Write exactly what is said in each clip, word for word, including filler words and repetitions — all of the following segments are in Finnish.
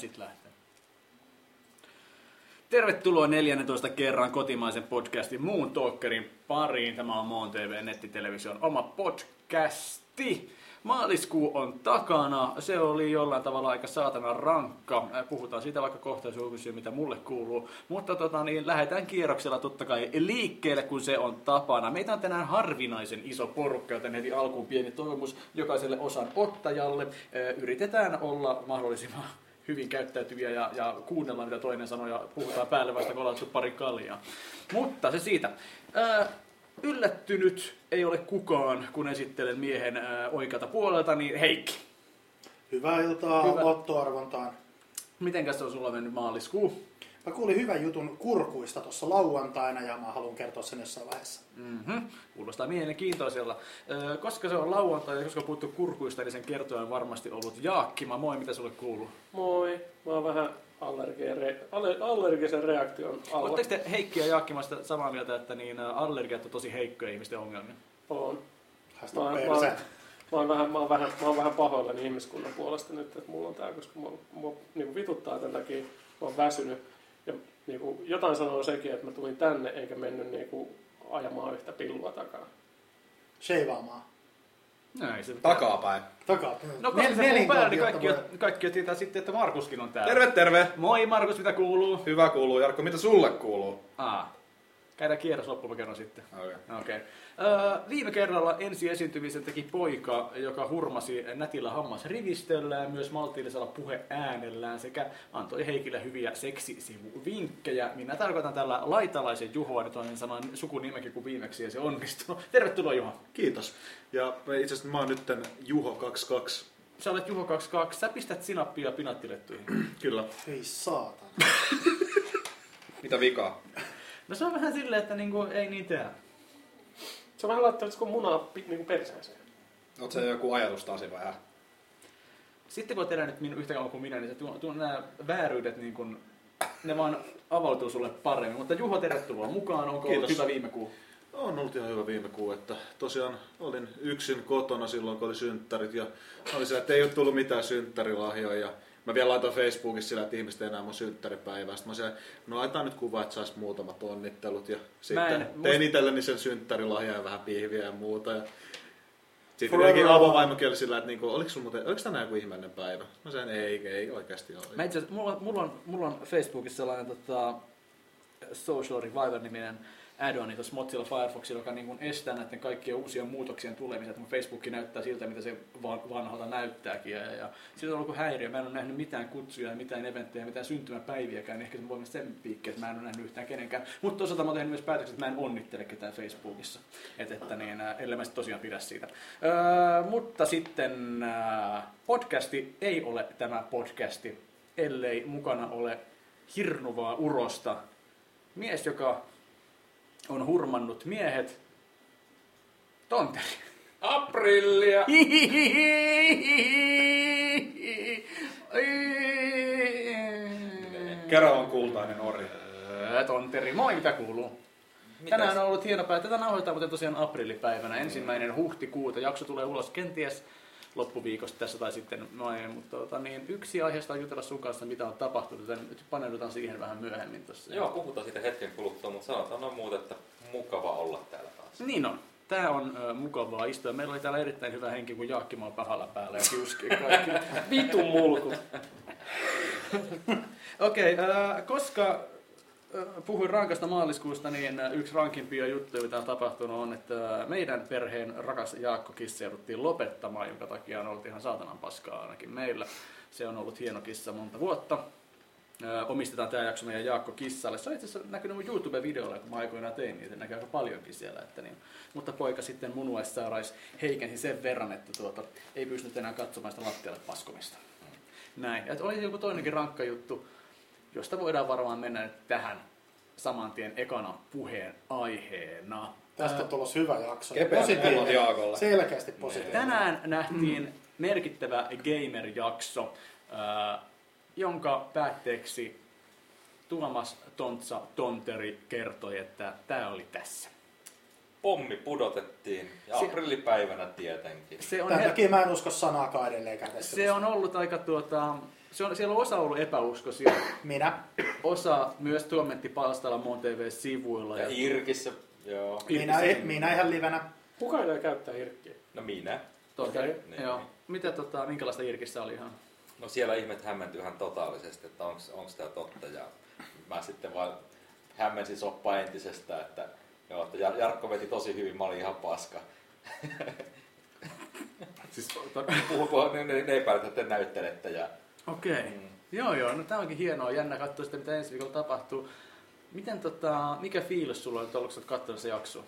sit lähteä. Tervetuloa neljännentoista kerran kotimaisen podcastin Muun Talkerin pariin. Tämä on Moon T V nettitelevision oma podcasti. Maaliskuu on takana. Se oli jollain tavalla aika saatana rankka. Puhutaan siitä vaikka kohta, jos on kysyä, mitä mulle kuuluu. Mutta tota, niin, lähdetään kierroksella totta kai liikkeelle, kun se on tapana. Meitä on tänään harvinaisen iso porukka, joten heti alkuun pieni toivomus jokaiselle osan ottajalle. Yritetään olla mahdollisimman hyvin käyttäytyviä ja, ja kuunnellaan, mitä toinen sanoo, ja puhutaan päälle vasta, kun ollaan pari kaljaa. Mutta se siitä. Ää, yllättynyt ei ole kukaan, kun esittelen miehen ää, oikealta puolelta, niin Heikki. Hyvää iltaa Hyvä. lottoarvontaan. Mitenkäs on sulla mennyt maaliskuu? Mä kuulin hyvän jutun kurkuista tuossa lauantaina ja mä haluan kertoa sen jossain vaiheessa. Mm-hmm. Kuulostaa mielenkiintoisella. Öö, koska se on lauantai ja koska on puhuttu kurkuista, niin sen kertoja on varmasti ollut Jaakkima. Moi, mitä sulle kuuluu? Moi, mä oon vähän allergisen, allergisen reaktion alla. Oletteko te Heikki ja Jaakkimasta samaa mieltä, että niin allergiat on tosi heikkoja ihmisten ongelmia? Oon. Hästä Mä, perse. mä, mä, oon vähän, mä, oon vähän, mä oon vähän pahoillani ihmiskunnan puolesta nyt, että mulla on tää, koska mua, mua niin vituttaa tämän takia, mä oon väsynyt. Ja niin kuin, jotain sanoo sekin, että mä tulin tänne eikä mennyt niin kuin, ajamaan yhtä pillua takaa. Sheivaamaan. Näin se Takapäin. Takaa. No koska se puhuu päällä, niin kaikki, kaikki tietää sitten, että Markuskin on täällä. Terve, terve! Moi Markus, mitä kuuluu? Hyvä kuuluu. Jarkko, mitä sulle kuuluu? Aa, käydään kierros loppuun kerran sitten. Okei. Okay. Okay. Öö, viime kerralla ensi esiintymisen teki poika, joka hurmasi nätillä hammasrivistöllään, myös maltillisella puheäänellään sekä antoi Heikille hyviä seksisivuvinkkejä. Minä tarkoitan tällä laitalaisen Juhoa, nyt olen sanoin sukunimekin kuin viimeksi ja se onnistuu. Tervetuloa Juho. Kiitos. Ja itse asiassa mä oon nyt tän Juho kaksikymmentäkaksi. Sä olet Juho kaksikymmentäkaksi, sä pistät sinappia pinattilettuihin. Kyllä. Ei saatana. Mitä vikaa? No se on vähän silleen, että niinku, ei niin tehdä. Se on vähän laittanut kuin munaa niin perseeseen. Oot se joku ajatus taas vähän? Sitten kun olet elänyt minu, yhtä kauan kuin minä, niin se tuo, tuo, nämä vääryydet, niin kun, ne vaan avautuu sulle paremmin. Mutta Juho, tervetuloa mukaan. Onko Kiitos. ollut hyvä viime kuu? On ollut ihan hyvä viime kuu, että tosiaan olin yksin kotona silloin, kun oli synttärit ja oli se, että ei ole tullut mitään synttärilahjoja. Ja mä vielä laitoin Facebookissa sillä, että ihmiset ei enää mun synttäripäivää. Sitten mä sanoin, no laitetaan nyt kuva, että sais muutamat onnittelut. Ja sitten en, tein must... itselleni sen synttärilahjaa ja vähän pihviä ja muuta. Ja sitten jotenkin avovaimokin oli sillä, että niinku, oliko, sulla muuten, oliko tänään joku ihmeellinen päivä? Mä sanoin, ei, ei oikeasti ole. Mä itse asiassa, mulla, mulla, on, mulla on Facebookissa sellainen tota, Social Reviver-niminen add-oni tuossa Mozilla Firefoxilla, joka niin kuin estää näiden kaikkien uusien muutoksien tulemisen, että mun Facebook näyttää siltä, mitä se vanhalta näyttääkin. Ja, ja siitä on ollut häiriö. Mä en ole nähnyt mitään kutsuja, mitään eventtejä, mitään syntymäpäiviäkään, niin ehkä se voi mennä sen piikkiin, että mä en ole nähnyt yhtään kenenkään. Mutta toisaalta mä oon tehnyt myös päätöksen, että mä en onnittele ketään Facebookissa, et, että niin, ellei mä sit tosiaan pidä siitä. Öö, mutta sitten äh, podcasti ei ole tämä podcasti, ellei mukana ole hirnuvaa urosta. Mies, joka on hurmannut miehet. Tonteri. Aprillia! Keravan kultainen ori. Tonteri, moi, mitä kuuluu? Mitäs? Tänään on ollut hieno päivä. Tätä nauhoitetaan muuten tosiaan aprillipäivänä, ensimmäinen huhtikuuta. Jakso tulee ulos kenties loppuviikosta tässä tai sitten noin, mutta tota, niin, yksi aiheesta on jutella sun kanssa, mitä on tapahtunut, joten nyt paneudutaan siihen vähän myöhemmin tossa. Joo, puhutaan siitä hetken kuluttua, mutta sanotaan on muuta, että mukava olla täällä kanssa. Niin on. Tää on ö, mukavaa istua. Meillä oli täällä erittäin hyvä henki, kun Jaakkima on pahalla päällä ja kiuskii kaikki. Vitun mulkut. Okei, okay, koska ö, puhuin rankasta maaliskuusta, niin yksi rankimpia juttuja, mitä on tapahtunut, on, että meidän perheen rakas Jaakko kissa jouduttiin lopettamaan, jonka takia on ollut ihan saatanan paskaa ainakin meillä. Se on ollut hieno kissa monta vuotta. Ö, omistetaan tämä jakso meidän Jaakko kissalle. Se on itse asiassa näkynyt mun YouTube-videolla, kun mä aikoinaan tein niitä, näkyy aika paljonkin siellä. Että niin. Mutta poika sitten munuaissairaus heikensi sen verran, että tuota, ei pystynyt enää katsomaan sitä lattialle paskomista. Näin. Ja oli joku toinenkin rankka juttu, josta voidaan varmaan mennä nyt tähän saman tien ekana puheen aiheena. Tästä on tulossa hyvä jakso. Kepeät hemot Jaakolle. Selkeästi positiivinen. Tänään nähtiin merkittävä gamer-jakso, jonka päätteeksi Tuomas Tontsa Tonteri kertoi, että tämä oli tässä. pommi pudotettiin. Ja Se- aprillipäivänä tietenkin. Se on, Tämän he- takia mä en usko sanaakaan edelleenkään tässä. se on ollut aika tuota... Se on, siellä on osa ollut epäuskoisia, Minä. osa myös tuomentti palstalla Moon T V-sivuilla. Ja Irkissä, joo. Minä, minä ihan livenä. Kuka ei käyttää hirkkiä? No minä. Tonteri, Okei, niin, joo. niin. Mitä, tota, minkälaista Irkissä oli ihan? No siellä ihmet hämmentyi ihan totaalisesti, että onko tämä totta. Ja mä sitten vaan hämmensin soppaa entisestä, että, joo, että Jar- Jarkko veti tosi hyvin, mä olin ihan paska. Siis, to- Puhu, puhu, ne, ne, ne epäilet, että te näyttelette. Ja, Okei. Okay. mm. Joo, joo. No tää onkin hienoa. Jännä katsoa sitä, mitä ensi viikolla tapahtuu. Miten tota, mikä fiilis sulla on nyt ollut, kun sä oot katsonut se jakso?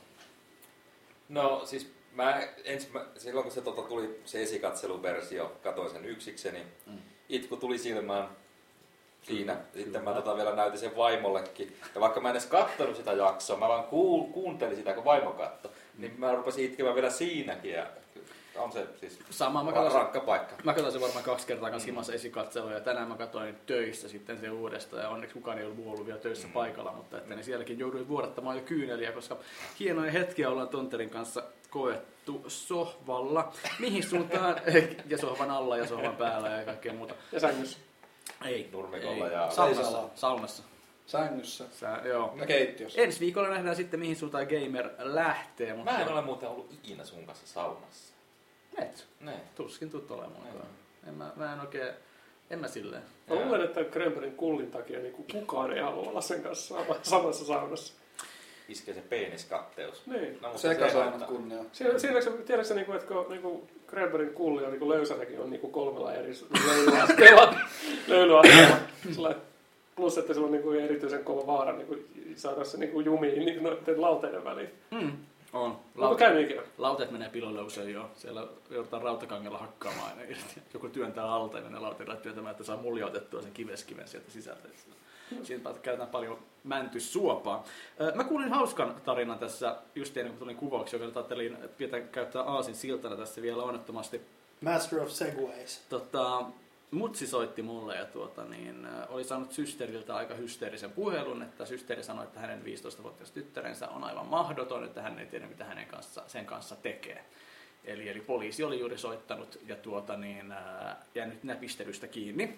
No siis mä ensin, mä, silloin kun se tota, tuli se esikatseluversio, katoin sen yksikseni, Mm. itku tuli silmään siinä. Kyllä, Sitten kyllä. mä tota vielä näytin sen vaimollekin. Ja vaikka mä en edes kattonut sitä jaksoa, mä vaan kuul, kuuntelin sitä, kun vaimo katto, niin mä rupesin itkemään vielä siinäkin. Ja on se siis Sama, mä ra- katsoin, rankka paikka. mä katsoin sen varmaan kaksi kertaa kanssa himassa esikatselua ja tänään mä katsoin töissä sitten sen uudestaan ja onneksi kukaan ei ollut muu ollut vielä töissä Mm. paikalla, mutta että niin sielläkin jouduin vuodattamaan jo kyyneliä, koska hienoja hetkiä ollaan Tonterin kanssa koettu sohvalla. Mihin suuntaan? Ja sohvan alla ja sohvan päällä ja kaikkea muuta. Ja sängyssä. Ei, Nurmikolla ei. ja- Saunassa. Seisalla. Saunassa. Sängyssä. Sä, joo. No keittiössä. Ensi viikolla nähdään sitten mihin suuntaan Gamer lähtee. Mutta Mä en ole muuten ollut ikinä sun kanssa saunassa. Et, Ne. tuskin tuut olemaan. Ei. En mä, mä en oikein, en mä silleen. Mä luulen, että Grönbergin kullin takia niin kuin kukaan ei halua olla sen kanssa sama- samassa saunassa. Iskee se peeniskatteus. Niin. No, mutta Sekä se saanut haittaa. kunnia. Siinä, siinäkö, tiedätkö sä, niin kuin, että kun niin kuin Grönbergin kulli on niin kuin löysänäkin on niin kuin kolmella eri löylyasteella. löylyasteella. Sillä- Plus, että sillä on niin kuin erityisen kova vaara niin kuin saada se niin kuin jumiin niin kuin noiden lauteiden väliin. Mm. On. Onko Laut- käynyt ikinä? lauteet menee pilolle usein jo. Siellä joudutaan rautakangella hakkaamaan aina irti. Joku työntää alta ja menee lauteilla työntämään, että saa muljautettua sen kiveskiven sieltä sisältä. Siitä käytetään paljon mäntyssuopaa. Ö, Mä kuulin hauskan tarinan tässä just ennen kuin tulin kuvauksia, joka ajattelin pitää käyttää aasin siltana tässä vielä onnettomasti. Master of Segways. Tota, mutsi soitti mulle ja tuota, niin, ä, oli saanut systeeriltä aika hysteerisen puhelun, että systeeri sanoi, että hänen viisitoistavuotias tyttärensä on aivan mahdoton, että hän ei tiedä, mitä hänen kanssa, sen kanssa tekee. Eli, eli poliisi oli juuri soittanut ja tuota, niin, ä, jäänyt näpistelystä kiinni.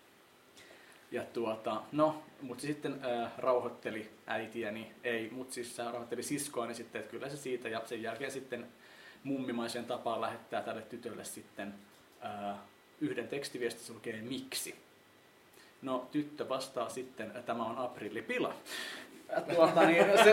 Ja tuota, no, mutsi sitten ä, rauhoitteli äitiäni, ei mutsissa rauhoitteli siskoani sitten, että kyllä se siitä, ja sen jälkeen sitten mummimaisen tapaan lähettää tälle tytölle sitten ää, yhden tekstiviestin, se lukee miksi. No, tyttö vastaa sitten, että tämä on aprillipila. Ja tuota, niin, se,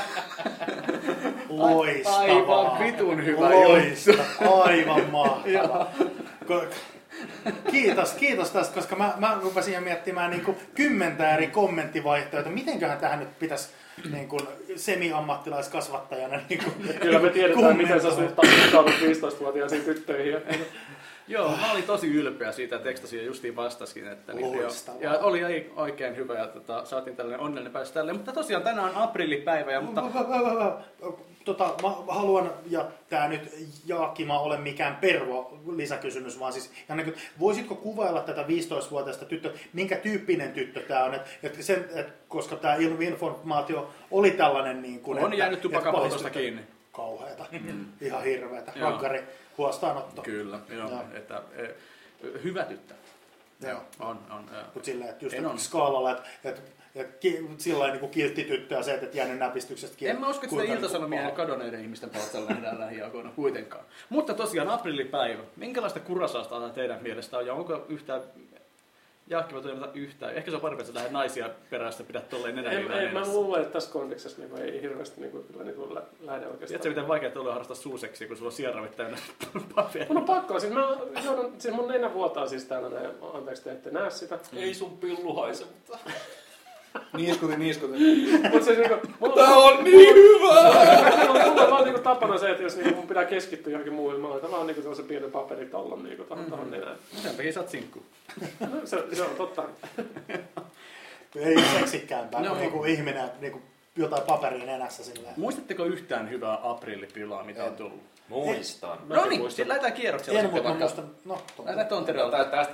Loistavaa. aivan vitun hyvä juttu. Loistavaa. Aivan mahtavaa. Ko- Kiitos, kiitos tästä, koska mä, mä rupesin jo miettimään niin kuin kymmentä eri kommenttivaihtoehtoja. Mitenköhän tähän nyt pitäisi niin kuin semi-ammattilaiskasvattajana niin kuin, Kyllä me tiedetään, miten sä suhtaudut viisitoistavuotiaisiin tyttöihin. Joo, mä olin tosi ylpeä siitä, että ekstasia justiin vastaskin. Että niin, jo, Loistavaa. ja oli ei- oikein hyvä ja tota, saatiin tällainen onnellinen päästä tälleen. Mutta tosiaan tänään on aprillipäivä. Ja, mutta, Tota, mä haluan, ja tää nyt Jaakima ole mikään pervo lisäkysymys, vaan siis, ja niin kuin, voisitko kuvailla tätä viisitoistavuotiaista tyttöä, minkä tyyppinen tyttö tää on, et, et sen, et, koska tämä informaatio oli tällainen niin kuin, on jäänyt tupakan et poltosta pahistyttö- kiinni. Kauheeta, ihan hirveetä, Joo. rankari huostaanotto. Kyllä, joo. Joo. Että, e, hyvä tyttö. Joo. On, on. Joo. Mutta silleen, että just En et on. skaalalla, että et, et, ki, sillä niin kuin kiltti tyttö ja se, että et jäänyt näpistyksestä kiinni. En mä usko, että sitä iltasanomia ja kadonneiden ihmisten palstalla nähdään lähiaikoina kuitenkaan. Mutta tosiaan aprillipäivä. Minkälaista kurasaasta teidän mielestä on? Ja onko yhtään, Jaakki voi toimita yhtään? Ehkä se on parempi, että sä lähdet naisia perästä, pidät tolleen nenän En, ilman en, mä edessä. luulen, että tässä kondiksessa niin ei hirveästi niin kuin, kyllä, niin kuin lä- lähde oikeastaan. Tiedätkö, miten vaikea tuolla harrastaa suuseksiä, kun sulla on sierravit täynnä paperia? Mun on pakko, siis, mä, joudun, siis mun nenä vuotaa siis täällä näin, anteeksi te ette näe sitä. Ei sun pillu haise, mutta... Niiskutin, niiskutin. Mut siis niinku, mulla Tää on niin hyvä! mulla, mulla on vaan niinku tapana se, että jos niinku mun pitää keskittyä johonkin muuhun, mä laitan vaan niinku sellaisen pienen paperitallon niinku tohon, Mm-hmm. tohon nenään. Sen takia sä oot sinkku. No, se, se on totta. Ei ole seksikkäämpää No. kuin niinku ihminen, niinku jotain paperia nenässä silleen. Muistatteko yhtään hyvää aprillipilaa, mitä on tullut? Muistan. No niin, sitten lähdetään kierroksella En, sitten mutta mä vaikka. muistan, no, Lähdetään Tonterelta. Tä- Tästä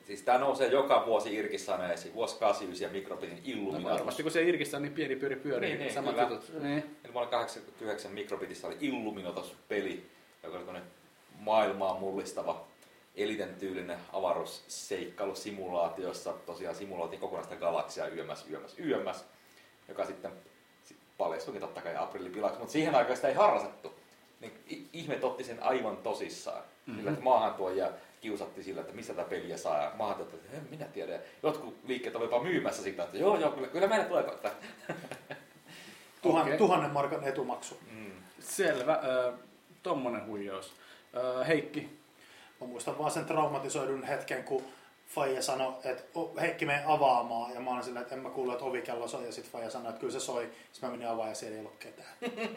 Siis tää nousee joka vuosi irkisaneisiin. Vuosi kahdeksankymmentäyhdeksän ja mikrobitin No Illuminatus. varmasti kun se irkissä on niin pieni pyöri pyörii, Niin, niin, samat kyllä. jutut. Niin. Eli vuonna kahdeksankymmentäyhdeksän Mikrobitissa oli Illuminatus-peli, joka oli maailmaa mullistava eliten tyylinen avaruusseikkailusimulaatio, jossa tosiaan simuloitiin kokonaista galaksia yömmäs, yömmäs, yömmäs, joka sitten paljastuikin totta kai aprillipilaksi, mutta siihen aikaan sitä ei harrastettu. Niin ihmet otti sen aivan tosissaan. Mm-hmm. Sillä, että maahantuojia kiusattiin sillä, että mistä tätä peliä saa. Ja maahantuojat, että en minä tiedä. Ja jotkut liikkeet oli jopa myymässä sitä, että joo, joo, kyllä, kyllä meille tulee tätä. Tuhan, Okei. Tuhannen markan etumaksu. Mm. Selvä. Äh, tommonen huijaus. Äh, Heikki. Mä muistan vaan sen traumatisoidun hetken, kun Faija sanoi, että "O, Heikki mene avaamaan. Ja mä olin silleen, että en mä kuullut, että ovikello soi. Ja sitten Faija sanoi, että kyllä se soi. Sitten mä menin avaamaan ja siellä ei ollut ketään.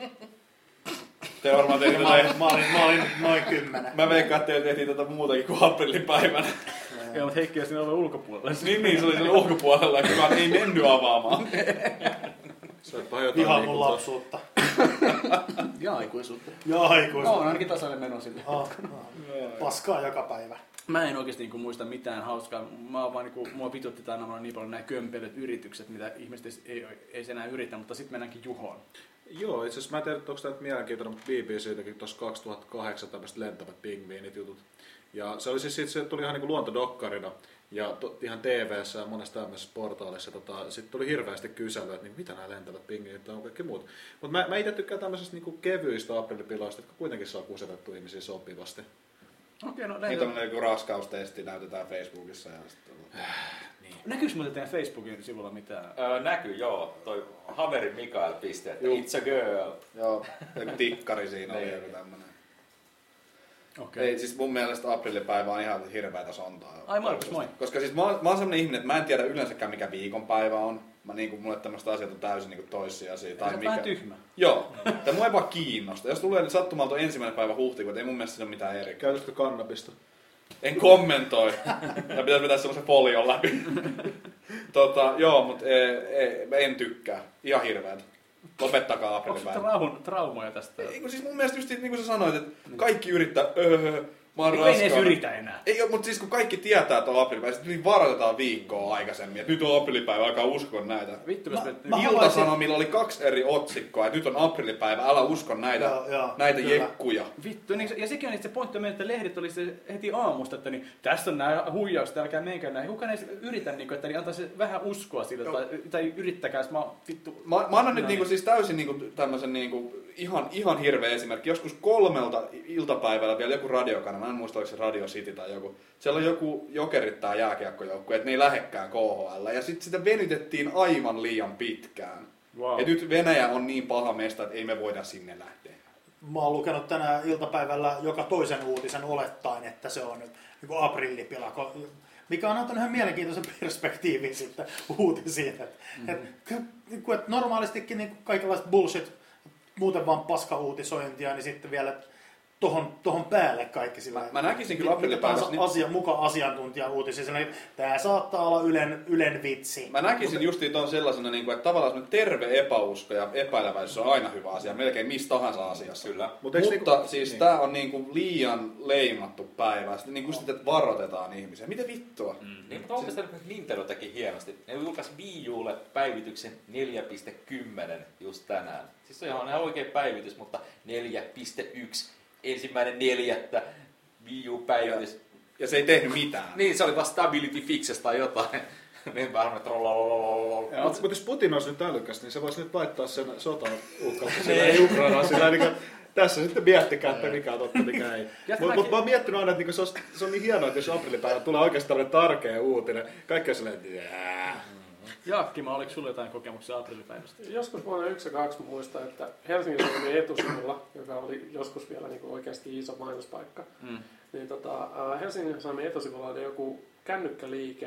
Te varmaan Ja tehtiin mä, tätä, olin, mä, olin, mä olin noin kymmenen. mä veikkaan, että teillä tehtiin tätä muutakin kuin aprillipäivänä. Joo, mutta Heikki on siinä oven ulkopuolella. niin, niin, se oli siellä ulkopuolella ja kukaan ei mennyt avaamaan. Soitpa jotain Vihaan mun liikuntaa. lapsuutta. Ja aikuisuutta. Ja aikuisuutta. No, on ainakin tasainen meno sille. Oh, oh. Paskaa joka päivä. Mä en oikeesti niinku muista mitään hauskaa. Mä oon vaan niinku, mua vitutti tää aina niin paljon nämä kömpelöt yritykset, mitä ihmiset ei, ei se enää yritä, mutta sitten mennäänkin Juhoon. Joo, itse asiassa mä en tiedä, onko tämä nyt mielenkiintoinen, mutta B B C teki tuossa kaksituhattakahdeksan tämmöiset lentävät pingviinit jutut. Ja se oli siis sit, se tuli ihan niinku luontodokkarina ja to, ihan T V:ssä ja monessa tämmöisessä portaalissa. Tota, sitten tuli hirveästi kyselyä, että niin, mitä nämä lentävät pingviinit on kaikki muut. Mutta mä, mä itse tykkään tämmöisistä niinku kevyistä aprillipiloista, jotka kuitenkin saa kusetettua ihmisiä sopivasti. Okei, no Niin näin. tämmönen joku raskaustesti näytetään Facebookissa ja sitten... Näkyykö muuten teidän Facebookin sivulla mitään? Öö, näkyy, joo. Toi Haveri Mikael piste, että Juu. it's a girl. Joo, joku tikkari siinä oli joku tämmönen. Okei. Ei, siis mun mielestä aprillipäivä on ihan hirveätä sontaa. Ai Markus, moi. Koska siis mä oon, mä oon semmonen ihminen, että mä en tiedä yleensäkään mikä viikonpäivä on. Mä niinku, mulle tämmöiset asiat on täysin niinku toissijaisia. Tai mikä... vähän tyhmä. Joo, tai mua ei vaan kiinnosta. Jos tulee nyt sattumalta ensimmäinen päivä huhtikuuta, ei mun mielestä siinä ole mitään eri. Käytätkö kannabista? En kommentoi. Ja pitäisi vetää semmoisen folion läpi. tota, joo, mutta ei, ei, en tykkää. Ihan hirveätä. Lopettakaa Onko aprillipäivä. traum, traumoja tästä? Ei, kun siis mun mielestä just niin kuin sä sanoit, että kaikki yrittää, öö, mä oon Niin, ei ne edes raskaana. yritä enää. Ei, mutta siis kun kaikki tietää, että on aprillipäivä, sitten niin varoitetaan viikkoa aikaisemmin, että nyt on aprillipäivä, alkaa uskoa näitä. Vittu, jos Mä- me... mä- Ilta-Sanomilla oli kaksi eri otsikkoa, että nyt on aprillipäivä, älä usko näitä, Joo, joo, näitä kyllä. jekkuja. Vittu, niin, se- ja sekin on itse pointti on, että lehdet oli se heti aamusta, että niin, tässä on nämä huijaukset, älkää menkää näin. Kukaan ei yritä, niin kuin, että niin antaisi vähän uskoa sillä, tai, tai yrittäkää, mä oon vittu... Mä, mä annan nyt No niinku niin. siis täysin niinku tämmösen niinku ihan, ihan hirveä esimerkki. Joskus kolmelta iltapäivällä vielä joku radiokanava, mä en muista oliko se Radio City tai joku. Siellä on joku jokerit tää jääkiekkojoukkue, että ne ei lähekkään K H L. Ja sitten sitä venytettiin aivan liian pitkään. Wow. Ja nyt Venäjä on niin paha mesta, että ei me voida sinne lähteä. Mä oon lukenut tänään iltapäivällä joka toisen uutisen olettaen, että se on niin aprillipila, ko- mikä on antanut ihan mielenkiintoisen perspektiivin sitten uutisiin. Että mm-hmm. et, ky- et normaalistikin niin kaikenlaista bullshit, muuten vaan paska-uutisointia, niin sitten vielä tohon, tohon päälle kaikki sillä. Mä- mä näkisin kyllä mitä aprillipäivässä tahansa niin- asia, mukaan asiantuntija-uutisia, sillä tää saattaa olla Ylen, Ylen vitsi. Mä näkisin justiin ton sellaisena, niinku, että tavallaan semmonen terve epäusko ja epäileväisyys on aina hyvä asia, melkein missä tahansa asiassa. Kyllä. Mut eiks Mutta niinku- siis niin. tää on niinku liian leimattu päivä. Sitten niinku sitten, että varoitetaan ihmisiä. Mitä vittua? Mm. Niin, mutta onko sitä Nintendo teki hienosti? Ne julkaisi Wii Ulle päivityksen neljä piste kymmenen just tänään. Siis se on ihan oikea päivitys, mutta neljä piste yksi ensimmäinen neljättä Wii U-päivitys. Ja se ei tehnyt mitään. Niin, se oli vaan Stability Fixes tai jotain. Niin vähän, että rollololololol. Mutta jos Putin olisi nyt älykäs, niin se voisi nyt laittaa sen sotaan uhkauksen sillä ei Ukrainaan sillä niin kuin, tässä sitten miettikää, että mikä on totta, mikä ei. Mutta mut mä oon miettinyt aina, että niinku se, on, se on niin hienoa, että jos aprillipäivä tulee oikeasti tämmöinen tarkea uutinen, kaikki on silleen, jää. Jaakkima, oliko sulla jotain kokemuksia aprillipäivästä? Joskus vuonna yksi ja kaksi muistan, että Helsingin Sanomien etusivulla, joka oli joskus vielä niin kuin oikeasti iso mainospaikka, Mm. niin tota, ää, Helsingin Sanomien etusivulla oli joku kännykkäliike,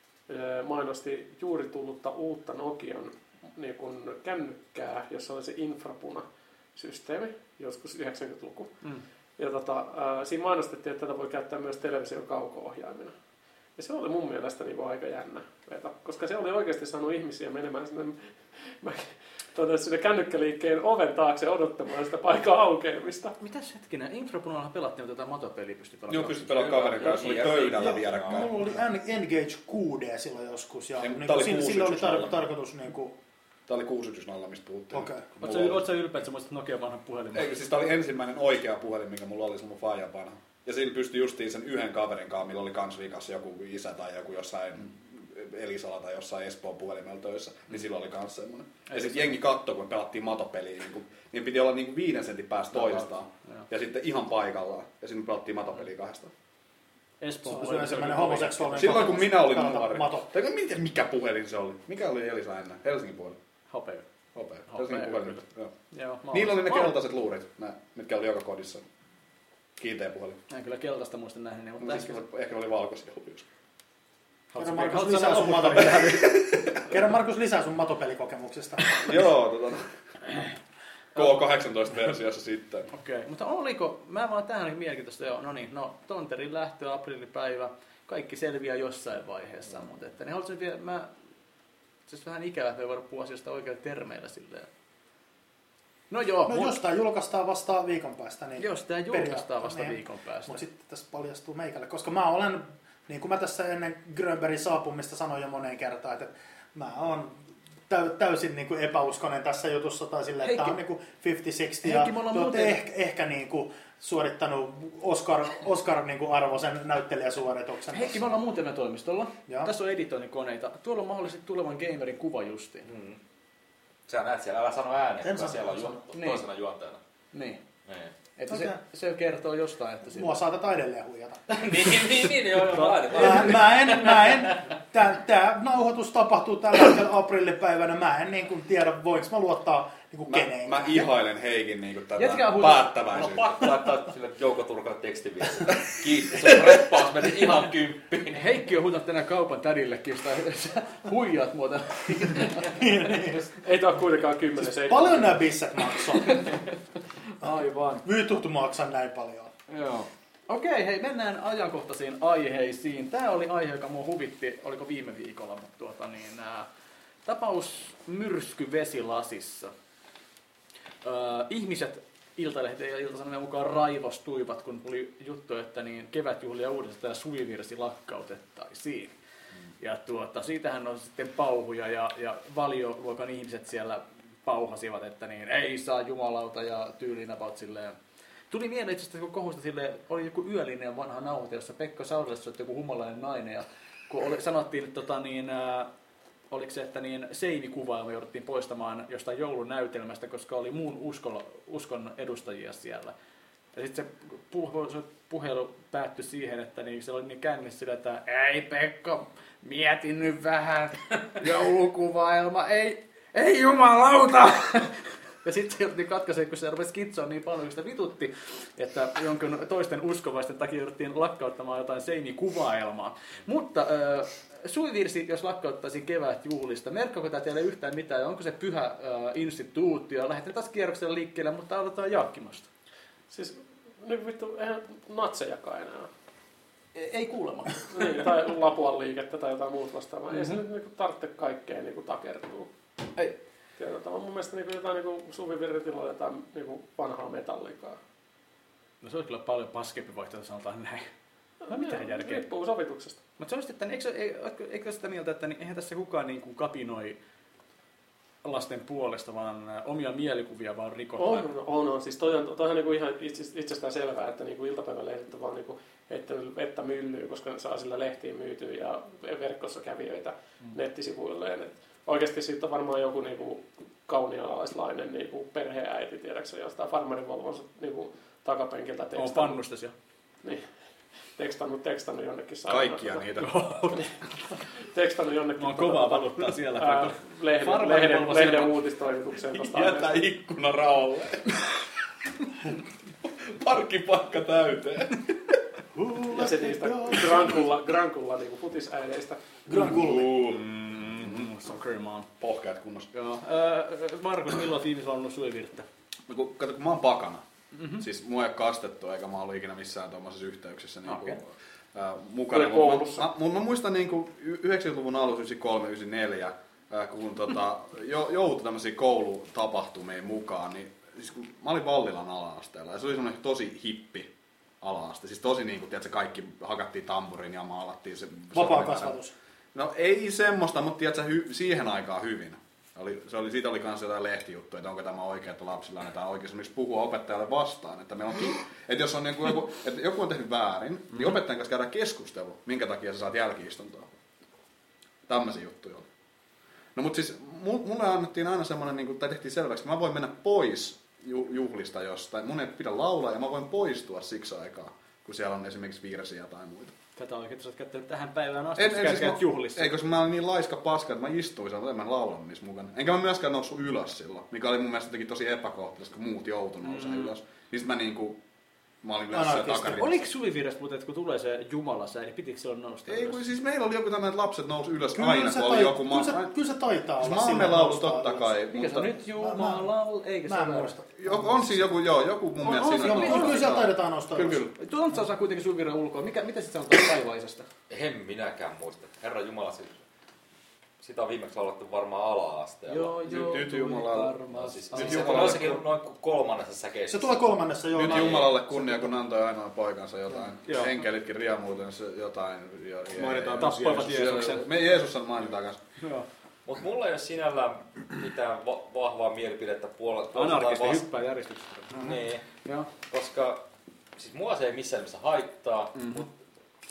ää, mainosti juuri tullutta uutta Nokian niin kuin kännykkää, jossa oli se infrapuna-systeemi, joskus yhdeksänkymmentäluku. Mm. Ja tota, ää, siinä mainostettiin, että tätä voi käyttää myös television kauko-ohjaimena. Ja se oli mun mielestä niin aika jännä veto, koska se oli oikeasti saanut ihmisiä menemään sinne Mäk- tuonne sinne kännykkäliikkeen oven taakse odottamaan sitä paikan aukeamista. Mitäs hetkinen, Infrapunallahan pelattiin tätä matopeliä, pystyi pelaamaan. Joo, pystyt pelaamaan kaverin kanssa, oli pöydällä vierekkäin. Mulla oli Engage kuusi D silloin joskus, ja Ei, niin tää oli sillä, sillä oli kuusi yksi tar- tarkoitus niinku... Tää oli kuusi yksi nolla, mistä puhuttiin. Okei. Oletko sä ylpeä, että sä muistat Nokia vanhan puhelimen? Eikö, siis tää oli ensimmäinen oikea puhelin, mikä mulla oli, se mun faijan vanha. Ja sillä pystyi justiin sen yhden kaverin kanssa, millä oli kans vikas joku isä tai joku jossain Elisalla tai jossain Espoon puhelimella töissä, niin sillä oli kans semmonen. Ja sit jengi kattoi, kun me pelattiin matopeliä, niin, kun, niin piti olla niin viiden sentin päästä toistaan. Ja sitten ihan paikallaan. Ja sitten me pelattiin matopeliä kahdestaan. Espoon Se on ensimmäinen homoseksuaalinen. Silloin kun minä olin pelata nuori. mato. Tai mikä, mikä puhelin se oli? Mikä oli Elisa ennen? Helsingin puhelin. Hopea. Hopea. Hopea, Helsingin puhelin. kyllä. Joo. Joo, mä Niillä oli ne mä oon- keltaiset luurit, nää, mitkä oli joka kodissa. Kiinteä puhelin. Mä en kyllä keltaista muista nähnyt, mutta Mutta ehkä... siis ehkä ne oli valkoisia joskus. Kerro Haluatko Markus sä lisää sun loputtaa matopeli. Kerro Markus lisää sun matopelikokemuksesta. Joo, tota... K kahdeksantoista-versiossa sitten. Okei, okay. Mutta oliko, mä vaan tähän mielenkiintoista, joo, no niin, no Tonterin lähtö, aprillipäivä, kaikki selviää jossain vaiheessa, mm. mutta että niin haluaisin vielä, mä, se on vähän ikävä, että ei voida puhua asiasta oikein termeillä silleen. No joo. No mut, jos tää julkaistaan vasta viikon päästä, niin... jos tää julkaistaan vasta niin, viikon päästä. Mutta sitten tässä paljastuu meikälle, koska mä olen, niin kuin mä tässä ennen Grönbergin saapumista sanoin jo moneen kertaan, että mä oon täy, täysin niin kuin epäuskonen tässä jutussa, tai silleen, että tää on niin kuin viisikymmentä kuusikymmentä, ja te muuten... olette ehkä, ehkä niin kuin suorittanut Oscar, Oscar niin kuin arvoisen näyttelijäsuorituksen. Heikki, me ollaan muuten toimistolla. Joo. Tässä on editoinnikoneita. Tuolla on mahdollisesti tulevan gamerin kuva justiin. Mm. Sä näet siellä, älä sano ääneen, En kuka sano, siellä on en juon, sano. toisena juontajana. Niin. Niin. Että Okei. se, se kertoo jostain, että... Mua saatetaan edelleen huijata. niin, niin, niin, joo, joo, laitetaan. Mä, mä en, mä en, tää, tää nauhoitus tapahtuu tällä hetkellä aprillipäivänä, mä en niin kuin tiedä, voinko mä luottaa niin kuin Mä, keneen. mä ihailen Heikin niinku tätä Jätkä huutaa- Mulla on päättäväisyyttä. pakko laittaa sille Jouko Turkalle tekstiviesti. Kiitos, se reppaus meni ihan kymppiin. Heikki on huutanut tänään kaupan tädillekin, josta sä huijaat muuta. Ei tää ole kuitenkaan kymmenen sekuntia. Paljon nämä bisset maksaa. Aivan. Vytuhtu maksaa näin paljon. Joo. Okei, hei, mennään ajankohtaisiin aiheisiin. Tämä oli aihe, joka mua huvitti, oliko viime viikolla, mutta tuota niin, ää, tapaus myrsky vesilasissa. Öö, ihmiset Iltalehden ja Ilta-Sanomien mukaan raivostuivat, kun tuli juttu, että niin kevätjuhlia uudestaan ja suvivirsi lakkautettaisiin. Ja tuota, siitähän on sitten pauhuja ja, ja valioluokan ihmiset siellä pauhasivat, että niin ei saa jumalauta ja tyyliin about silleen. Tuli mieleen itse asiassa kohusta silleen, oli joku yöllinen vanha nauhoite, jossa Pekka Saurille soitti joku humalainen nainen ja kun oli, sanottiin, että tota, niin, ää, oliko se, että niin seinikuvailma jouduttiin poistamaan jostain joulunäytelmästä, koska oli muun uskon, uskon edustajia siellä. Ja sitten se puh- puhelu päättyi siihen, että niin se oli niin kännissä sillä, että ei Pekka, mietin nyt vähän, joulukuvailma, ei, ei jumalauta! Ja sitten se jouduttiin katkaiseen, kun se rupesi kitsoa niin paljon, kun sitä vitutti, että jonkun toisten uskovaisten takia jouduttiin lakkauttamaan jotain seinikuvaelmaa. Mutta äh, suvivirsi, jos lakkauttaisiin kevät juhlista, merkkaako tämä teille yhtään mitään? Onko se pyhä äh, instituutio? Lähdetään taas kierroksella liikkeelle, mutta aloitetaan Jaakkimasta. Siis nyt vittu, eihän natsejakaan enää. Ei, ei kuulemma. Niin, tai Lapuan liikettä tai jotain muuta vastaavaa. Mm-hmm. Ei se Mhm. nyt niinku tarvitse kaikkeen niinku takertua. Ei. Tämä on mun mielestä niinku jotain niinku suvivirretiloja, jotain niinku vanhaa metallikaa. No se olisi kyllä paljon paskempi vaihtoehto, sanotaan näin. No mitään järkeä. Riippuu sovituksesta. Mutta sanoisit, että eikö, eikö, eikö sitä mieltä, että eihän tässä kukaan niin kuin kapinoi lasten puolesta, vaan omia mielikuvia vaan rikotaan? On, on, on. Siis toi on, toi on niinku ihan itsestään selvää, että niinku iltapäivälehdet on vaan niinku heittänyt vettä myllyyn, koska ne saa sillä lehtiin myytyä ja verkossa kävijöitä mm. nettisivuilleen. Et oikeasti siitä on varmaan joku niinku kaunialaislainen niinku perheäiti, tiedäksä, jostain farmarivolvonsa niinku takapenkiltä On tekstannut. pannustas jo. Niin. Tekstannut, tekstannut jonnekin saunaan. Kaikkia niitä. Tekstannut jonnekin. Mä oon kovaa valuuttaa siellä. Ää, lehden, Farmarin lehden, polvasi lehden jopa- uutistoimitukseen tosta Jätä aiheesta. ikkuna raolle. Parkkipaikka täyteen. Ja se niistä Grankulla, Grankulla niinku futisäideistä. Grankulli. Mm, soccer mom. Pohkeat kunnossa. Joo. Öö, Markus, milloin viimeis on ollut suvivirttä? No, kun, kato, kun mä oon pakana. Mm-hmm. Siis mua ei ole kastettu, eikä mä ollut ikinä missään tuommoisessa yhteyksissä niinku, Okei. ää, mukana. Kyllä koulussa. Mä, mä, mä muistan niinku yhdeksänkymmentäluvun alussa, yhdeksänkymmentäkolme yhdeksänkymmentäneljä, ää, kun tota, jo, joutui tämmöisiin koulutapahtumiin mukaan, niin siis kun mä olin Vallilan ala-asteella ja se oli semmoinen tosi hippi ala-aste. Siis tosi niin kuin, tiedätkö, kaikki hakattiin tamburin ja maalattiin se. Vapaa kasvatus. No ei semmoista, mutta tiedätkö, hy, siihen aikaan hyvin. Oli, se oli, siitä oli myös jotain lehtijuttuja, että onko tämä oikein, että lapsilla annetaan oikein esimerkiksi puhua opettajalle vastaan. Että, meillä on ki- että jos on niin kuin joku, että joku on tehnyt väärin, mm-hmm. niin opettajan kanssa käydään keskustelu, minkä takia sä saat jälki-istuntoa. Tämmöisiä juttuja oli. No mutta siis mulle annettiin aina semmoinen, niin kuin, tai tehtiin selväksi, että mä voin mennä pois ju- juhlista jostain. Mun ei pidä laulaa ja mä voin poistua siksi aikaa, kun siellä on esimerkiksi virsiä tai muita. Tätä oikein, sä oot käyttänyt tähän päivään asti, En, kun en, siis käyt mä, juhlissa. ei, koska mä olin niin laiska paska, että mä istuin siellä, mutta en mä laulanut niissä mukana. Enkä mä myöskään noussut ylös silloin, mikä oli mun mielestä jotenkin tosi epäkohtelista, kun muut joutu nousemaan mm. ylös. Niin sit mä niinku, mä olin yleensä siellä takarinnassa. Oliko suvivirrasta, mutta kun tulee se Jumalasää, niin pitikö silloin nousta Ei, ylös? kun siis meillä oli joku tämmöinen, että lapset nousi ylös Kyllä aina, se kun oli tai- joku kyllä maa. se- Kyllä se taitaa olla. Maamme sillä laulu noustaan totta ylös. kai. Mikä mutta- se on nyt Jumalal, eikö se Mä en ole? muista. Jo- On siinä joku, joo, joku mun On- mielestä on siinä. siinä- Joo, kyllä siellä taidetaan nostaa Kyllä, ylös. kyllä. Tontsa osaa kuitenkin suvivirran ulkoa. Mikä, mitä sitten sanotaan taivaisestä? En minäkään muista. Herra Jumala, siis, sitä on viimeksi laulettu varmaan ala-asteella. Joo, joo, nyt tuli Jumalalla. varmaan. No, siis, Ah, siis se se on- on jossakin noin kolmannessa säkeessä. Se tulee kolmannessa, joo. Nyt mä- Jumalalle kunnia, kun antoi ainoan poikansa jotain. Joo. Enkelitkin riemuutensa jotain. ja- ja- Mainitaan ja- myös Tappoivat Jeesus. Jeesuksen. Me Jeesus mainitaan kanssa. Joo. Mutta mulla ei ole sinällään mitään va- vahvaa mielipidettä puolesta. puolesta tai Anarkisti vasta- hyppää järjestyksestä. Niin, Joo. koska siis mua se ei missään nimessä haittaa, mm-hmm. mutta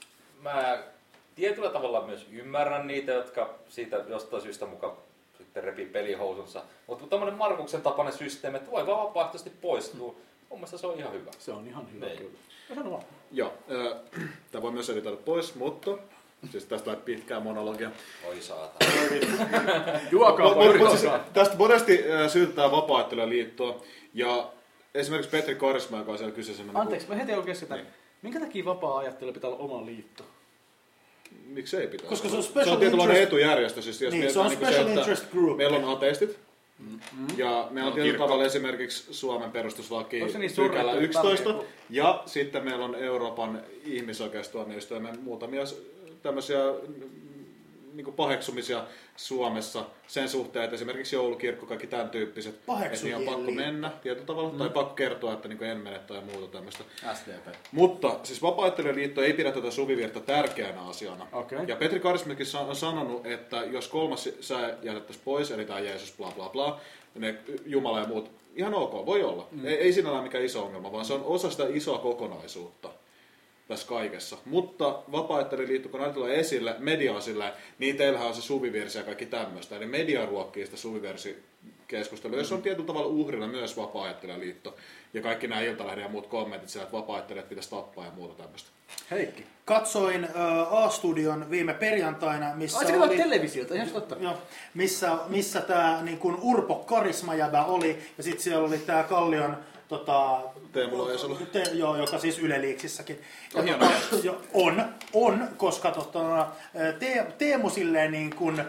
mä tietyllä tavalla myös ymmärrän niitä, jotka siitä jostain syystä mukaan sitten repii pelihousunsa. Mutta tämmöinen Markuksen tapainen systeemi, että voi vaan vapaaehtoisesti poistua, mun mielestä se on ihan hyvä. Se on ihan hyvä Niin. kyllä. Ja sano vaan. Joo, äh, tämä voi myös editoida pois, mutta siis tästä tulee pitkää monologia. Oi saatana. Juokaa, Mut- pojat, mut siis juokaa. tästä monesti äh, syytetään vapaaehtoilijan ja esimerkiksi Petri Karisma, joka on siellä kyseisenä. Anteeksi, mä heti oikein sitä. Niin. Minkä takia vapaa-ajattelu pitää olla oma liitto? Miksi ei pitää? Koska se on se special on tietynlainen interest- etujärjestö. Siis jos Niin, mietitään se on niinku special että interest group. Meillä on ateistit. Mm. Ja meillä on on tietyllä kirkko. tavalla esimerkiksi Suomen perustuslaki Onko se niin pykälä surrettu, yksitoista. että- Ja sitten meillä on Euroopan ihmisoikeustuomioistuimen muutamia s- tämmöisiä niin paheksumisia Suomessa sen suhteen, että esimerkiksi joulukirkko, kaikki tämän tyyppiset, että Paheksujien niin on pakko liitto. mennä tietyllä tavalla, mm. tai pakko kertoa, että niin en mene tai muuta tämmöistä. S D P. Mutta siis Vapaaehtoilijan ei pidä tätä suvivirta tärkeänä asiana. Okei. Ja Petri Karismäkin sa- on sanonut, että jos kolmas sää jätettäisiin pois, eli tämä Jeesus, bla bla bla, ne Jumala ja muut, ihan ok, voi olla. Mm. Ei, ei siinä ole mikään iso ongelma, vaan se on osa sitä isoa kokonaisuutta tässä kaikessa. Mutta Vapaaehtoilijan kun näitä tulee esille, media on silleen, niin teillähän on se suvivirsi ja kaikki tämmöistä. Eli media ruokkii sitä suviversikeskustelua, mm. jos on tietyllä tavalla uhrina myös Vapaaehtoilijan ja kaikki nämä Iltalehden ja muut kommentit siellä, että vapaaehtoilijat pitäisi tappaa ja muuta tämmöistä. Heikki. Katsoin uh, A-studion viime perjantaina, missä Ai se oli... televisiota, ihan totta. Joo, missä, missä tämä niin kuin Urpo Karismajäbä oli, ja sitten siellä oli tämä Kallion tota, Teemu Loijesalo. te, joo, joka siis Yle Liiksissä,kin. On Ja, hieno tota, jo, on, on, koska tota, te, Teemu silleen niin kuin,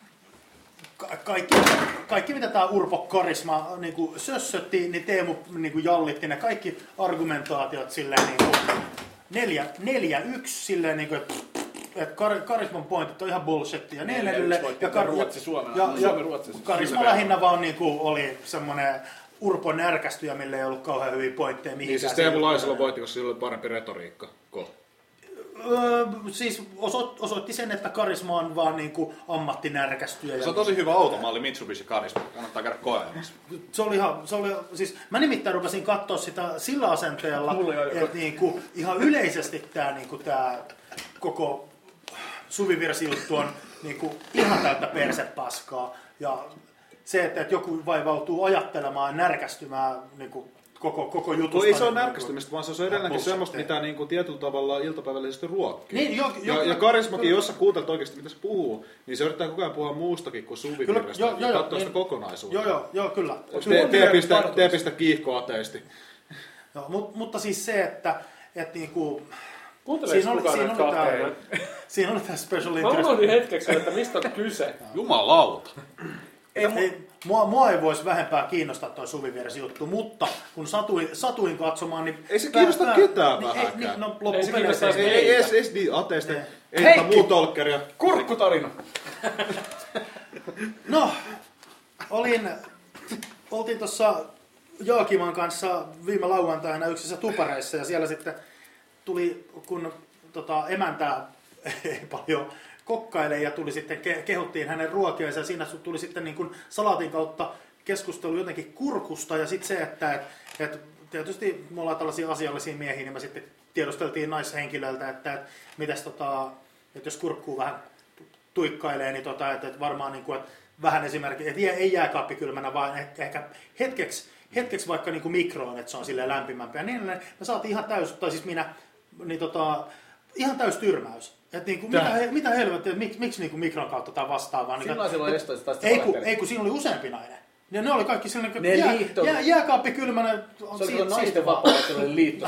ka- kaikki, kaikki mitä tämä Urpo Karisma niin kuin sössötti, niin Teemu niin kuin jallitti ne kaikki argumentaatiot silleen niin kuin neljä, neljä yksi silleen niin kuin, että että Kar- Karisman pointit on ihan bullshittia ja niin edelleen. Ja, Kar- Ruotsi, Suomen, ja, ja Suomen, Ruotsi. Karisma lähinnä vaan niinku oli semmoinen Urpo närkästyjä, millä ei ollut kauhean hyviä pointteja mihinkään. Niin siis Teemu Laisalo voitti, koska sillä oli parempi retoriikka. Ko. Öö, siis oso- osoitti sen, että Karisma on vaan niinku ammattinärkästyjä. Se on tosi hyvä automalli Mitsubishi Karisma. Kannattaa käydä koelemassa. Se oli ihan, se oli, siis mä nimittäin rupesin katsoa sitä sillä asenteella, Mulla ei ole joku- että niinku, ihan yleisesti tämä niinku, tää koko suvivirsijuttu on niinku, ihan täyttä persepaskaa. Ja se, että, että joku vaivautuu ajattelemaan, närkästymään niinku, koko, koko jutusta. Kun ei se ole niin, närkästymistä, vaan se on edelleenkin bullshitteja. semmoista, mitä niin kuin tietyllä tavalla iltapäivällisesti ruokkii. Niin, jo, jo, ja, ja Karismakin, jos sä kuuntelet oikeasti mitä se puhuu, niin se yrittää koko ajan puhua muustakin kuin suvivirrasta Kyllä, joo, ja joo, katsoa sitä niin- kokonaisuutta. Joo, joo, joo, kyllä. Tee, tee, pistä, tee pistä kiihko ateisti. No, mutta, mutta siis se, että, että niinku, Kuunteleeko siinä oli, kukaan siinä näitä oli, tää, kahteen? siinä oli tämä special Mä interest. unohdin hetkeksi, että mistä on kyse. Jumalauta. Ei, ei, mua, mua ei voisi vähempää kiinnostaa tuo suvivirsi-juttu, mutta kun satuin, satuin katsomaan, niin... Ei se kiinnosta ketään niin, ei, vähänkään. niin, no, Ei se loppupeleissä kiinnosta Ei, ei edes, edes niin ateista, ei Heikki! tai muu tolkkeria. Kurkkutarina! No, olin, oltiin tuossa Jaakiman kanssa viime lauantaina yksissä tupareissa ja siellä sitten tuli, kun tota, emäntää paljon kokkailee ja tuli sitten, ke- kehuttiin hänen ruokiansa ja siinä tuli sitten niin kuin salaatin kautta keskustelu jotenkin kurkusta ja sitten se, että et, et, tietysti me ollaan tällaisia asiallisia miehiä, niin me sitten tiedusteltiin naishenkilöltä, että et, mitäs tota, että jos kurkkuu vähän tuikkailee, niin tota, että et varmaan niin kuin, että vähän esimerkiksi, että ei jääkaappi kylmänä, vaan ehkä hetkeksi, hetkeksi vaikka niin kuin mikroon, että se on silleen lämpimämpi. Ja niin me saatiin ihan täys, tai siis minä, niin tota, ihan täys tyrmäys. Että niin kuin, mitä, mitä helvettiä, miksi, miksi niin kuin mikron kautta tai vastaavaa. Sillä niin, silloin estoisi taas ei, kun, ei kun siinä oli useampi nainen. Ja ne oli kaikki sellainen, ne jää, liitto... jää, jääkaappi kylmänä. Se oli siitä, naisten vapaa-ottelujen liitto.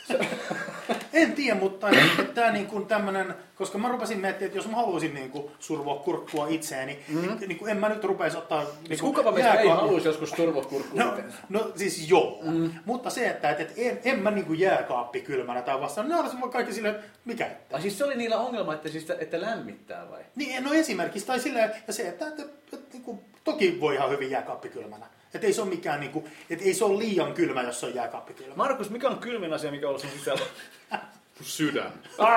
En tiedä, mutta tämä niin kuin tämmönen, koska mä rupesin miettimään, että jos mä haluaisin niin kuin survoa kurkkua itseäni, mm-hmm. niin kuin en mä nyt rupeisi ottaa... Niin kukapa meistä ei haluaisi joskus survoa kurkkua no, itseänsä? No siis joo, mm. mutta se, että et, et en, en mä niin kuin jääkaappi kylmänä tai vastaan, ne olisivat kaikki silleen, mikä että. Ah, siis se oli niillä ongelma, että, siis, että lämmittää vai? Niin, no esimerkiksi, tai silleen, ja se, että, että, että, että niin kuin, toki voi ihan hyvin jääkaappi kylmänä. Että ei se ole mikään niinku, että ei se ole liian kylmä, jos se on jääkaappi kylmä. Markus, mikä on kylmin asia, mikä on sun sisällä? Sydän.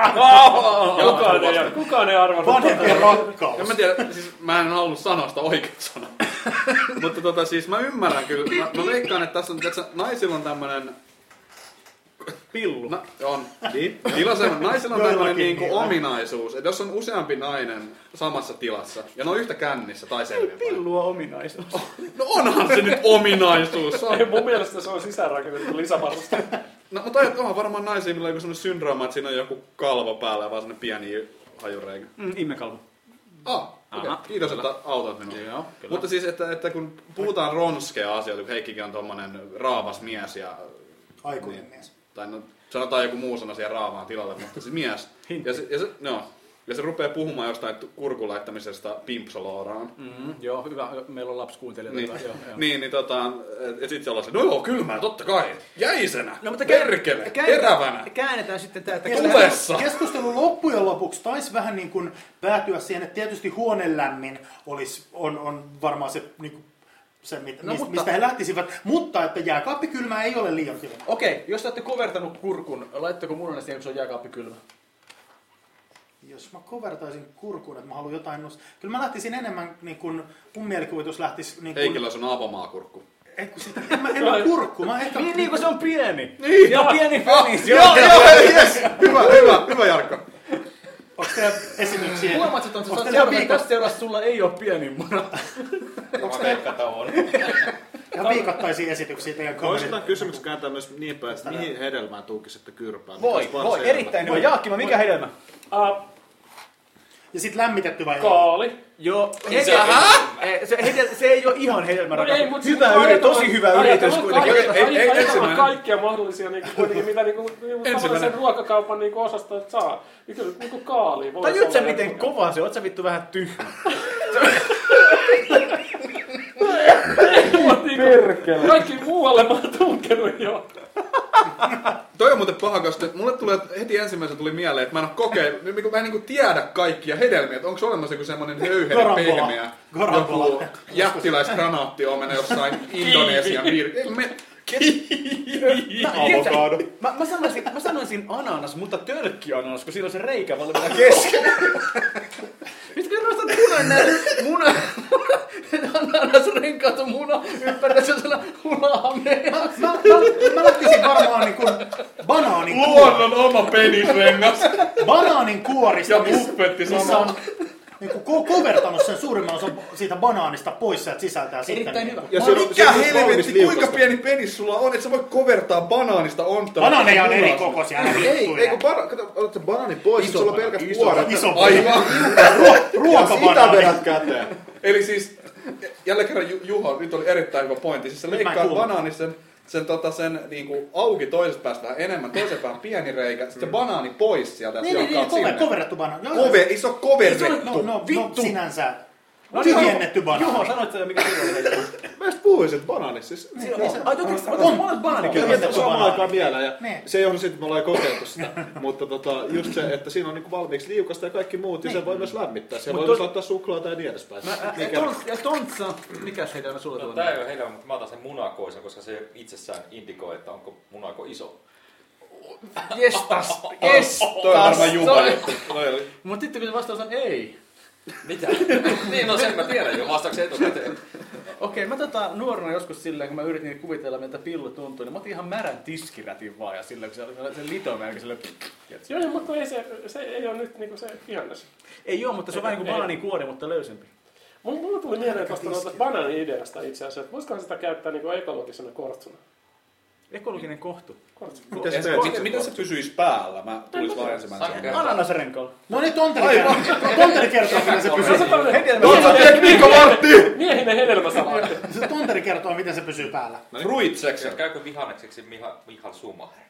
Kukaan ei, kukaan ei arvannut. Vanhempien rakkaus. En mä tiedä, siis mä en halunnut sanoa sitä oikeat sanaa. Mutta tota siis mä ymmärrän kyllä, mä, mä veikkaan, että tässä on, että naisilla on tämmönen... Pillu. Na, on. Niin. Naisilla on tämmöinen niinku ominaisuus, että jos on useampi nainen samassa tilassa ja ne on yhtä kännissä tai selviä. Pillu on ominaisuus. No onhan se nyt ominaisuus. Ei, mun mielestä se on sisäänrakennettu lisävaruste. No mutta onhan varmaan naisia, millä on joku semmoinen syndrooma, että siinä on joku kalvo päällä ja vaan semmoinen pieni hajureikä. Mm, immekalvo. Ah, okei. Okay. Kiitos, että autat minua. Joo, mutta siis, että, että kun puhutaan ronskeja asioita, kun Heikkikin on tommonen raavas mies ja... Aikuinen niin, mies. Tai no, sanotaan joku muu sana siihen raavaan tilalle, mutta se mies. ja, se, ja, se, no, ja se rupeaa puhumaan jostain kurkun laittamisesta pimpsolooraan. Mm-hmm, joo, hyvä. Meillä on lapsikuuntelijat. Niin, joo, joo. niin, niin tota, ja sit se ollaan se, no joo, kylmää, totta kai, jäisenä, no, mutta perkele, kään, terävänä. Käännetään sitten tää, että... Tuvessa. Keskustelu loppujen lopuksi taisi vähän niin kuin päätyä siihen, että tietysti huoneen lämmin olisi, on, on varmaan se... Niin kuin se, mit, no, mistä, mutta, mistä he lähtisivät, mutta että jääkaappi kylmä ei ole liian kylmä. Okei, jos te olette kovertanut kurkun, laittako munainen siihen, kun se on jääkaappi kylmä? Jos mä kovertaisin kurkun, että mä haluan jotain nostaa. Kyllä mä lähtisin enemmän, niin kuin mun mielikuvitus lähtisi... Niin kuin... Heikillä on avomaakurkku. Ei, kun sitä, en mä, en mä kurkku, mä ehkä... Niin, niin kun se on pieni. Niin. Ja pieni penis. Joo, joo, yes. Hyvä, hyvä, hyvä Jarkko. Onko teillä esimerkiksi... Huomaat, että seuraavassa tästä seurassa sulla ei ole pieni muna. Onko veikata on? Ja viikoittaisia esityksiä teidän kaverille. Voisi tämän kysymyksen kääntää myös niin päin, että mihin hedelmään tuukisitte kyrpään? Voi, voi, erittäin hyvä. Jaakki, mikä hedelmä? Uh, ja sit lämmitetty vai kaali. Joo. Se, se, se, se, se ei ole ihan hedelmä, no rakas. Ei, mutta hyvä yritys, tosi hyvä yritys kuitenkin. Ajatellaan kaikkia mahdollisia, niin kuitenkin, mitä niin sen ruokakaupan niin osastot saa. Niin kyllä niin kaali voi. Tajut sä miten kova se on? Oot sä vittu vähän tyhmä? Perkele. Kaikki muualle mä oon tunkenut jo. Toi on muuten paha, koska mulle tulee heti ensimmäisenä tuli mieleen, että mä en oo kokeillut, mä en niinku tiedä kaikkia hedelmiä, että onko olemassa joku semmonen höyhenen pehmeä, joku jättiläisgranaattiomena jossain Indonesian vir... Me... Avokado. Mä, mä, sanoisin, mä sanoisin ananas, mutta tölkkiananas, kun siinä on se reikä valmiina kesken. Mistä kun nostat munan näin, muna, ananas renkaatu muna, ympärillä sellaisella hulaameen. Mä, mä, mä, mä lähtisin varmaan niin kuin banaanin luonnon oma penisrengas. Banaanin kuorista, ja buffetti missä on niin kuin kovertanut sen suurimman osan siitä banaanista pois sieltä sisältä ja sitten... Erittäin hyvä. Ja se on, mikä helvetti, kuinka pieni penis sulla on, että sä voi kovertaa banaanista ontta. Banaaneja on eri kokoisia. Ei, ei kun bana, kato, otat sen banaanin pois, iso sulla on pelkäs kuoret. Iso aivan. Ruokabanaani. Ja sitä vedät käteen. Eli siis, jälleen kerran Juho, nyt oli erittäin hyvä pointti. Siis sä leikkaat banaanin sen, sen, tota, sen niinku, auki toisesta päästä vähän enemmän, toisesta päästä pieni reikä, sitten se banaani pois sieltä. Niin, niin, niin, kover, koverrettu banaani. Kove, iso koverrettu. No, no, no, sinänsä. No tyhjennetty banaani. Juho, sanoit sä jo mikä se on? Mä just puhuin siitä banaanista. Siis, Ai, otatko monet banaanikerrat? samaan aikaan vielä. Ja Ne. se ei johdu siitä, että me ollaan kokeiltu sitä. Mutta tota, just se, että siinä on niinku valmiiksi liukasta ja kaikki muut. Ja se voi myös lämmittää. Siellä Mut voi myös tos- laittaa suklaata ja niin edespäin. Mä- ä- Niin ä- kerran. tont- Ja tontsa, mikäs heitä on sulla No, tuolla? tää ei ole heillä, mutta mä otan sen munakoisen, koska se itsessään indikoi, että onko munako iso. Jestas, jestas. Toi on varmaan Juha juttu. Toi oli- Mut sitten kun se vastaus on ei. Mitä? Niin, no sen mä tiedän jo, vastauksen etukäteen. Okei, mä tota nuorena joskus silleen, kun mä yritin kuvitella, miltä pillu tuntuu, niin mä otin ihan märän tiskirätin vaan ja silleen, kun se oli se litomelkä silleen... Joo, joo, mutta ei se, se ei ole nyt niinku se vihannes. Ei joo, mutta se on vähän niin kuin bananikuori, mutta löysempi. Mulla, mulla tuli mieleen tuosta noita banani-ideasta itse asiassa, että voisikohan sitä käyttää niinku ekologisena kortsuna. Ekologinen kohtu. Kortsuna. Miten sä Ja teet? Miten, miten se pysyisi päällä? Mä tulis vaan ensimmäisenä. Sanka. Ananasrenkolla. No niin, Tonteri kertoo. Tonteri kertoo, miten se Se pysyy. on tämmönen miehinen hedelmäsalaatti. Se Tonteri kertoo, miten se pysyy päällä. Fruit section. Käykö vihannekseksi Miha, Michael Schumacher?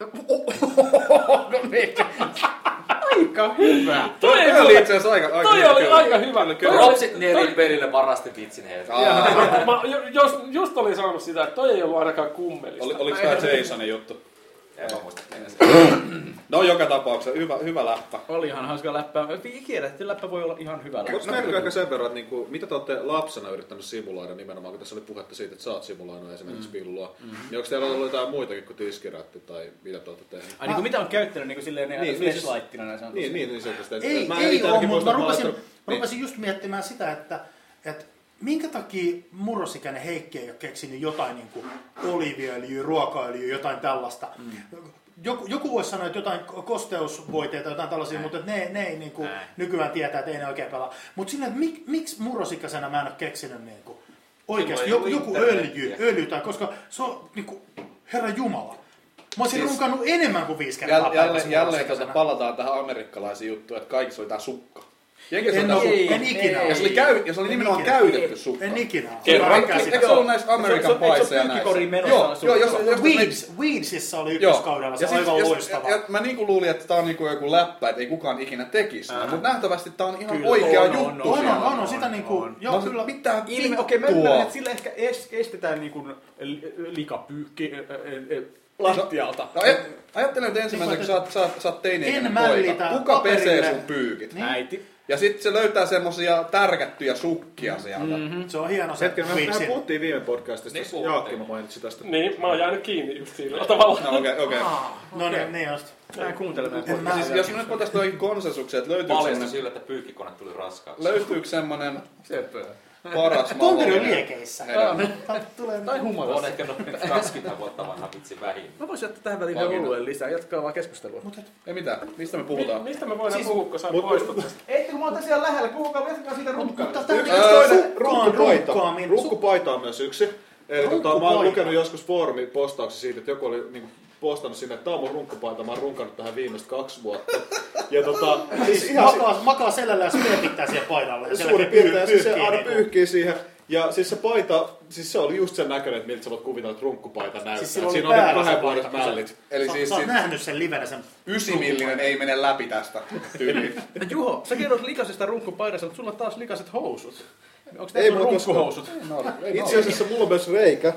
Aika hyvä. Toi, ei Toi oli mulle- itse asiassa aika... aika toi oli kyllä. aika hyvä. Toi oli- Ropsit Neri-pelille varasti vitsin heiltä. Aa, Mä jo- jos, just olin saanut sitä, että toi ei ollut ainakaan kummelista. oli, oliko tää Jasonin juttu? En mä muista mennä sen. No joka tapauksessa, hyvä, hyvä läppä. Olihan hauska läppää. Kierrätty läppä voi olla ihan hyvä läppä. Voisi kertoa ehkä sen verran, että niinku, mitä te olette lapsena yrittänyt simuloida nimenomaan, kun tässä oli puhetta siitä, että sä oot simuloinut esimerkiksi pillua. Mm. Niin onko teillä ollut jotain muitakin kuin tiskirätti tai mitä te olette tehneet? Ai niin kuin mitä on käyttänyt niin kuin silleen Niin, niin, niin, flashlightina näin sanotusti. Niin, niin, niin selkeästi. Ei, Mä ei itse ole, ainakin mutta mä muistan, että rupesin, mä mä rupesin just miettimään sitä, että, että minkä takia murrosikäinen Heikki ei ole keksinyt jotain niin kuin oliiviöljyä, ruokaöljyä, jotain tällaista. Mm. Joku, joku voisi sanoa, että jotain kosteusvoiteita, jotain tällaisia, mutta ne, ne ei niin kuin, nykyään tietää, että ei ne oikein pelaa. Mutta sinne, että mik, miksi murrosikäisenä mä en ole keksinyt niin kuin, oikeasti joku, joku öljy, öljy tai, koska se on niin kuin, Herra Jumala. Mä olisin Siis- runkannut enemmän kuin viisi kertaa Jäl, päivässä jälleen, jälleen tota, murrosikäisenä. palataan tähän amerikkalaisiin juttuun, että kaikissa oli tää sukka. Jenkissä oli En, tää ole, sukka. en ikinä. Ja se oli, käy, ja se oli En nimenomaan ikinä. käytetty sukka. En ikinä. Kerro, Mä en eikö käsitä. se ollut näissä American Se on- se on- Pies ja eikö se ole pyykkikoriin menossa Joo, sukka? joo, jos, jos, Weeds, Weedsissa oli ykköskaudella, se on aivan loistava. Ja, ja mä niinku luulin, että tää on niinku joku läppä, että ei kukaan ikinä tekisi sitä, Ää. mutta nähtävästi tää on ihan Kyllä, oikea on, on, juttu On, siellä. on, on, on sitä niinku, on. joo Mä kyllä. Mitä Ilme, okei, mä vittua? ymmärrän, että sillä ehkä es- estetään niin kuin likapyykki ä, ä, ä, lattialta. No, aj- ajattelen, että ensimmäisenä, kun sä oot, sä oot, sä oot teini-ikäinen En mällitä poika, kuka pesee paperille. sun pyykit? Niin. Äiti. Ja sitten se löytää semmosia tärkättyjä sukkia sieltä. Mm-hmm. Se on hieno se Hetken, me, mehän Weedsin. puhuttiin viime podcastista, Niin niin puhuttiin. Jaakkima mainitsi tästä. Niin, mä oon jäänyt kiinni just sillä tavalla. No okei, okei. No niin, niin just. Mä kuuntelen meidän En mä- podcastia. Siis jos me nyt voitaisiin noihin konsensukseen, että löytyykö Paljastui semmonen, sillä, että pyykkikone tuli raskaaksi. löytyykö semmonen Sepö. paras Tonteri on mahdollinen liekeissä. hedelmä? Tulee Tai On humalassa. ehkä no kaksikymmentä vuotta vanha vitsi vähin. Mä voisin ottaa tähän väliin vielä Vagina. oluen lisää. Jatkaa vaan keskustelua. Ei mitään, mistä me Mi- puhutaan? mistä me voidaan Siis- puhua, kun sä mut- poistut tästä? Ei, kun mä oon tässä siellä lähellä. Puhukaa, jatkaa siitä Mutta runkkaamista. tämä Yksi on toinen sukkaan rukkupaita. runkkaaminen. Rukkupaita on myös yksi. Eli tota, mä oon Runkkupaita. lukenut joskus foorumipostauksia siitä, että joku oli niinku postannut sinne, että tää on mun runkkupaita, mä oon runkannut tähän viimeiset kaksi vuotta. Ja tota, siis Siis ihan makaa, makaa selällä ja spirtittää siihen paidalle. Ja suurin piirtein, siis se aina niinku. pyyhkii siihen. Ja siis se paita, siis se oli just sen näköinen, että miltä sä voit kuvitella, että runkkupaita näyttää. Siis sillä oli Siinä on ne päällä se kahden vuoden paita, kun se- mällit. Eli Sä, siis sä oot sit nähnyt sen livenä sen. ysimillinen ei mene läpi tästä tyyliin. No Juho, sä kerrot likaisesta runkkupaidasta, mutta sulla on taas likaiset housut. Onko Ei teillä mulla runkkuhousut? Itse asiassa mulla on myös reikä.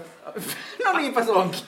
No niinpä se onkin.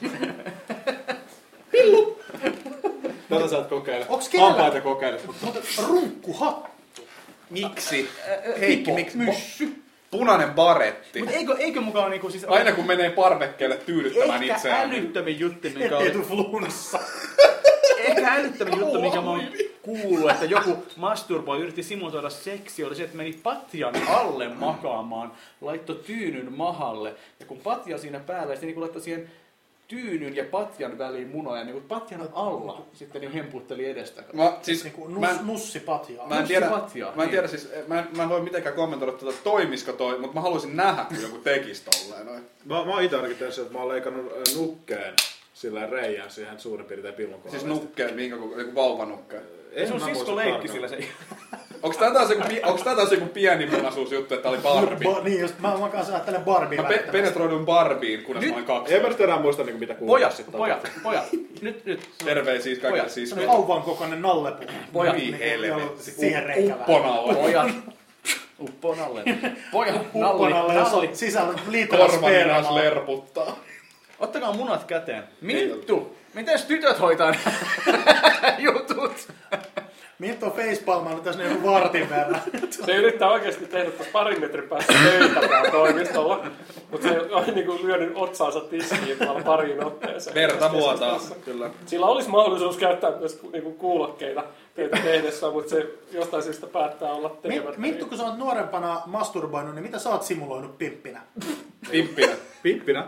Tätä sä et kokeile. Onks kenellä- Hampaita kokeile. Mutta runkkuhattu. Miksi? Heikki, Pipo, miksi? myssy. Punainen baretti. Mutta eikö, eikö mukaan niinku siis... Aina kun menee parvekkeelle tyydyttämään Ehkä itseään. älyttömin juttu, mikä Ettei oli... tuu flunssa. Ehkä älyttömin juttu, mikä mä oon kuullut, että joku masturboi yritti simuloida seksiä, oli se, että meni patjan alle makaamaan, laittoi tyynyn mahalle, ja kun patja siinä päällä, sitten niin laittoi siihen tyynyn ja patjan väliin munoja, niin kuin patjan alla sitten niin hemputteli edestä. Mä, siis, Niinku mä, nus, nussipatjaa. mä en tiedä, Nussipatjaa, mä en niin. tiedä siis, mä en, mä en voi mitenkään kommentoida tuota, toimisiko toi, mutta mä haluaisin nähdä, kun joku tekisi tolleen noin. Mä, mä oon ite ainakin tehnyt sen, että mä oon leikannut äh, nukkeen sillä reijään siihen suurin piirtein pillon Siis kohdalla. nukkeen, minkä joku vauvanukke. En Sun mä sisko muista leikki tarkalleen. sillä se. Onks tää taas joku, pi- onks tää taas joku pienimunaisuusjuttu, että tää oli Barbie? Ba, niin just, mä, mä kanssa ajattelen Barbie Mä pe- välttämättä. penetroidun Barbiin, kunnes mä olin kaksi. En mä nyt enää muista niinku mitä kuuluu Pojat, sit pojat, tapahtuu. pojat. Nyt, nyt. Terveisiä kaikille Pojat. siis. Se on auvan kokoinen nallepuu. Pojat. Niin Niin, helvetti. siihen reikä vähän. Upponauha. Pojat. Uppoon alle. Pojan Uppon alle, jos nalli. on sisällä liitellä Korvani myös spermaa. lerputtaa. Ottakaa munat käteen. Minttu, mites tytöt hoitaa nämä jutut? Minttu on facepalmannut tässä joku vartin verran. Se yrittää oikeasti tehdä tuossa parin metrin päästä töitä täällä toimistolla, mutta se on niinku lyönyt otsaansa tiskiin tuolla pariin otteeseen. Verta vuotaa, kyllä. Sillä olisi mahdollisuus käyttää myös niinku kuulokkeita töitä tehdessä, mutta se jostain syystä päättää olla tekemättä. Minttu, kun sä oot nuorempana masturboinut, niin mitä sä oot simuloinut pimppinä? Pimppinä. Pippinä.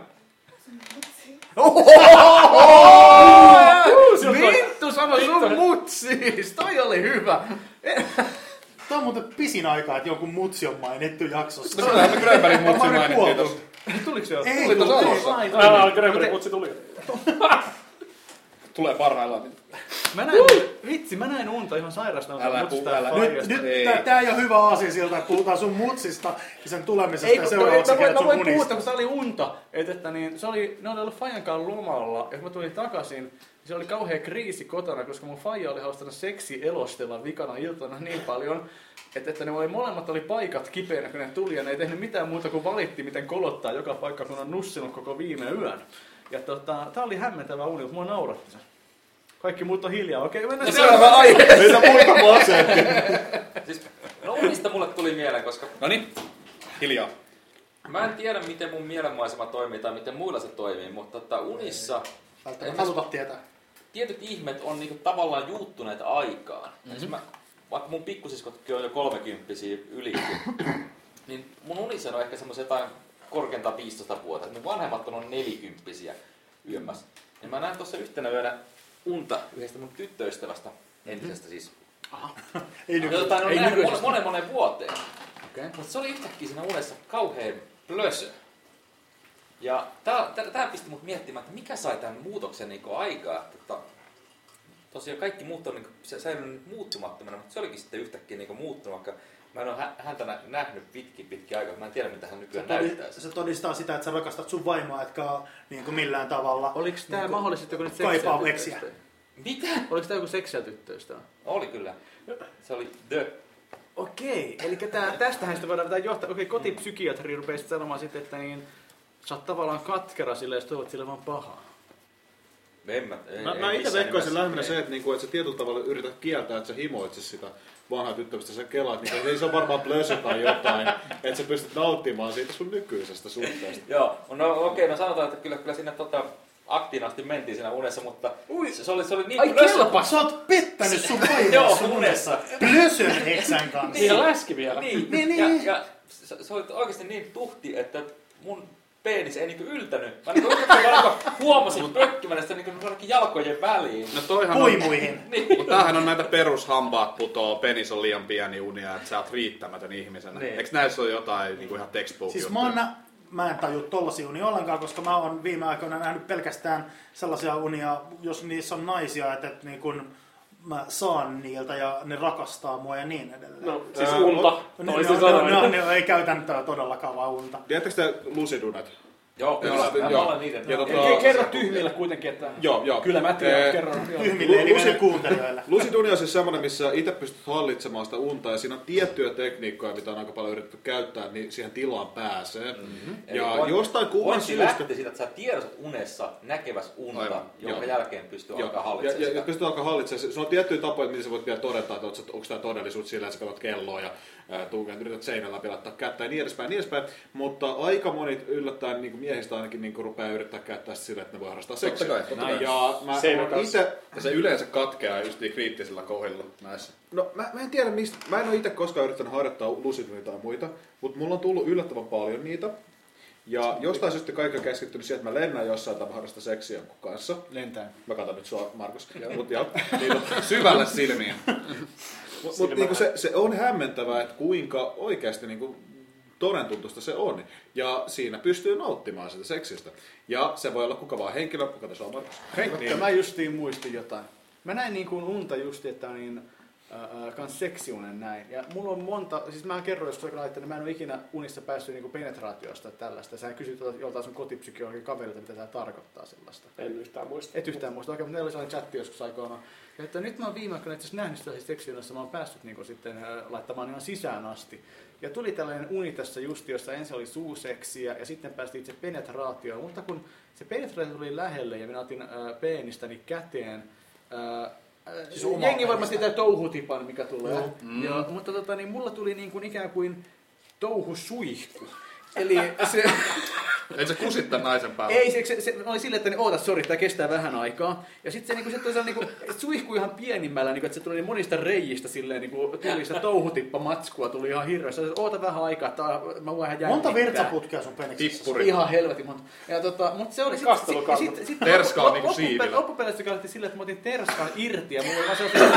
Minttu sanoi sun mutsis! Toi oli hyvä! Tämä on muuten pisin aikaa, että jonkun mutsi on mainittu jaksossa. No kyllähän me Grönbergin mutsi Varmaan mainittiin kuoltu. tossa. Tuliko se jo? Ei, Tuli tossa tuli. alussa. Aa, Grönbergin kutsi tuli. Tulee parhaillaan. Mä näin, vitsi, mä näin unta ihan sairasta. Älä mutsista puhu, älä. ja Nyt, faijasta. nyt Ei. tää, tää ei ole hyvä asia siltä, että puhutaan sun mutsista ja sen tulemisesta Ei, ja kun seuraavaksi mä voin, kerrot mä sun voin puhua, munista. kun tää oli unta. Et, että niin, se oli, ne oli ollut Fajankaan lomalla, ja kun mä tulin takaisin, niin se oli kauhea kriisi kotona, koska mun Faija oli halustanut seksi elostella vikana iltana niin paljon, että, että ne oli, molemmat oli paikat kipeänä, kun ne tuli, ja ne ei tehnyt mitään muuta kuin valitti, miten kolottaa joka paikka, kun on nussinut koko viime yön. Ja tota, tää oli hämmentävä uni, mutta mua nauratti se. Kaikki muut on hiljaa. Okei, mennään seuraava aihe. Meitä muita masentti. Siis, no unista mulle tuli mieleen, koska Noniin, hiljaa. mä en tiedä, miten mun mielenmaisema toimii tai miten muilla se toimii, mutta tota, unissa Välttämättä haluta tietää. tietyt ihmet on niinku tavallaan juuttuneet aikaan. Mm-hmm. Mä, vaikka mun pikkusiskotkin on jo kolmekymppisiä ylikin, niin mun unissa on ehkä semmoisia jotain korkeintaan viisitoista vuotta. Mun vanhemmat on nelikymppisiä yömmässä. Ja mä näin tuossa yhtenä yönä unta yhdestä mun tyttöystävästä, entisestä siis. Ei nyt. Jota en ole ei nähnyt nykyisestä. monen monen vuoteen. Okay. Mutta se oli yhtäkkiä siinä unessa kauhean plösö. Ja tämä pisti mut miettimään, että mikä sai tämän muutoksen niinku aikaa. Että, että, tosiaan kaikki muut on niinku, se säilynyt muuttumattomana, mutta se olikin sitten yhtäkkiä niinku muuttunut, vaikka mä en ole hä- häntä nä- nähnyt pitkin pitkin aikaa. Mä en tiedä, mitä hän nykyään Se, todi, näyttää. se todistaa sitä, että sä rakastat sun vaimoa, etkä ole niin kuin millään tavalla Oliko tää niin kuin mahdollisesti joku nyt kaipaa seksiä veksiä. tyttöistä? Mitä? Oliko tää joku seksiä tyttöistä? Oli kyllä. Se oli The. Okei, eli tää, tästähän sitä voidaan vetää johtaa. Okei, kotipsykiatri rupeaa sitten sanomaan sitten, että niin, sä oot tavallaan katkera silleen, jos toivot sille vaan pahaa. En mä, ei, Mä, ei mä itse missään veikkaisin nimessä. lähinnä Ei. se, että, niinku, että sä tietyllä tavalla yrität kieltää, että sä himoitsis sitä vanhaa tyttöystä. Sä kelaat, niin ei se on varmaan plösö tai jotain, että sä pystyt nauttimaan siitä sun nykyisestä suhteesta. Joo, no okei, no sanotaan, että kyllä, kyllä sinne tota, aktiin asti mentiin siinä unessa, mutta se, se, oli, se oli niin Ai plösö- kelpas! Sä oot pettänyt sun Joo, vaimoa sun unessa. Plösön eksän kanssa. Siinä läski vielä. Niin, Niin, ja, niin. ja se, se oli oikeasti niin tuhti, että mun peenis ei niinku yltänyt. Mä niinku yhtäkkiä huomasin pökkimään sitä niinku jonnekin jalkojen väliin. No toihan on, Poimuihin. Niin. mutta tämähän on näitä perushampaat putoo, penis on liian pieni unia, että sä oot riittämätön ihmisenä. Niin. Eiks näissä ole jotain niinku ihan textbook Siis juttuja? mä, oon, nä- mä en taju tollasia unia ollenkaan, koska mä oon viime aikoina nähnyt pelkästään sellaisia unia, jos niissä on naisia, että, että niin kun mä saan niiltä ja ne rakastaa mua ja niin edelleen. No, siis Ää, unta, Ne, toisin ne, ne, ne, sanoen. ne, ei käytännössä todellakaan vaan unta. Tiedättekö te lusidunet? Joo, kyllä. Joo, Mä joo. olen niiden. Ja tota- Ke- Kerro tyhmille kuitenkin, että Joo, joo. kyllä mä tiedän, Ee, kerro. joo. Tyhmille eli Lusi- meidän kuuntelijoille. Lusiduni on siis semmoinen, missä itse pystyt hallitsemaan sitä unta ja siinä on tiettyjä tekniikkoja, mitä on aika paljon yritetty käyttää, niin siihen tilaan pääsee. Mm-hmm. Eli Ja point- jostain kumman pointti syystä... lähti siitä, että sä tiedostat unessa näkeväs unta, Aivan, jonka joo. jälkeen pystyy Joo, alkaa ja, hallitsemaan ja, sitä. ja pystyt alkaa hallitsemaan. Se on tiettyjä tapoja, miten sä voit vielä todeta, että onko tämä todellisuus sillä, että sä katsot kelloa ja ää, tuuket, yrität seinän läpi laittaa kättä ja niin edespäin, niin edespäin. Mutta aika moni yllättäen niin miehistä ainakin niin rupeaa yrittää käyttää sitä sillä, että ne voi harrastaa seksiä. kai, totta kai. Ja mä Seinän oon kanssa. itse... Ja se yleensä katkeaa just niin kriittisillä kohdilla näissä. No mä, mä en tiedä mistä, mä en ole itse koskaan yrittänyt harjoittaa lusidunia tai muita, mutta mulla on tullut yllättävän paljon niitä. Ja jostain syystä kaikki on keskittynyt siihen, että mä lennän jossain tai mä harrastan seksiä jonkun kanssa. Lentää. Mä katson nyt sua, Markus. Mut joo, niin, on- Syvälle silmiin. Mut, mut niinku se, se on hämmentävää, että kuinka oikeasti niinku todentuntuista se on. Ja siinä pystyy nauttimaan sitä seksistä. Ja se voi olla kuka vaan henkilö, kato se on Markus. Hei, niin. Mä justiin muistin jotain. Mä näin niin kuin unta justi, että niin äh, kans seksiunen näin. Ja mulla on monta, siis mä kerroin joskus aikana, että mä en ole ikinä unissa päässyt niinku penetraatiosta tällaista. Sä kysyt joltain sun kotipsykiologin kaverilta, mitä tää tarkoittaa sellaista. En yhtään muista. Et yhtään muista. Okei, mutta meillä oli sellainen chatti joskus aikoina. Ja että nyt mä oon viime aikoina itse asiassa nähnyt sitä seksiunessa, mä oon päässyt niinku sitten äh, laittamaan ihan sisään asti. Ja tuli tällainen uni tässä just, jossa ensin oli suuseksiä ja sitten päästiin itse penetraatioon. Mutta kun se penetraatio tuli lähelle ja minä otin äh, peenistäni käteen, äh, Siis jengi varmasti tämä touhutipan, mikä tulee. No. Mm. Ja, mutta tota, niin mulla tuli niin kuin ikään kuin touhusuihku. Eli se... Ei se kusittaa naisen päällä? Ei, se, se, se oli silleen, että niin, oota, sori, tämä kestää vähän aikaa. Ja sitten se, niin se, se niin suihku ihan pienimmällä, niin kuin, että se tuli niin monista reijistä silleen, niin kuin, tuli sitä touhutippamatskua, tuli ihan hirveästi. Oota vähän aikaa, että mä voin ihan jännittää. Monta virtsaputkea sun peniksissä? Tippuri. Ihan helvetin monta. Ja tota, mutta se oli sitten... Sit, sit, sit, Terska on niinku siivillä. Loppupeleissä käytettiin silleen, että mä otin terskan irti ja mulla oli vaan sellainen...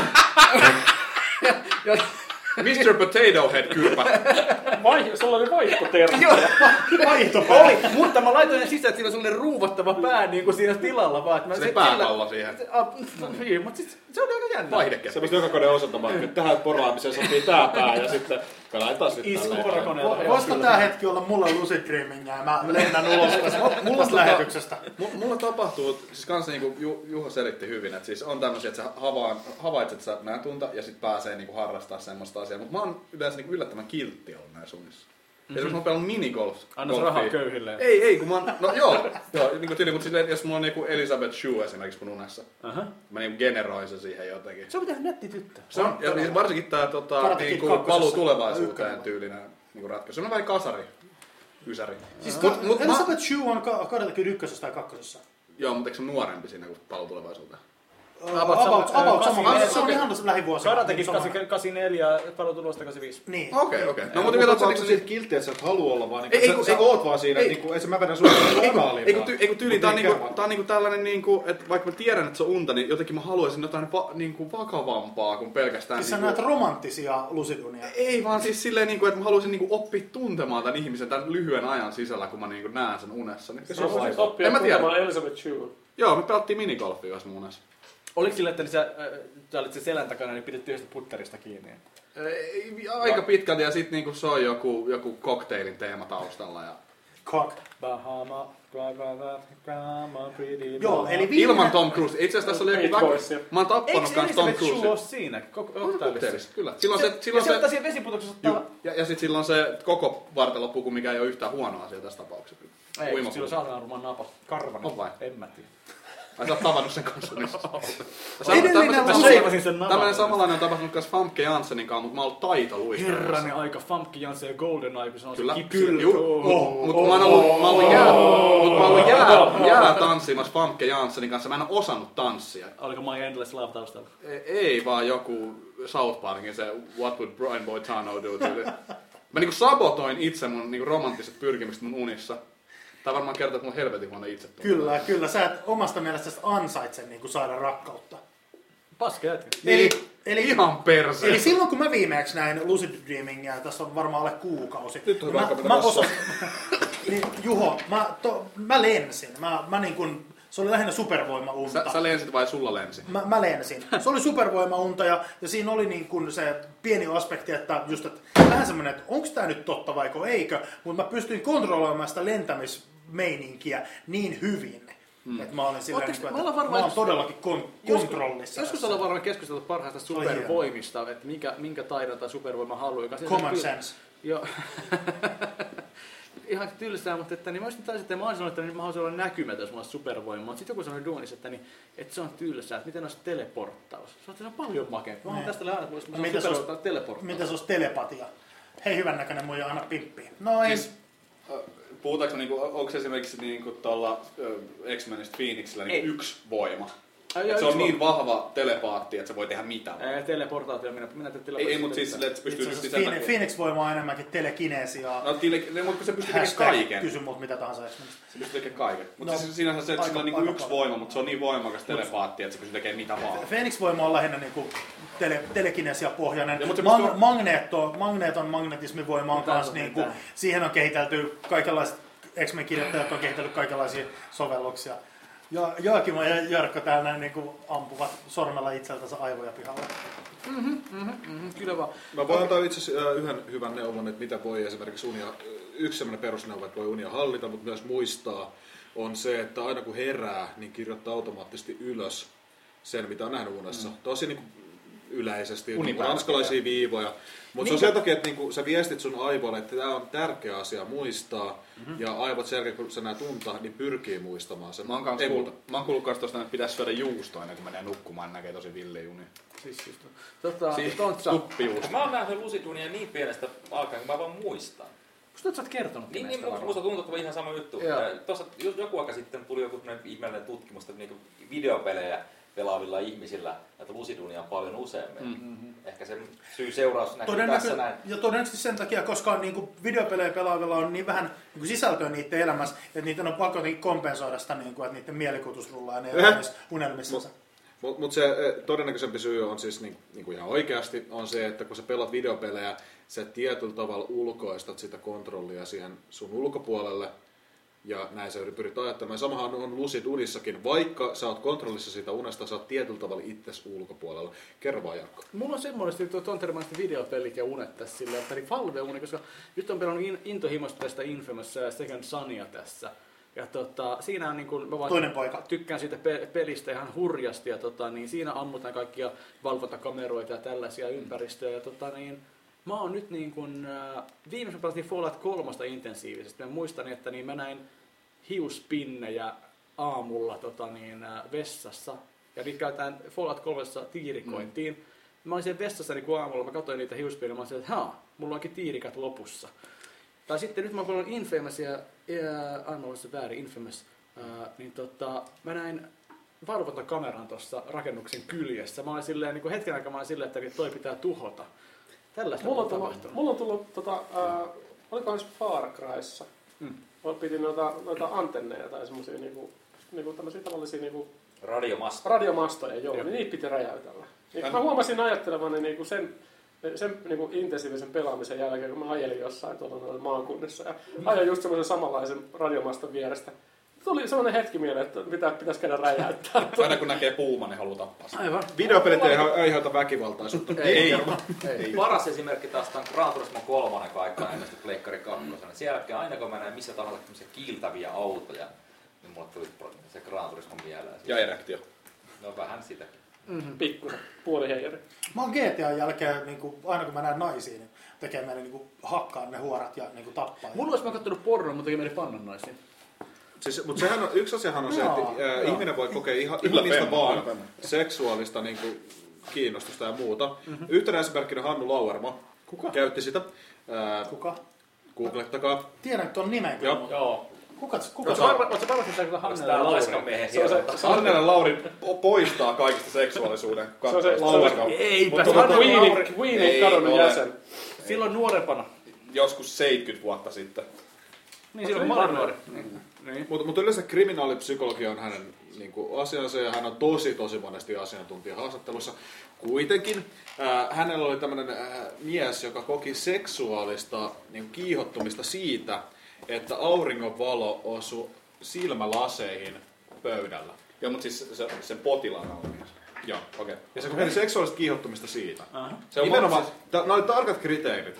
mister Potato Head kylpä. Vai, sulla oli vaihtotermi. Vaihtopää. Oli, mutta mä laitoin ne sisään, että siinä oli sellainen ruuvattava pää niin kuin siinä tilalla vaan. Että mä se sit pääpallo siihen. Se, a, no, niin, mutta sit, se oli aika jännä. Vaihdekesä. Se pystyi joka koneen osoittamaan, että tähän poraamiseen sopii tää pää ja sitten laitetaan sitten tälleen. Voisiko tää hetki olla mulla lucid dreamingia ja mä lennän ulos tästä lähetyksestä? Mulla tapahtuu, siis kanssa niin kuin Juho selitti hyvin, että siis on tämmöisiä, että sä havaan, havaitset sä näet unta ja sit pääsee niin kuin harrastaa semmoista asiaa. Mutta mä oon yleensä niin yllättävän kiltti ollut näissä unissa. Mm-hmm. Esimerkiksi mä oon pelannut minigolf. Anna rahaa köyhille. Ei, ei, kun mä oon, no joo, joo niin kuin tyyli, mutta silleen, jos mulla on niinku Elizabeth Shue esimerkiksi mun unessa, uh-huh. mä niinku generoin sen siihen jotenkin. Se on mitään nätti tyttö. Se on, ja niin varsinkin tää tota, niinku paluu tulevaisuuteen tyylinen niinku ratkaisu. Se on vähän kasari, ysäri. Siis mut, mut, Elizabeth Shue on Karate Kid ykkösessä tai kakkosessa? Joo, mutta eikö se nuorempi siinä kuin paluu tulevaisuuteen? About, about, about sama. Se on ihan lähivuosina. Karate Kid kahdeksankymmentäneljä, Paluu tulosta kahdeksankymmentäviisi. Niin. Okei, okei. No mutta vielä ootko siitä kiltti, että sä et halua olla vaan niinku, sä oot vaan siinä, että niinku, ei se mä vedän sulle moraaliin. Ei kun tyyli, tää on niinku, tää on niinku tällainen niinku, että vaikka mä tiedän, että se on unta, niin jotenkin mä haluaisin jotain va, niinku vakavampaa kuin pelkästään siis niinku... sä näet romanttisia lusidunia? Ei vaan siis silleen niinku, että mä haluaisin niinku oppia tuntemaan tämän ihmisen tämän lyhyen ajan sisällä, kun mä niinku näen sen unessa. Niin sä voisit oppia tuntemaan Elizabeth Shue. Joo, me pelattiin minigolfia kanssa mun unessa. Oliko sillä, että sä, sä olit se selän takana, niin pidetty yhdestä putterista kiinni? Ei, aika pitkälti ja sit niinku soi joku, joku cocktailin teema taustalla. Ja... Cock. Bahama, Bahama, pretty. Joo, eli viime... Ilman Tom Cruise. Itse asiassa tässä oli joku väki... Mä oon tappanut kans Tom Cruise. Eikö Elizabeth Shue siinä? Cocktailissa, kyllä. Silloin se, silloin ja se ottaa siihen vesiputoksessa ottaa... Ja, ja sit silloin se koko vartaloppuku, mikä ei ole yhtään huono asia tässä tapauksessa. Ei, kun silloin saadaan rumaan napa. Karvanen. On vai? En mä tiedä. Ai sä oot tavannut sen kanssa unissa. Tämmönen samanlainen on tapahtunut myös Famke Janssenin kanssa, mutta mä oon ollut taitoluistamassa. Herranen aika, Famke Janssen ja GoldenEye, kun se on kyllä, se kipsillä. Mutta mä oon ollut, mä ollut, jää, mut mä ollut jää, jää tanssimassa Famke Janssenin kanssa. Mä en oo osannut tanssia. Oliko My Endless Love taustalla? Ei, ei vaan joku South Parkin se What Would Brian Boitano Do tyyli. Mä niinku sabotoin itse mun niinku romanttiset pyrkimykset mun unissa. Tää varmaan kertoo, että mun helvetin huono itse. Kyllä, kyllä. Sä et omasta mielestäsi ansaitse niin kuin saada rakkautta. Paska jätkä. Eli, eli, ihan perse. Eli silloin kun mä viimeksi näin Lucid Dreamingia, tässä on varmaan alle kuukausi. Nyt on mä, mä osa... niin, Juho, mä, to, mä lensin. Mä, mä niin kuin, se oli lähinnä supervoimaunta. Sä, sä lensit vai sulla lensi? Mä, mä lensin. Se oli supervoimaunta ja, ja siinä oli niin kuin se pieni aspekti, että just, että vähän semmoinen, että onko tää nyt totta vaiko eikö, mutta mä pystyin kontrolloimaan sitä lentämismeininkiä niin hyvin. Hmm. Että mä olin silleen, että mä, varmaan, mä oon todellakin kon- kontrollissa. Joskus ollaan varmaan keskustellut parhaista supervoimista, että minkä, minkä taidon tai supervoima haluaa. Common sense. Joo. Ihan tylsää, mutta että, niin mä olisin taas, että mä olisin sanonut, että niin mä haluaisin olla näkymätön, jos mä olisin supervoima. Mutta sitten joku sanoi duunissa, että, niin, että se on tylsää, että miten olisi teleporttaus. Se on paljon makeampi. Mä oon tästä lähdettä, että mä olisin supervoima teleporttaus. Mitä se olisi telepatia? Hei, hyvän näköinen muija, anna pimppiin. No ei. Siis, puhutaanko, niinku, onko esimerkiksi niinku tuolla X-Menistä Phoenixillä niinku yksi voima? Ai, se on niin vahva telepaatti, että se voi tehdä mitä vaan. Ei, teleportaatio, minä, minä tein telepaatti. Ei, ei mutta siis silleen, että se pystyy just sisältämään. Phoenix-voima on enemmänkin telekinesia. No, tele, mutta se pystyy tekemään kaiken. Kysy mut mitä tahansa X-Menistä. Se pystyy tekemään kaiken. Mutta no, siis siinähän se, että sillä on niinku yksi paljon. voima, mutta se on niin voimakas telepaatti, että se pystyy tekemään mitä vaan. Phoenix-voima on lähinnä niinku tele, telekinesia pohjainen. Mag, on... magneetto, magneeton magnetismivoima on kanssa niinku, siihen on kehitelty kaikenlaiset X-Men-kirjoittajat on kehitellyt kaikenlaisia sovelluksia. Ja Joakimo ja Jarkko täällä näin niin ampuvat sormella itseltänsä aivoja pihalla. Mm-hmm, mm-hmm, mm-hmm, kyllä vaan. Mä voin antaa itse asiassa yhden hyvän neuvon, että mitä voi esimerkiksi unia, yksi sellainen perusneuvo, että voi unia hallita, mutta myös muistaa, on se, että aina kun herää, niin kirjoittaa automaattisesti ylös sen, mitä on nähnyt unessa. Mm. Tosi niin kuin yleisesti, niin ranskalaisia viivoja. Mutta se on sen takia, että niinku, sä viestit sun aivoille, että tämä on tärkeä asia muistaa, mm-hmm. ja aivot sen jälkeen, kun sä näet unta, niin pyrkii muistamaan sen. Mä oon kans kuullut, mä oon kuullut kans tosta, että pitäisi syödä juustoa ennen kuin menee nukkumaan, näkee tosi villiä unia. Siis just. Tota, siis Tontsa. Tuppijuusto. Mä oon nähnyt lusidunia niin pienestä alkaen, kun mä vaan muistan. Musta sä oot kertonut niin, niin, musta tuntuu, että on ihan sama juttu. Tuossa joku aika sitten tuli joku ihmeellinen tutkimus, että niinku videopelejä pelaavilla ihmisillä näitä lusidunia on paljon useammin. Mm-hmm. Ehkä se syy-seuraus näkyy tässä näin. Ja todennäköisesti sen takia, koska niinku videopelejä pelaavilla on niin vähän niinku sisältöä niiden elämässä, että niiden on pakko kompensoida sitä, niinku, että niiden mielikuvitus rullaa ne unelmissa. Mutta mut se todennäköisempi syy on siis niinku, niinku ihan oikeasti on se, että kun sä pelaat videopelejä, sä tietyllä tavalla ulkoistat sitä kontrollia siihen sun ulkopuolelle. Ja näin sä pyrit ajattelemaan. Samahan on lucid unissakin. Vaikka sä oot kontrollissa siitä unesta, sä oot tietyllä tavalla itses ulkopuolella. Kerro vaan, Jarkko. Mulla on semmoinen, että tuon termaisesti videopelit ja unet tässä silleen, että Valve-uni, koska nyt on pelannut intohimoista tästä Infamous Second Sonia tässä. Ja tota, siinä on niin kuin, mä Toinen poika. tykkään siitä pe- pelistä ihan hurjasti, ja tota, niin siinä ammutaan kaikkia valvontakameroita ja tällaisia ympäristöjä. Ja tota, niin, mä oon nyt niin kuin, äh, viimeisen pelasin Fallout kolmosta intensiivisesti. Mä muistan, että niin mä näin hiuspinnejä aamulla tota, niin, äh, vessassa. Ja niitä käytetään Fallout kolmessa tiirikointiin. Mm. Mä olin siellä vessassa niin kun aamulla, mä katsoin niitä hiuspinnejä, mä olin että haa, mulla onkin tiirikat lopussa. Tai sitten nyt mä oon kuullut Infamous ja aivan se väärin, Infamous, ää, niin tota, mä näin valvontakameran tuossa rakennuksen kyljessä. Mä olin silleen, niin kuin hetken aikaa mä olin silleen, että toi pitää tuhota. Tällaista mulla on tullut, tapahtunut. mulla on tullut, tota, äh, olikohan se Far Cryssa, mm. piti noita, noita antenneja tai semmosia niinku, niinku tämmösiä tavallisia niinku radiomastoja, radiomastoja joo, joo. Niin niitä piti räjäytellä. Niin, mä huomasin ajattelevani niinku sen, sen niinku intensiivisen pelaamisen jälkeen, kun mä ajelin jossain tuolla maakunnissa ja ajoin just semmoisen samanlaisen radiomaston vierestä. Tuli semmoinen hetki mieleen, että pitää, pitäisi käydä räjäyttää. Aina kun näkee puuman, niin haluaa tappaa sitä. Aivan. Videopelit ei aiheuta väkivaltaisuutta. Ei, ei. ei. Paras esimerkki taas on Gran Turismo kolme, kun aikaan ennestyi Pleikkari kakkosena. Sen jälkeen aina kun mä näin missä tahansa kiiltäviä autoja, niin mulle tuli se Gran Turismo mieleen. Ja erektio. No vähän sitäkin. Mm-hmm. Pikkusen, puoli heijari. Mä oon G T A:n jälkeen, niin kuin, aina kun mä näen naisia, niin tekee meille niin kuin, hakkaa ne huorat ja niin kuin, tappaa. Mulla olisi mä kattonut pornoa, mutta tekee meille pannan naisia. Siis, mutta sehän on, yksi asiahan on se, että ää, ihminen voi kokea ihan, ihan mistä vaan seksuaalista niin kuin, kiinnostusta ja muuta. Mm-hmm. Yhtenä esimerkkinä Hannu Lauermo Kuka? käytti sitä. Ää, Kuka? Googlettakaa. Tiedän tuon nimen. Joo. Joo. Kuka? Kuka? Oletko sä varmasti sitä Hannele ja Lauri? Hannele Lauri poistaa kaikista seksuaalisuuden. Se on se, Eipä, se on Weenin kadonnut jäsen. Silloin nuorempana. Joskus seitsemänkymmentä vuotta sitten. Niin silloin mä olin nuori. Niin. Mutta mut yleensä kriminaalipsykologia on hänen niin kuin, asiansa ja hän on tosi tosi monesti asiantuntija haastattelussa. Kuitenkin äh, hänellä oli tämmöinen äh, mies, joka koki seksuaalista niin kuin, kiihottumista siitä, että auringon valo osui silmälaseihin pöydällä. Joo, mutta siis se, sen potilaan on mies. Joo, okei. Okay. Ja se koki seksuaalista kiihottumista siitä. Uh-huh. Se on nimenomaan, ta, nämä oli tarkat kriteerit.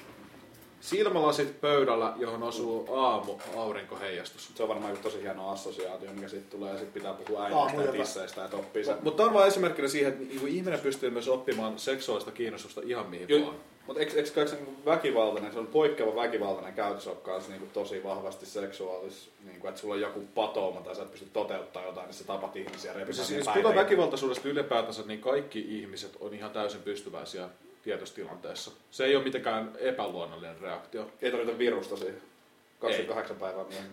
Silmälasit pöydällä, johon osuu aamu aurinkoheijastus. Se on varmaan tosi hieno assosiaatio, mikä siitä tulee, ja sitten pitää puhua äidistä ja tisseistä, että oppii sen. Mutta tämä on vain esimerkkinä siihen, että niinku ihminen pystyy myös oppimaan seksuaalista kiinnostusta ihan mihin jo, vaan. Mutta eikö, eikö kaikki se niinku väkivaltainen, se on poikkeava väkivaltainen käytös olekaan niinku tosi vahvasti seksuaalis, niinku, että sulla on joku patouma tai sä et pysty toteuttamaan jotain, niin sä tapat ihmisiä repitään siis, jos puhutaan väkivaltaisuudesta ylipäätänsä, niin kaikki ihmiset on ihan täysin pystyväisiä tietyssä tilanteessa. Se ei ole mitenkään epäluonnollinen reaktio. Ei tarvita virusta siihen. kaksikymmentäkahdeksan päivää myöhemmin.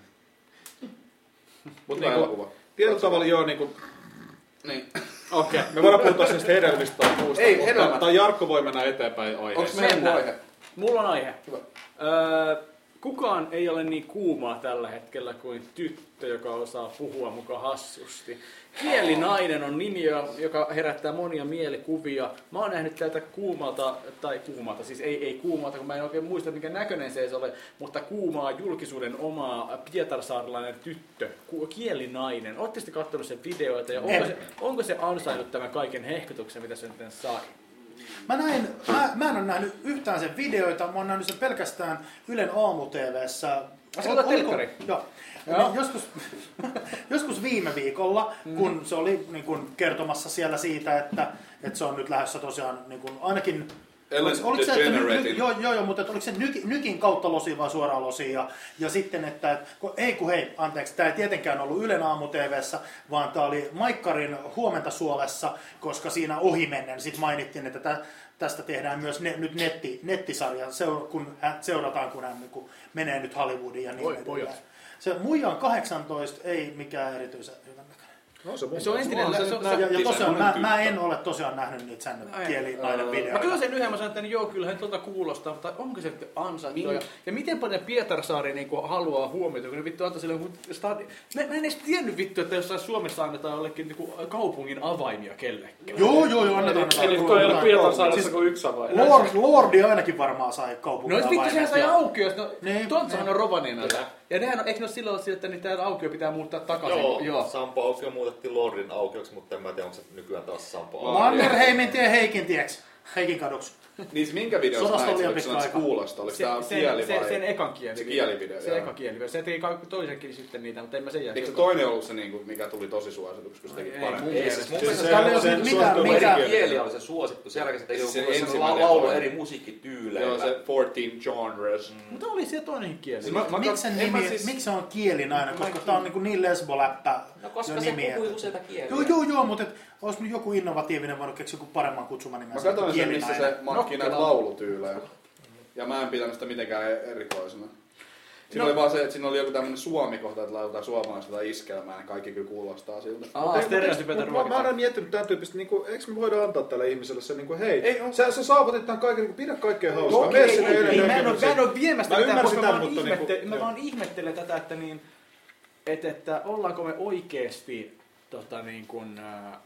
Mutta niinku, tietyllä tavalla joo niinku... Niin. Okei, okay. Me voidaan puhua siis hedelmistä tai puusta. Ei, hedelmät. Tai Jarkko voi mennä eteenpäin aiheeseen. Onko meillä aihe? Mulla on aihe. Hyvä. Öö, Kukaan ei ole niin kuumaa tällä hetkellä kuin tyttö, joka osaa puhua muka hassusti. Kielinainen on nimi, joka herättää monia mielikuvia. Mä oon nähnyt täältä kuumalta, tai kuumalta, siis ei, ei kuumalta, kun mä en oikein muista mikä näköinen se ei ole, mutta kuumaa julkisuuden omaa pietarsaarlainen tyttö, kielinainen. Ootte sitten katsonut sen videoita ja onko se, onko se ansainnut tämän kaiken hehkutuksen, mitä se nyt sai? Mä, näin, mä, mä en ole nähnyt yhtään sen videoita, mä oon nähnyt sen pelkästään Ylen aamu-T V:ssä. Se on telkkari? Joo. Niin joskus, joskus viime viikolla, mm. kun se oli niin kun kertomassa siellä siitä, että, että se on nyt lähdössä tosiaan niin kun ainakin... Oliko, oliko se, että ny, joo, joo, joo, mutta oliko se nykin, nykin kautta losi vai suoraan losi? Ja, ja sitten, että et, kun, ei kun hei, anteeksi, tämä ei tietenkään ollut Ylen aamu-T V:ssä, vaan tämä oli Maikkarin Huomenta Suolessa, koska siinä ohimennen sitten mainittiin, että tä, tästä tehdään myös ne, nyt netti, nettisarja, seura, kun hän, seurataan, kun hän kun menee nyt Hollywoodiin ja niin edelleen. Se muija on kahdeksantoista, ei mikään erityisen hyvän näköinen. No, se, se on entinen. Se, se, ja, ja tosiaan, mä, mä en ole tosiaan nähnyt niitä sen kielinainen videoita. Mä kyllä sen yhden, mä sanoin, että joo, kyllähän tuolta kuulostaa, mutta onko se ansaittu? Ja, ja miten paljon Pietarsaari niin haluaa huomioida, kun ne vittu antaa sille, stadi... mä, mä en edes tiennyt vittu, että jossain Suomessa annetaan jollekin niin kaupungin avaimia kellekään. Joo, joo, joo, annetaan. Eli kun ei ole Pietarsaaressa kuin yksi avain. Lord, Lordi ainakin varmaan sai kaupungin avaimet. No vittu, sehän sai aukiosta. No, niin, Tontsahan on Rovaniemeltä. Ja nehän on, eikö ne ole silloin sillä, että niitä aukio pitää muuttaa takaisin? Joo, joo. Sampo aukio muutettiin Lordin aukioksi, mutta en mä tiedä, onko se nykyään taas Sampo aukio. Mannerheimin tie Heikin tieksi. Heikin kaduksi. Niin se minkä videossa näit? Oliko se näitä kuulosta? Oliko tämä kieli vai? Sen ekan kieli. Se kielivideo. Se eka kielivideo. Se teki toisenkin sitten niitä, mutta en mä sen jälkeen. Eikö se toinen ollut se, mikä tuli tosi suosituksi, kun se teki paremmin? Ei, mun mielestä eri kieli oli se suosittu. Sen jälkeen se teki laulu eri musiikkityyleillä. Joo, se fourteen genres. Mutta oli siellä toinenkin kieli. Miksi se on kielinainen? Koska tää on niin lesboläppä. No koska se puhui useita kieliä. Joo, joo, joo, mutta olisi nyt joku innovatiivinen voinut keksiä joku paremman kutsumanimen. Mä katsoin sen, missä se makkii näitä laulutyylejä. Ja mä en pitänyt sitä mitenkään erikoisena. Siinä no. oli vaan se, että siinä oli joku tämmönen Suomi-kohta, että laitetaan suomalaista tai iskelmää, niin kaikki kyllä kuulostaa siltä. Aa, stereotypioita ruokitaan. Mä oon aina miettinyt tämän tyyppistä, niin kuin, eikö me voida antaa tälle ihmiselle se, niin kuin, hei, ei, sä, sä saavutit tämän kaiken, niin pidä kaikkea hauskaa. Okei, ei, ei, ei, mä en ole, en ole viemästä mitään, koska mä, mä, vaan, mutta ihmette, niin kuin, mä vaan ihmettelen tätä, että, niin, että, että ollaanko me oikeesti tota, niin kuin, äh,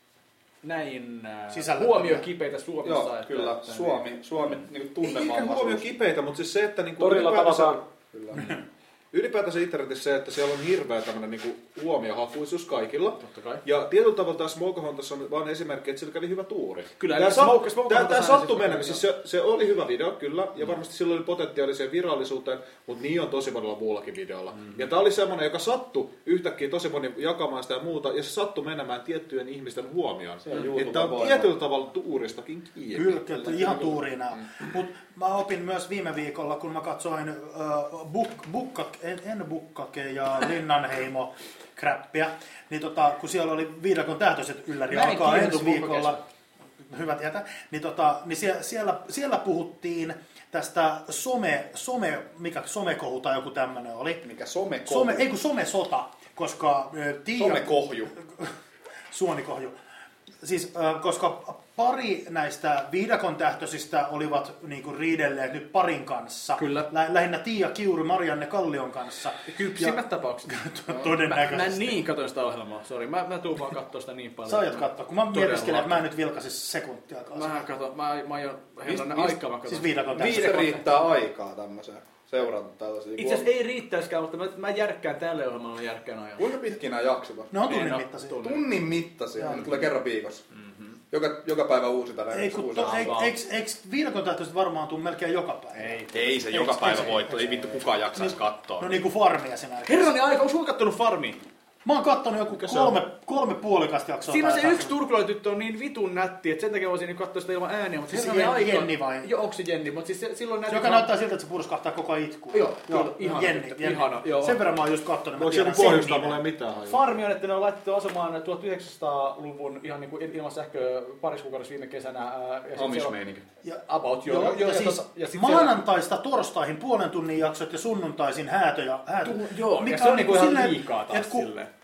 näin äh, huomiokipeitä Suomessa. Joo, että, kyllä. Että, Suomi, niin, Suomi niin tunnevammaisuus. Ei huomiokipeitä, mutta siis se, että... Niin torilla tavataan. Kyllä. Ylipäätänsä internetissä se, että siellä on hirveä tämmöinen niinku huomiohakuisuus kaikilla. Totta kai. Ja tietyllä tavalla tämä Smokehunters on vain esimerkki, että sillä kävi hyvä tuuri. Kyllä, tämä Smoke, Smoke tämä, tämä sattui menemään. Siis se, se oli hyvä video, kyllä. Ja varmasti sillä oli potentiaaliseen virallisuuteen, mutta niin on tosi monella muullakin videolla. Mm. Ja tämä oli semmoinen, joka sattui yhtäkkiä tosi moni jakamaan sitä ja muuta. Ja se sattui menemään tiettyjen ihmisten huomioon. Mm. Että tämä on tietyllä tavalla tuuristakin kiinni. Kyllä, ihan tuurina. Mm. Mutta mä opin myös viime viikolla, kun mä katsoin uh, buk, bukka, en, en Bukkake ja Linnanheimo kräppiä, niin tota, kun siellä oli Viidakon tähtöiset ylläri alkaa ensi viikolla, hyvä tietää, niin, tota, niin siellä, siellä, siellä puhuttiin tästä some, some, mikä somekohu tai joku tämmöinen oli. Mikä somekohu? Some, ei kun somesota, koska... Tiia, somekohju. Suonikohju. Siis, koska pari näistä Viidakon tähtöisistä olivat niinku riidelleet nyt parin kanssa. Kyllä. Lä- lähinnä Tiia Kiuru Marianne Kallion kanssa. Kypsimmät tapaukset. Todennäköisesti. Mä, mä en niin katsoin sitä ohjelmaa, sori. Mä, mä tuun vaan kattoo sitä niin paljon. Sä aiot katsoa, kun mä mietiskelen, että mä en nyt vilkaisis sekuntia kanssa. Mä katon, mä, mä aion herran aikaa mä katon. Siis Viidakon tähtöistä. Viide riittää aikaa tämmöiseen. Seurata tällaisia. Itse asiassa ei riittäisikään, mutta mä, mä järkkään tälle ohjelmalla järkkään ajan. Kuinka pitkin nämä jaksot on? Ne on tunnin mittaisia. Tunnin mittaisia. Ne tulee kerran viikossa. Mm-hmm. Joka, joka päivä uusitaan. Ei, kun to, eik, eik, eikö Viidakon tähtöiset varmaan tuu melkein joka päivä? Ei, ei se joka päivä voi. Ei vittu kukaan jaksaisi niin, katsoa. No niin kuin Farmi esimerkiksi. Herranen aika, onko sulla kattonut Farmia? Mä oon kattonut joku kolme, kolme puolikasta jaksoa. Siinä se yksi turkulainen tyttö on niin vitun nätti, että sen takia voisin niin katsoa sitä ilman ääniä. Mutta siis Jenni, aika... Jenni vai? Joo, onko se Jenni? Mutta siis se, silloin näyttää... Joka näyttää siltä, että se purskahtaa koko ajan itkua. Joo, joo, kyllä, ihana. Jenni, Jenni. Ihana, joo. Sen verran mä oon just kattonut. Voiko siellä pohjustaa mulle mitään hajua? Farmi on, että ne on laitettu asumaan tuhatyhdeksänsataaluvun ihan niin kuin ilman sähköä paris kuukaudessa viime kesänä. Amish-meininki. About, joo. joo, joo ja, ja, siis ja maanantaista torstaihin puolen tunnin jaksot ja sunnuntaisin häätö ja häätö. Tu, joo, mikä ja se on niin kuin ihan liikaa taas silleen.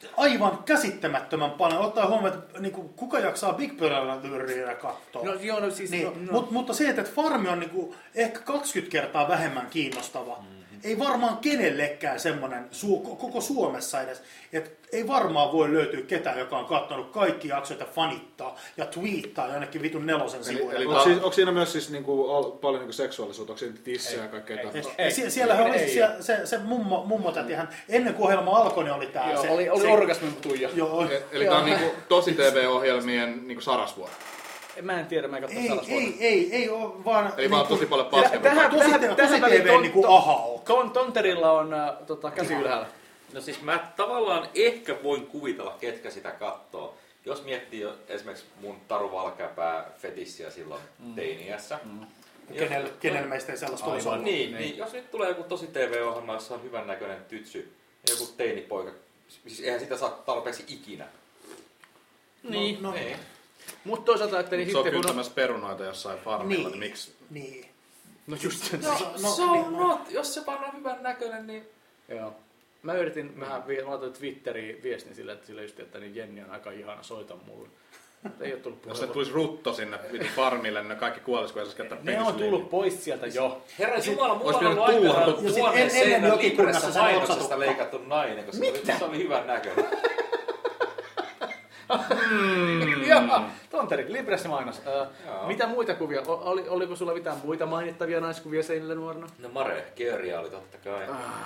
aivan käsittämättömän paljon. Ottaa huomioon, että niin kuin, kuka jaksaa Big Brotheria katsoa. No, joo, no, siis, niin, no, no. Mut, mutta se, että Farmi on niin kuin, ehkä kaksikymmentä kertaa vähemmän kiinnostava. Mm-hmm. Ei varmaan kenellekään semmoinen su- koko Suomessa edes. Et ei varmaan voi löytyä ketään, joka on katsonut kaikki jaksot ja fanittaa ja twiittaa jonnekin vitun nelosen sivuille. Eli, onko, siinä, onko siinä myös siis niinku, al, paljon niinku seksuaalisuutta? Onko siinä tissejä ja kaikkea tämmöistä? Sie- siellä ei, oli, ei, siellä, ei. se, se mummo, mummo tätihän, ennen kuin ohjelma alkoi, niin oli tää. Joo, se, oli, oli se, orgasmin tuija. Joo, Eli, eli tää on niinku tosi T V-ohjelmien niinku sarasvuoro. Mä en tiedä, mä en katso ei, sarasvuoroa. ei, ei, ei ole vaan... Eli vaan tosi paljon paskemmin. Tähän, Tosi, tähän, tosi, tähän tosi T V niinku aha. Ton, tonterilla on äh, tota, käsi ylhäällä. No siis mä tavallaan ehkä voin kuvitella, ketkä sitä kattoo. Jos miettii jo esimerkiksi mun Taru Valkeapää fetissiä silloin mm. teiniässä. Mm. Kenellä, kenellä meistä ei sellaista olisi ollut. Niin, niin, niin, jos nyt tulee joku tosi T V-ohjelma, jossa on hyvän näköinen tytsy ja joku teinipoika, siis eihän sitä saa tarpeeksi ikinä. Niin. No, no. Niin. Mutta toisaalta, että niin Se on sitten kun... kyltämässä perunoita jossain farmilla, Niin. niin miksi? Niin. No just sen. No, no, se on niin, no. not. Jos se vaan on hyvän näköinen, niin... Joo. Mä yritin vähän, mä laitoin Twitteriin viestin sille, että sille just, että niin Jenni on aika ihana, soita mulle. Ei oo tullut Jos puhelu. se tulisi rutto sinne farmille, niin ne kaikki kuolisi, kun ei saisi käyttää Ne on tullut pois sieltä jo. Herra Jumala, mulla olisi on ollut pitänyt aikanaan tuulettu. tuonne Ja sit en- ennen seinän Jokikunnassa libressä sen mainoksesta otsatukka. leikattu nainen, koska Mitä? se oli hyvän näköinen. Mm. Joo, Tonterit, Libressä mainos. Ö, Joo. mitä muita kuvia? O- Oli, oliko sulla mitään muita mainittavia naiskuvia seinillä nuorena? No Mare Georgia oli totta kai. Ah.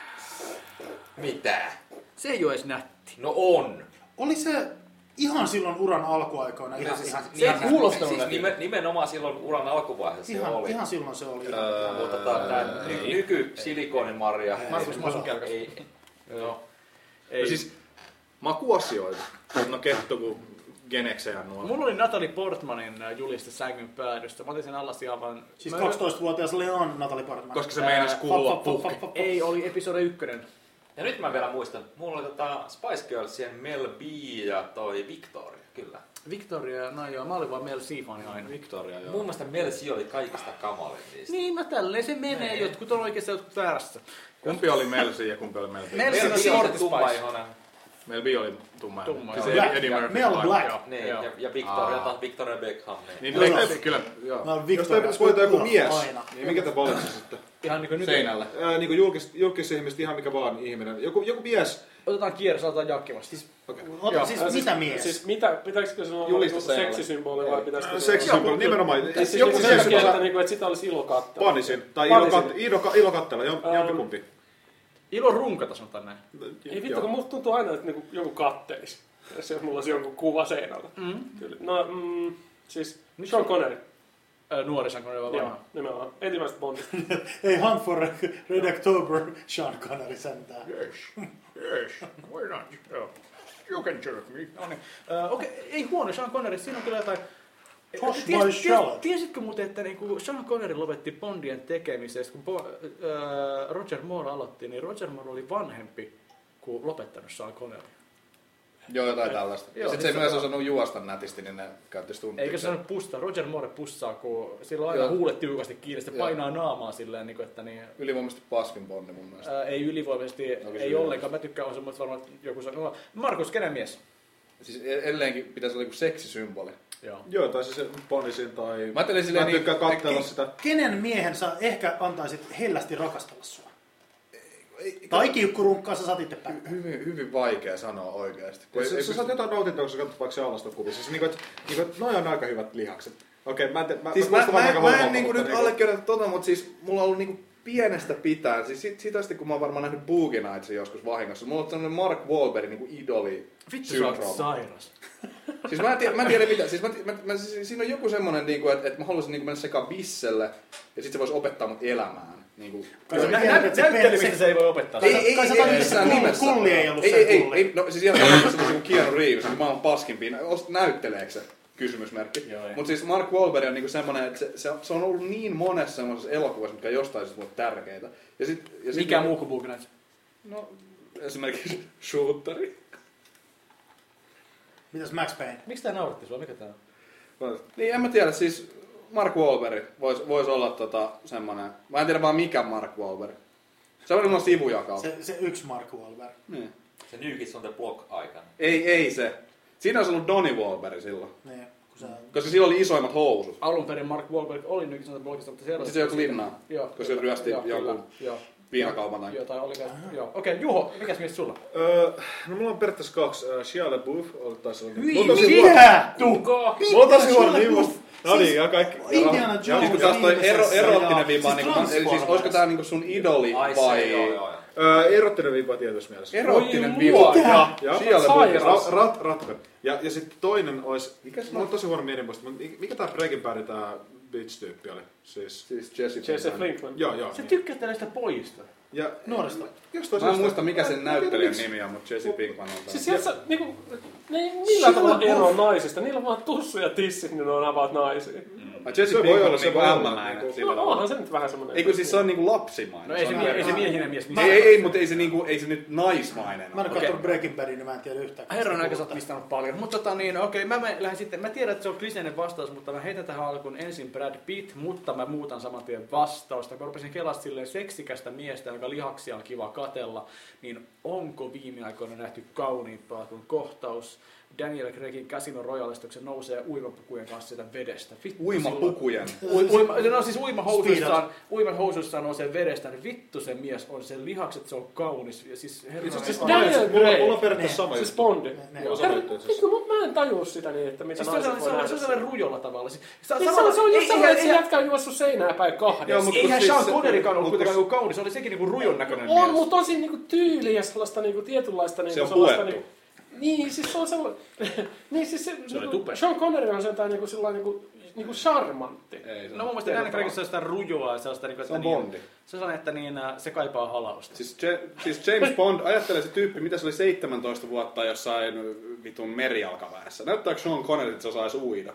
Mitä? Se ei ole edes nätti. No on. Oli se ihan silloin uran alkuaikoina. Ihan, Siis- ihan, se ei ihan, kuulostanut Siis nätiltä. nimen, nimenomaan silloin uran alkuvaiheessa se ihan, oli. ihan silloin se oli. Öö, mutta tää, tää ny, nyky silikonimarja. Markus Masunkelkas. Ei, Joo. No siis makuasioita. No kettu kuin geneksejä nuo. Mulla oli Natalie Portmanin äh, juliste sängyn päädystä. Mä otin sen alas ihan vaan... Siis Mä- kaksitoistavuotias Leon Natalie Portman. Koska se meinasi kuulua puhki. Ei, oli episode ykkönen. Ja nyt mä vielä muistan, mulla oli tota Spice Girlsien Mel B ja toi Victoria, kyllä. Victoria, no joo, mä olin vaan Mel C-fani aina. Victoria, joo. Mun mielestä Mel C oli kaikista kamalin niistä. Niin, no tälleen se menee. Nee. Jotkut on oikeassa, jotkut väärässä. Kumpi oli Melsi ja kumpi oli Mel B? Mel- Mel Siinä B on on Sporty se tummaihoinen. Mel B oli tumma. Tumma, Siis joo. Eddie- Black. Eddie Murphy. Mel Ai, Black. joo. Niin, Joo. ja, ja Victoria Aa. taas Victoria Beckham. Niin. Niin, Joo. no, kyllä, joo. Mä oon Jos Victoria te voit joku Scott mies, aina. niin mikä te valitsisitte? Ihan niinku nyt. Seinällä. Ää, niin kuin julkis, julkisihmiset, ihan mikä vaan ihminen. Joku, joku mies. Otetaan kierros, otetaan jakkivasti. Siis, Okay. Ota, Joo. siis Äh, mitä mies? Siis mitä, pitäisikö se olla Julista niinku seinällä. seksisymboli vai pitäisikö se Seksisymboli, nimenomaan. Siis Joku niinku mies, sen joka takia, että, saa niinku, että sitä olisi ilo katsoa. panisin. Tai Panisin. ilo, ilo, ilo kattella, jom, Ähm, jompikumpi. ilo runkata, sanotaan näin. Ei vittu, kun musta tuntuu aina, että niinku joku kattelis. Jos mulla olisi jonkun kuva seinällä. Mm. Kyllä. No, mm, siis Sean Connery. Ö, nuori sankoneen vai Joo, vanha? nimenomaan. Ensimmäisestä Bondista. Ei Hunt for Red October, Sean Connery sentään. Yes, yes, why not? Joo. You can jerk me. No niin. Ö, Okei, okay, ei huono, Sean Connery, siinä on kyllä jotain... Tosh Ties- my ties- shallot. Tiesitkö muuten, että niinku Sean Connery lopetti Bondien tekemisessä, kun Bo- ö, Roger Moore aloitti, niin Roger Moore oli vanhempi kuin lopettanut Sean Connery. Joo, jotain tällaista. Joo, Ja sit se ei siis myös se- osannut juosta nätisti, niin ne käytti stuntia. Eikä se sanonut pustaa, Roger Moore pussaa, kun sillä on aina Joo. huulet tiukasti kiinni, se Joo. painaa naamaa silleen, niin kuin, että niin, Ylivoimaisesti paskin Bondi mun mielestä. ää, ei ylivoimaisesti, Onko se ei ylivoimaisesti? ollenkaan, mä tykkään on semmoista varmaan joku sanoo. Markus, kenen mies? Siis edelleenkin pitäisi olla joku seksisymboli. Joo. Joo, tai se Bonisin tai... Mä ajattelin silleen Mä niin- tykkään katsella sitä. Kenen miehen sä ehkä antaisit hellästi rakastella sua? Tai kiukkurunkkaa sä saat itse päättää. Hyvin, hyvin vaikea sanoa oikeasti. Kun Jos ei, sä ei saat saat jotain nautintoa, kun sä katsot vaikka se alastokuvissa. Siis niinku, että niinku, et noi on aika hyvät lihakset. Okei, mä en te, mä, Siis mä, mä, mä, mä, aika mä en homolta, niinku mutta nyt allekirjoita tota, mutta siis mulla on ollut niinku pienestä pitäen, siis sit, siitä asti kun mä oon varmaan nähnyt Boogie Nightsin joskus vahingossa, mulla on ollut sellainen Mark Wahlbergin niinku idoli Vittu sä oot syndrooma. sairas. Siis mä en tiedä, mä en tiedä mitä, siis mä, mä, mä, siis siinä on joku semmonen, niinku, että, että mä haluaisin niinku mennä sekaan bisselle ja sit se vois opettaa mut elämään. Niinku. Kai sä Nä- tiedät, nä- että se Näyttelemistä perse- se ei voi opettaa. Kai Ei, sä- ei, kai sä ei, tajut, ei, että missään kulli- nimessä. kulli ei ollut ei, se ei, kulli. ei, no siis ihan tapauksessa se on Keanu Reeves, niin maailman paskimpia. Ost- Näytteleekö se? Kysymysmerkki. Joo, ei. Mutta siis Mark Wahlberg on niinku semmonen, että se, se, on, se on ollut niin monessa semmoisessa elokuvassa, mitkä jostain siis mulle tärkeitä. Ja sit, ja sit Mikä muu kuin Boogie Nights? No, esimerkiksi shooteri. Mitäs Max Payne? Miksi tää nauratti sua? Mikä tää on? Niin, en mä tiedä, siis Mark Wahlberg vois, vois olla tota semmonen, mä en tiedä vaan mikä Mark Wahlberg. Se on ilman sivujakaus. Se, se yksi Mark Wahlberg. Niin. Se New Kids on the Block aikana. Ei, ei se. Siinä olisi ollut Donnie Wahlberg silloin. Niin, kun sä... Koska sillä oli isoimmat housut. Alun perin Mark Wahlberg oli New Kids on the Blockista, mutta siellä... Sitten se joku linnaa, koska se ryösti jonkun viinakaupan tai... Jotain oli kai. Joo. Okei, Juho, mikäs mies sulla? Öö, no mulla on periaatteessa kaksi. Uh, Shia LaBeouf taisi olla... Hyi, Mulla on tosi mitä? Tuko! Mulla on tosi huono Shia nimi. LaBeouf. No niin, ja kaikki. Indiana Siis Jones kun taas toi ero, viimeisessä erottinen ja- viiva on siis niinku... Eli siis olisiko tää niinku sun idoli Ai se, vai... joo, joo, joo. Öö, erottinen viiva tietyssä mielessä. Erottinen Oi viiva. luoja. Ja, ja Shia LaBeouf. Sairas. Rat, ratkon. Ja, ja sitten toinen olisi... Mikä se on tosi huono mielimuista, mutta mikä tää Breaking Badin tää bitch-tyyppi oli? Siis... Siis Jesse. Jesse Flinkman. Joo, joo. Sä Niin. tykkäät näistä pojista. Ja Nuorista. jostain Mä en syystä- muista mikä sen Mä en tiedä, näyttelijän miksi. nimi on, mutta Jesse Pinkman on Siis tää. sieltä niinku, ne ei millään tavalla eroa naisista. Niillä on vaan tussu ja tissit, niin ne on about naisia. Ai Jesse Se voi Pinkman olla, on se niinku voi olla, ämmämäinen niinku- sillä No tavalla. onhan se nyt vähän semmonen... Eikö siis se on niinku lapsimainen? No ei se, on mie- ei se äärettömän- miehinen mies. Ei, ei, ei, mutta ei se, niinku, ei se nyt naismainen Mä en ole. ole katsonut Breaking Badin, niin mä en tiedä yhtään. Herran aika sä oot pistänyt paljon. Mutta tota niin, okei, mä menen- lähden sitten, mä tiedän, että se on kliseinen vastaus, mutta mä heitän tähän alkuun ensin Brad Pitt, mutta mä muutan saman tien vastausta. Kun rupesin kelasta silleen seksikästä miestä, joka lihaksia on kiva katella, niin onko viime aikoina nähty kauniimpaa kuin kohtaus Daniel Craigin Casino Royalesta, kun se nousee uimapukujen kanssa sitä vedestä. Vittu Uimapukujen. silloin- Ui, uima, no siis uimahousuissaan, uimahousuissaan nousee vedestä, niin vittu se mies on, sen lihakset, se on kaunis. Ja siis herran Siis aika- Daniel Mulla, Craig. mulla on periaatteessa sama Siis juttu. Bondi. Ne- ne- Joo, Herra, sama juttu. Siis. vittu, mä en tajua sitä niin, että mitä Siis se on, naiset se voi on, nähdä. se on sellainen rujolla tavalla. Siis, sa- Siis se samalla- on, se on just ei- sellainen, että eihän- se jätkä on juossut seinää päin kahdessa. Joo, mutta Eihän kun Sean siis- Connerykaan ollut mut kuitenkaan kun- niinku kaunis, se oli sekin niinku rujon näköinen On, mies. mutta on siinä niinku tyyliä ja sellaista niinku tietynlaista niinku Se on sellaista puettu. niinku... Niin, siis se on sellainen... niin siis se... Se oli niinku, tupea. Sean Connery on sellainen niinku sellainen niinku, niinku charmantti. Ei se No mun mielestä Daniel Craigissa on sitä rujoa ja sellaista, niinku, Se on että niin, Bondi. se on sellainen, että niin, äh, se kaipaa halausta. Siis, Je- siis James Bond, ajattelee se tyyppi, mitä se oli seitsemäntoista vuotta jossain vitun merijalkaväessä. Näyttääkö Sean Connery, että se osaisi uida?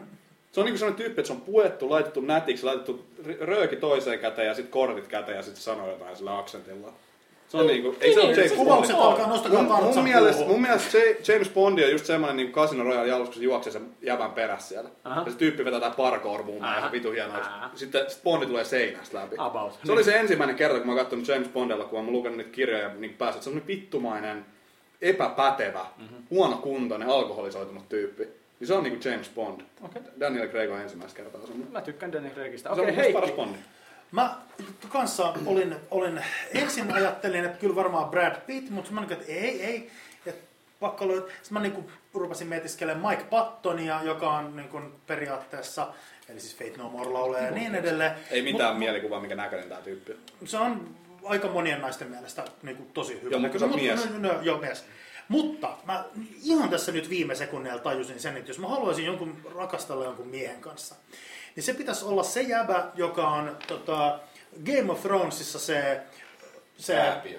Se on niinku sellainen tyyppi, että se on puettu, laitettu nätiksi, laitettu rööki toiseen käteen ja sitten kortit käteen ja sitten sanoo jotain sillä aksentilla. Se on niinku, ei se ole Niin, James se Bond. Kuvaukset alkaa, nostakaa Mun, mun, Tarzan mielestä, puuhun. mun mielestä J- James Bond on just semmoinen niin Casino Royale jalus, kun se juoksee sen jävän perässä siellä. Aha. Ja se tyyppi vetää tää parkour muun Aha. ihan vitu hienoa. Aha. Sitten sit Bondi tulee seinästä läpi. About. Se oli se ensimmäinen kerta, kun mä oon katsonut James Bondilla, kun mä oon lukenut niitä kirjoja ja niin päässyt. Se on semmonen vittumainen, epäpätevä, mm-hmm. huonokuntoinen, alkoholisoitunut tyyppi. Niin se on niinku James Bond. Okei. Daniel Craig on ensimmäistä kertaa semmoinen. Mä tykkään Daniel Craigista. Se on Okei, mun mielestä paras Heikki. Bondi. Mä kanssa olin, olin, ensin ajattelin, että kyllä varmaan Brad Pitt, mutta mä niin, että ei, ei. Että pakko olla, sitten mä niin kuin rupesin mietiskelemään Mike Pattonia, joka on niin kuin periaatteessa, eli siis Fate No More laulaja ja niin edelleen. Ei mitään Mut- mielikuvaa, minkä näköinen tää tyyppi. Se on aika monien naisten mielestä niin kuin tosi hyvä. Joo, mutta se on Mut- mies. No, no, joo, mies. Mutta mä ihan tässä nyt viime sekunneilla tajusin sen, että jos mä haluaisin jonkun rakastella jonkun miehen kanssa, niin se pitäisi olla se jäbä, joka on tota, Game of Thronesissa se... se Kääpiö.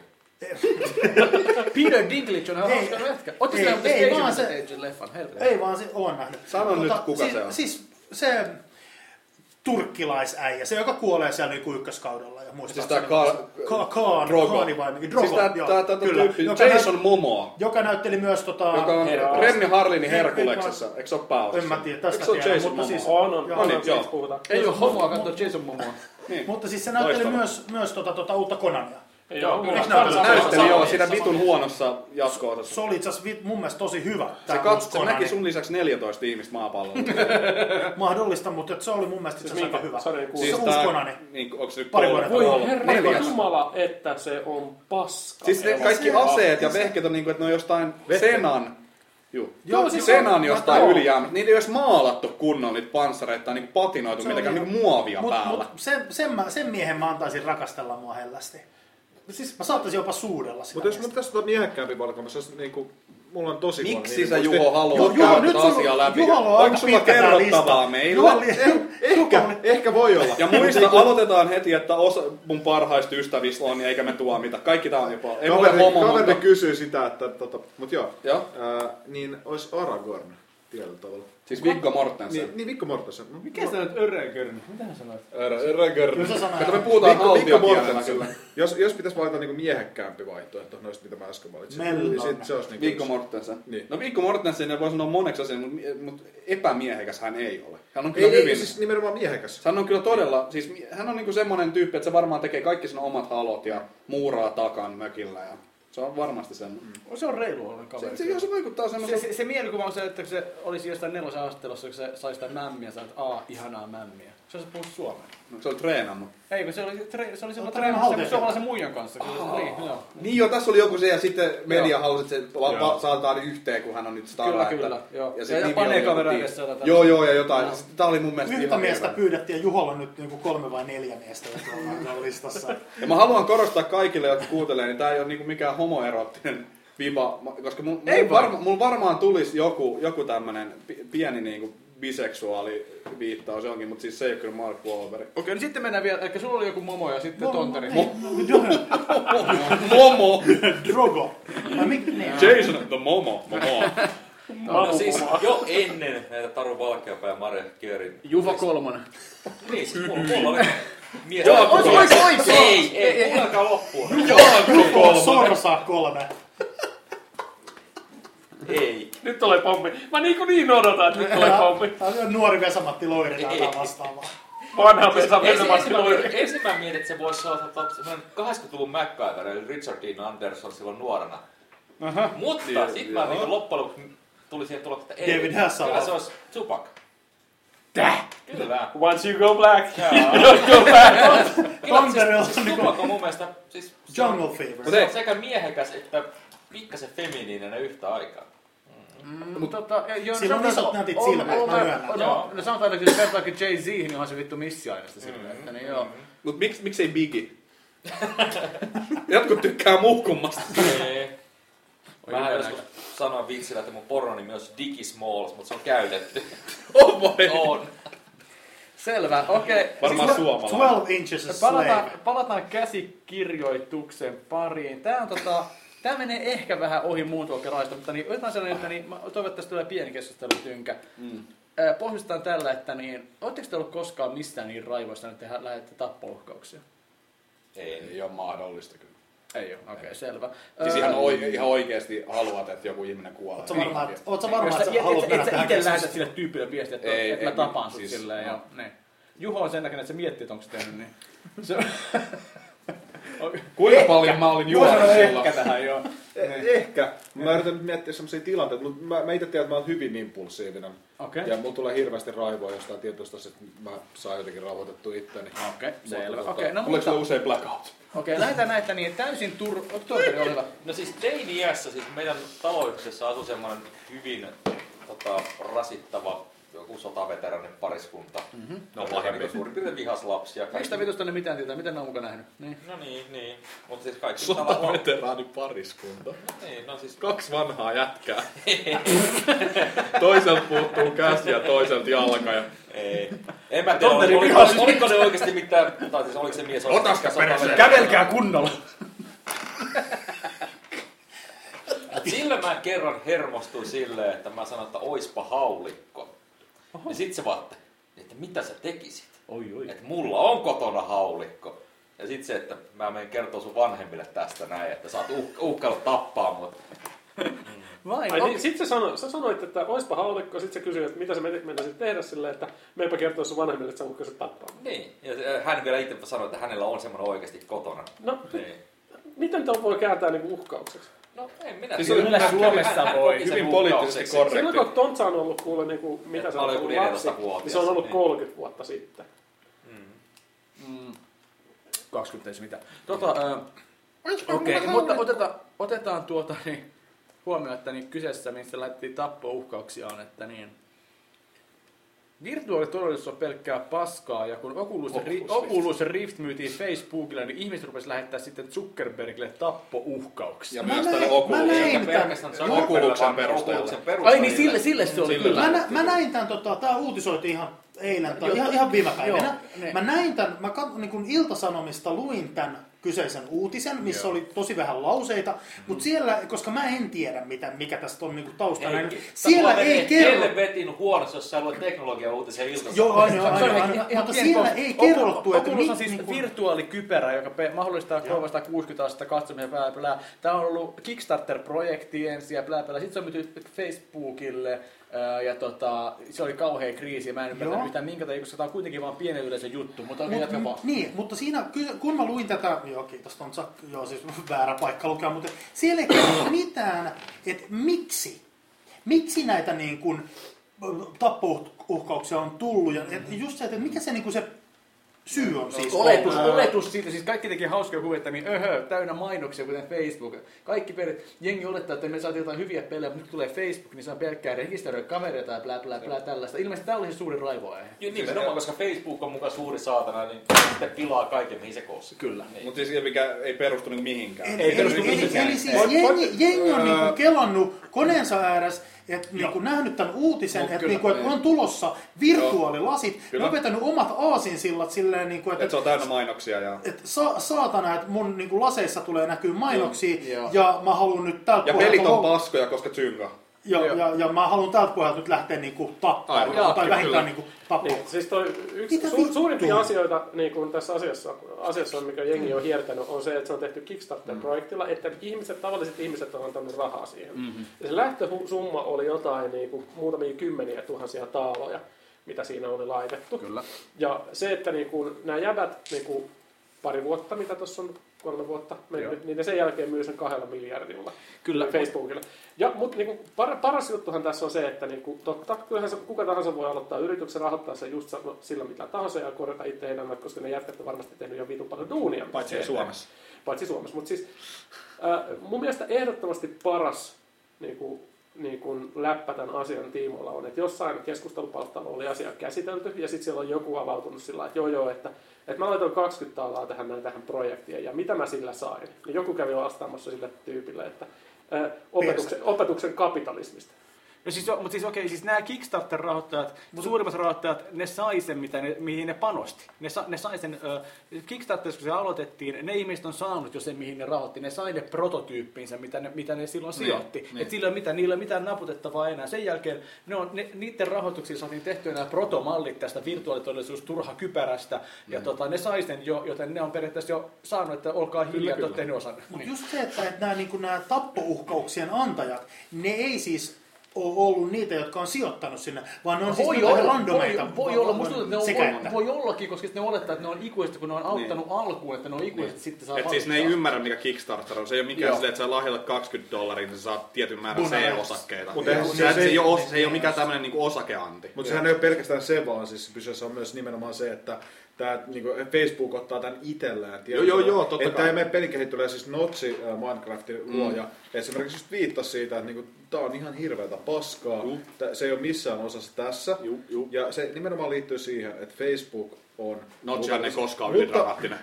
Peter Dinklage on ihan Ei, hauska jätkä. Ootte ei, sä nähnyt ei, Space vaan Invaders se- leffan? Helvetti. ei vaan se on nähnyt. Sano nyt, kuka siis, se on. Siis se turkkilaisäijä, se joka kuolee siellä niinku ykköskaudella. Ja Siis tää muistaakseni- Ka- Ka- Kaan, Drogo. Kaani vai Drogo, Siis tää, joo, tää, tää, tää kyllä. tyyppi, Joka Jason näyt- Momoa, joka näytteli myös tota... joka on Herra- Renny Harlinin Ei, ei, Herkuleksessa. Eikö se ole pääosassa? En mä tiedä, tästä Eikö se ole tiedä, Jason mutta Momoa? siis- On, on, Joo, on, niin, on, joo. siitä puhutaan. Ei oo homoa katsoa Jason Momoa. Niin. Mutta siis se näytteli Loistava. myös, myös tota, tota uutta Conania. Joo, kyllä. kyllä. Näytteli, Näytteli joo, Sama- siinä sama- vitun huonossa jatko-osassa. Se oli itse asiassa mun mielestä tosi hyvä. Se, tää kat, uusi se Conan. näki sun lisäksi neljätoista ihmistä maapallolla. Mahdollista, mutta se oli mun mielestä itse asiassa Siis aika hyvä. minkä? Sorry, Siis se kuulin. uusi Conani. niin, onko se nyt Pari kolme? vuoden Voi Kolme. herra Neljäs. jumala, että se on paska. Siis ne elokuva. kaikki se- aseet ja se- vehket on niinku, että ne on jostain Vehket. Senan. Juu. Joo, siis siis Senan on- jostain joo. ylijäämät. Niitä ei edes maalattu kunnon niitä panssareita tai niinku patinoitu Se mitenkään oli- niinku muovia mut, päällä. Mut sen, sen, mä, sen miehen mä antaisin rakastella mua hellästi. Siis mä saattaisin jopa suudella sitä Mutta jos miestä. mun pitäisi tuota miehekkäämpi valkoa, se olisi niinku... Mulla on tosi huono Miksi sä mielimuisti. Juho haluat Juho, käydä nyt tätä sulla- asiaa läpi? Juholla on Onko aika sulla pitkä tää kerrottavaa lista. meillä? Juho- Ehkä, ehkä voi olla. Ja muista, aloitetaan heti, että osa mun parhaista ystävistä on, eikä me tuomita. Kaikki tää on jopa. Ei ole Kaveri, homo, kaveri mutta... kysyy sitä, että tota, mut joo, Joo. ää, niin olisi Aragorn tietyllä tavalla. Siis Viggo Mortensen. Niin, niin Viggo Mortensen. Mikä sä nyt Örregörn? Mitä sä sanoit? Aragorn. Kyllä sä sanoit. Kato, me puhutaan Viggo, Viggo haltijakielellä Mortensen. kyllä. Jos, jos pitäisi valita niinku miehekkäämpi vaihtoehto noista, mitä mä äsken valitsin, Mellon. niin sit se olisi niinku... Viggo Mortensen. Niin. No Viggo Mortensen voi sanoa moneksi asian, mutta, mutta epämiehekäs hän ei ole. Hän on Ei, kyllä ei, hyvin... siis nimenomaan miehekäs. Hän on kyllä todella, siis hän on niinku semmonen tyyppi, että se varmaan tekee kaikki sen omat halot ja muuraa takan mökillä. Ja Se on varmasti sen. Mm. Se on reilu olla kaveri. Se, se, se vaikuttaa Se, semmoiselta... se, se mielikuva on se, että se olisi jostain nelosen astelossa, kun se sai sitä mämmiä, sä että aah, ihanaa mämmiä. Se olisi puhunut suomea. No, se oli treenannut. Ei, kun se oli, tre, se oli semmoinen No, treenannut sen suomalaisen muijan kanssa. Oh. Niin, joo. Niin joo, tässä oli joku se ja sitten media Joo. halusi, että se va- va- saatetaan yhteen, kun hän on nyt stara. Kyllä, että... kyllä, joo. Ja, Ja- ja panee kaveraa edessä jotain. Joo, joo, ja jotain. Joo. Tämä oli mun mielestä Yhtä ihan miestä hirveä. pyydettiin ja Juholla on nyt niinku kolme vai neljä miestä, jotka on täällä listassa. Ja mä haluan korostaa kaikille, jotka kuuntelee, niin tää ei ole niinku mikään homoeroottinen viba, koska mun, Ei mun, vaan. varma, mun varmaan tulisi joku, joku tämmönen pi- pieni niinku biseksuaali viittaus johonkin, mutta siis se ei ole kyllä Mark Wahlberg. Okei, niin sitten mennään vielä, eli sulla oli joku momo ja sitten tonteri. Momo! Drogo. Vai mikä ne? Jason the Momo. Momo. No siis jo ennen näitä Taru Valkeapää ja Mare Kjörin. Juvo Kolmonen. Niin, siis mulla, mulla oli mies. Joo, ois ois oikein! Ei, ei, kuunnelkaa loppuun. Juho Sorsa kolme. Ei. Nyt tulee pommi. Mä niinku niin odotan, että nyt tulee pommi. Tää on nuori Vesa-Matti Loiri tai Ei. jotain vastaavaa. Vanha Vesa Ensin, ensin, Vesa mä mietin, ensin mä mietin, että se voisi olla semmoinen kahdeksankymmentäluvun MacGyver, eli Richard Dean Anderson silloin nuorena. Aha. Mutta Niin, sit mä joo. niin loppujen lopuksi tuli siihen tulokseen, että ei. David Hasselhoff. Kyllä se olisi Tupac. Täh! Kyllä. Once you go black, Joo. you don't go back. Kyllä, Tanterilla siis on niinku Tupac on mun mielestä siis, se on- Jungle Fever. se on sekä miehekäs että pikkasen feminiininen yhtä aikaa. Mm, tota, joo, Sillä on sanotaan, isot että nätit on- silmät, on- mä myönnän. on- Joo. No sanotaan, että jos vertaakin Jay-Z, niin onhan se vittu missiaineesta silleen, että niin joo. Mut miksi miksei Biggie? Jotkut tykkää muhkummasta. Ei. Mä joskus sanoin vitsillä, että mun poronimi olisi Diggy Smalls, mutta se on käytetty. Oh vai? On. Selvä, okei. Varmaan Siis suomalainen. twelve inches a Palataan, slave. palataan käsikirjoituksen pariin. Tää on tota, tää menee ehkä vähän ohi muun tuokeraista, mutta niin, otetaan sellainen, että niin, mä toivottavasti tulee pieni keskustelutynkä. Mm. Ää, Pohjustetaan tällä, että niin, ootteko te ollut koskaan mistään niin raivoista, että te lähette tappouhkauksia? Ei. Ei ole mahdollista kyllä. Ei oo, okei, okay, selvä. Siis Ää, ihan, oi, ihan oikeesti haluat, että joku ihminen kuolee. Ootko varma, että ootko varma, Jos että sä, sä haluat et, mennä et, sä tähän itse lähetät keskusteluun? sille tyypille viestiä, että, Ei, että mä ei, tapaan sut siis, silleen. no. Ja, niin. Juho on sen näköinen, että se miettii, että onko se tehnyt niin. Se, Kuinka paljon mä olin Juho sanoi juonut ehkä silloin? tähän joo. Eh- Ehkä. Mä yritän nyt miettiä semmoisia tilanteita, mutta mä, mä itse tiedän, että mä oon hyvin impulsiivinen. Okei. Ja mulla tulee hirveästi raivoa jostain tietoista, että mä saan jotenkin rauhoitettua itteni. Okei, selvä. Mutta Okei, no Tuleeko mutta... sulla usein blackout? Okei, lähdetään näitä niin täysin tur... Tuotari, ole hyvä. No siis teini-iässä siis meidän taloyksessä asui semmoinen hyvin tota, rasittava joku sotaveteranin pariskunta. Mhm. No vanhempi. Niin suurin piirtein vihas lapsia. Mistä vitusta ne mitään tietää? Miten ne on muka nähnyt? Niin. No niin, niin. Mutta siis kaikki talo on... Sotaveteraani pariskunta. Niin, no siis... Kaksi vanhaa jätkää. Toiselta puuttuu käsi ja toiselta jalka. Ja... Ei. En mä tiedä, Tonteri oliko, vihas. oliko, oliko ne oikeasti mitään... Tai siis oliko se mies... Ota sitä perseelle. Kävelkää kunnolla! Sillä mä kerran hermostuin silleen, että mä sanoin, että oispa haulikko. Oho. Ja sit se vaan, että mitä sä tekisit? Oi, oi. Että mulla on kotona haulikko. Ja sit se, että mä menen kertoa sun vanhemmille tästä näin, että sä oot uh- uhkailu tappaa mut. Vai, Ai no, niin, sit sä, sano, sä sanoit, että oispa haulikko, sit sä kysyit, että mitä sä menisit tehdä silleen, että meipä kertoa sun vanhemmille, että sä uhkasit tappaa. Niin. Ja se- hän vielä itse sanoi, että hänellä on semmoinen oikeasti kotona. No, Niin. miten tuon voi kääntää niinku uhkaukseksi? No en minä Siis tiedä. kyllä Hän- Suomessa hän- hän voi. koki sen Hyvin uhkaukseksi. poliittisesti korrekti. Silloin kun Tontsa on ollut kuule, niinku, mitä Et se mä on olin ollut joku lapsi, neljätoistavuotias, niin se on ollut niin. kolmekymmentä vuotta sitten. mm, kaksikymmentä ei se mitään. Tota, äh, okei, okay, mutta otetaan, otetaan tuota niin, huomioon, että niin kyseessä, missä laitettiin tappouhkauksiaan, että niin virtuaalitodellisuus on pelkkää paskaa, ja kun Oculus, Oculus Ri- Rift. Oculus Rift myytiin Facebookille, niin ihmiset rupesivat lähettää sitten Zuckerbergille tappouhkauksia. Ja Mä myös näin- tänne mä Oculus. näin- Eikä tämän- pelkästään Joo. Oculuksen perusteella. Ai niin, sille, sille se oli Sille. kyllä. Mä, nä, mä näin tämän, tota, tää uutisoitiin ihan eilen, tai Joo. ihan, ihan viime päivänä. Joo, ne. Mä näin tämän, mä kat, niin kun Ilta-Sanomista luin tämän kyseisen uutisen, missä Joo. oli tosi vähän lauseita, mm. mutta siellä, koska mä en tiedä, mitä, mikä tästä on niin taustalla, Ei, niin siellä ei kerro... Helvetin huonossa, jos sä luet teknologia-uutisia iltassa. Joo, aina, aina, Se on aina, ihan- aina, ihan mutta pieni siellä kom- ei Oculus- kerrottu, että... Oculus on mi- siis niin kun- virtuaalikypärä, joka pe- mahdollistaa kolmesataakuusikymmentä astetta katsomisen blää blää. Tämä on ollut Kickstarter-projekti ensin ja blää blää. Sitten se on myyty Facebookille ää, ja tota, se oli kauhea kriisi. Mä en ymmärtänyt Joo. yhtään minkä takia, koska tämä on kuitenkin vaan pienen yleisön juttu. Mutta okei, Mut, jatka vaan. niin, mutta siinä, kun mä luin tätä, joo, kiitos Tontsa. Joo, siis väärä paikka lukea, mutta siellä ei kerro mitään, että miksi. Miksi näitä niin kuin tappouhkauksia on tullut. Ja just se, että mikä se, niin kuin se syy on siis. Oletus, oletus siitä, siis kaikki teki hauskoja kuvia, niin öhö, täynnä mainoksia, kuten Facebook. Kaikki per, jengi olettaa, että me saatiin jotain hyviä pelejä, mutta nyt tulee Facebook, niin saa pelkkää rekisteröidä kavereita ja blä blä blä tällaista. Ilmeisesti tämä oli se suuri raivoaihe. Nimenomaan, koska Facebook on mukaan suuri saatana, niin sitten pilaa kaiken, mihin se koostaa. Kyllä. Niin. Mutta siis mikä ei perustu niinku mihinkään. Ei, ei perustu mihinkään. Eli siis jengi, jengi on niinku kelannut koneensa ääressä, että niinku nähnyt tämän uutisen, no, että niinku, et on tulossa virtuaalilasit. Ne on vetänyt omat aasinsillat silleen, niinku, että et se on täynnä mainoksia. Ja... Et sa, saatana, että mun niinku, laseissa tulee näkyy mainoksia ja, ja mä haluan nyt tältä ja pelit on paskoja, koska tsynga. Ja, ja, ja mä haluan tältä pohjalta nyt lähteä niinku, tappaa, tai vähintään niinku, tappaa. Niin, siis toi yksi su, suurimpia asioita niin kuin tässä asiassa, asiassa, mikä jengi on hiertänyt, on se, että se on tehty Kickstarter-projektilla, että ihmiset, tavalliset ihmiset on antanut rahaa siihen. Mm-hmm. Ja se lähtösumma oli jotain niin kuin, muutamia kymmeniä tuhansia taaloja, mitä siinä oli laitettu. Kyllä. Ja se, että niin kuin, nämä jäbät niin kuin, pari vuotta, mitä tuossa on kolme vuotta mennyt, niin ne sen jälkeen myy sen kahdella miljardilla Kyllä. Facebookilla. Ja, mutta niin kuin, par, paras juttuhan tässä on se, että niin kuin, totta, kyllähän se, kuka tahansa voi aloittaa yrityksen, rahoittaa sen just sillä mitä tahansa ja korjata itse heidän, koska ne jätkät on varmasti tehnyt jo vitun paljon duunia. Paitsi se, Suomessa. Paitsi Suomessa. Mutta siis äh, mun mielestä ehdottomasti paras niin kuin, niin kuin läppä tämän asian tiimoilla on, että jossain keskustelupalstalla oli asia käsitelty ja sitten siellä on joku avautunut sillä että joo joo, että, että mä laitoin kaksikymmentä taalaa tähän, näin, tähän projektiin ja mitä mä sillä sain. Niin joku kävi vastaamassa sille tyypille, että äh, opetuksen, opetuksen kapitalismista. No siis, mutta siis okei, siis nämä Kickstarter-rahoittajat, suurimmat rahoittajat, ne sai sen, mitä ne, mihin ne panosti. Ne, sa, ne sai sen, äh, Kickstarterissa kun se aloitettiin, ne ihmiset on saanut jo sen, mihin ne rahoitti. Ne sai ne prototyyppinsä, mitä ne, mitä ne silloin niin, sijoitti. Niin. Et sillä ei ole mitään, niillä ei ole mitään naputettavaa enää. Sen jälkeen ne on, ne, niiden rahoituksilla saatiin tehtyä nämä protomallit tästä virtuaalitodellisuus turha kypärästä. Mm. Ja tota, ne sai sen jo, joten ne on periaatteessa jo saanut, että olkaa hiljaa, että olette tehnyt osan. Mutta niin. Just se, että nämä, niin nämä tappouhkauksien antajat, ne ei siis ole ollut niitä, jotka on sijoittanut sinne, vaan ne on voi siis olla, randomeita. Voi, voi olla, musta tuntuu, että ne on, voi, voi ollakin, koska ne olettaa, että ne on ikuisesti, kun ne on auttanut niin. alkuun, että ne on ikuisesti niin. sitten saa et siis ne ei ymmärrä, mikä Kickstarter on. Se ei ole mikään silleen, että sä lahjoitat kaksikymmentä dollaria, niin sä saat tietyn määrän C-osakkeita. Mutta se, se, se, ei ole, se ei ole mikään tämmöinen niinku osakeanti. Mutta sehän ei ole pelkästään se, vaan siis kyseessä on myös nimenomaan se, että Tää, niin Facebook ottaa tämän itselleen. Joo, joo, joo, totta että kai. Tämä meidän pelikehittelyä, siis Notsi, äh, Minecraftin luoja, mm. esimerkiksi just viittasi siitä, että niinku, tämä on ihan hirveätä paskaa. Uh. Se ei ole missään osassa tässä. Uh, uh. Ja se nimenomaan liittyy siihen, että Facebook on... Notsihan ei koskaan ole ylirahattinen.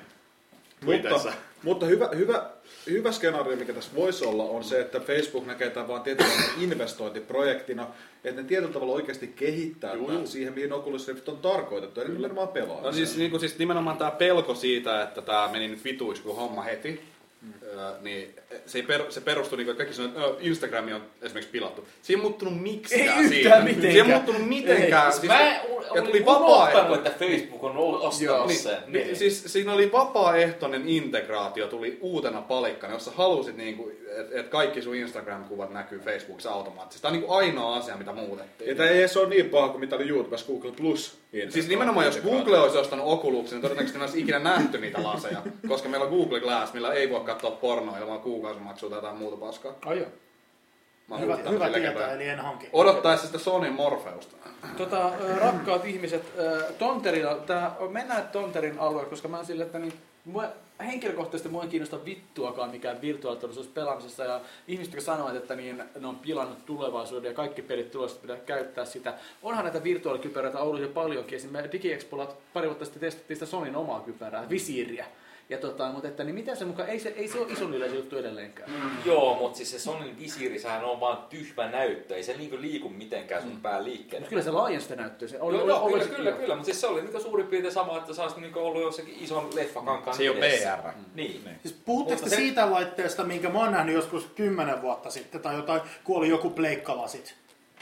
Mutta, mutta hyvä, hyvä, hyvä skenaario, mikä tässä voisi olla, on se, että Facebook näkee tämän vaan tietynlainen investointiprojektina, että ne tietyllä tavalla oikeasti kehittää tämän siihen, mihin Oculus Rift on tarkoitettu, eli nimenomaan pelaa. No siis, niin kuin, siis nimenomaan tämä pelko siitä, että tämä meni nyt vituiksi kuin homma heti, mm. öö, niin se, ei per, se perustuu, niin kuin kaikki sanoo, että Instagram on esimerkiksi pilattu. Se ei muuttunut miksikään siitä. Mitenkään. Se ei muuttunut mitenkään. Siis mä olin unohtanut, että Facebook on ostanut sen. Niin, niin. Siis siinä oli vapaaehtoinen integraatio, tuli uutena palikkana, jossa halusit, niin että et kaikki sun Instagram-kuvat näkyy Facebookissa automaattisesti. Tämä on niin ainoa asia, mitä muutettiin. Ja tämä ei edes ole niin paha kuin mitä oli YouTubessa Google Plus. Siis nimenomaan jos Google olisi ostanut Oculusin, niin todennäköisesti ne olisi ikinä nähty niitä laseja. Koska meillä on Google Glass, millä ei voi katsoa pornoa ilman kuukausimaksua tai jotain muuta paskaa. Ai joo. Hyvä, hyvä tietää, eli en hanki. Odottaisi sitä Sony Morpheusta. Tota, rakkaat ihmiset, Tonterilla, tää, mennään Tonterin alueelle, koska mä oon sille, että niin, mua, henkilökohtaisesti mua ei kiinnosta vittuakaan mikään virtuaalitodellisuus pelaamisessa ja ihmiset, jotka sanovat, että niin, ne on pilannut tulevaisuuden ja kaikki pelit tulosta pitää käyttää sitä. Onhan näitä virtuaalikypäräitä ollut jo paljonkin. Esimerkiksi DigiExpolla pari vuotta sitten testattiin sitä Sonyn omaa kypärää, visiiriä. Ja tota, mutta että niin miten se mukaan, ei se, ei se ole ison yleisö juttu edelleenkään. Mm. Joo, mutta siis se Sonyn visiiri, sehän on vaan tyhmä näyttö, ei se niinku liiku mitenkään sun mm. pää liikkeelle. Mutta kyllä se laajensi sitä näyttöä. Se oli, joo, oli, joo oli kyllä, kyllä, kyllä, mutta siis se oli niinku suurin piirtein sama, että sä olisit niinku ollut jossakin ison leffakankaan se ei ole P R. Mm. Niin. niin. Siis puhutteko se... siitä laitteesta, minkä mä oon nähnyt joskus kymmenen vuotta sitten, tai jotain, kun oli joku pleikkalasit?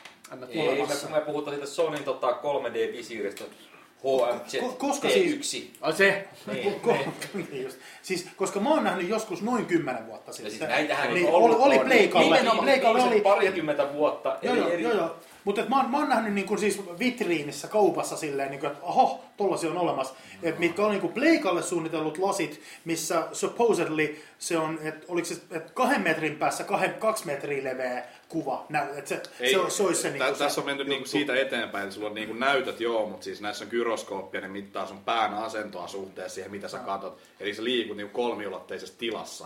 Ei, me, me puhutaan siitä Sonyn tota, kolme D-visiiristä. H M Z T yksi. Ai se? Niin, ko- niin just. Siis, koska mä oon nähnyt joskus noin kymmenen vuotta sitten. Siis näitähän niin, on ollut. Oli Pleikalle. Pleikalle oli parikymmentä vuotta. Joo, joo, joo, joo. Mutta mä, mä oon nähnyt niinku siis vitriinissä kaupassa silleen, niinku, että oho, tollasia on olemassa. Et mitkä on niinku Pleikalle suunnitellut lasit, missä supposedly se on, että oliko se et kahden metrin päässä kahden, kaksi metriä leveä kuva. Että se, Ei, se, se olisi se, niinku, tässä se on menty niinku siitä eteenpäin, että sulla on niinku näytöt joo, mutta siis näissä on gyroskooppia, ne mittaa sun pään asentoa suhteessa siihen, mitä sä katot. Eli sä liikut niinku kolmiulotteisessa tilassa.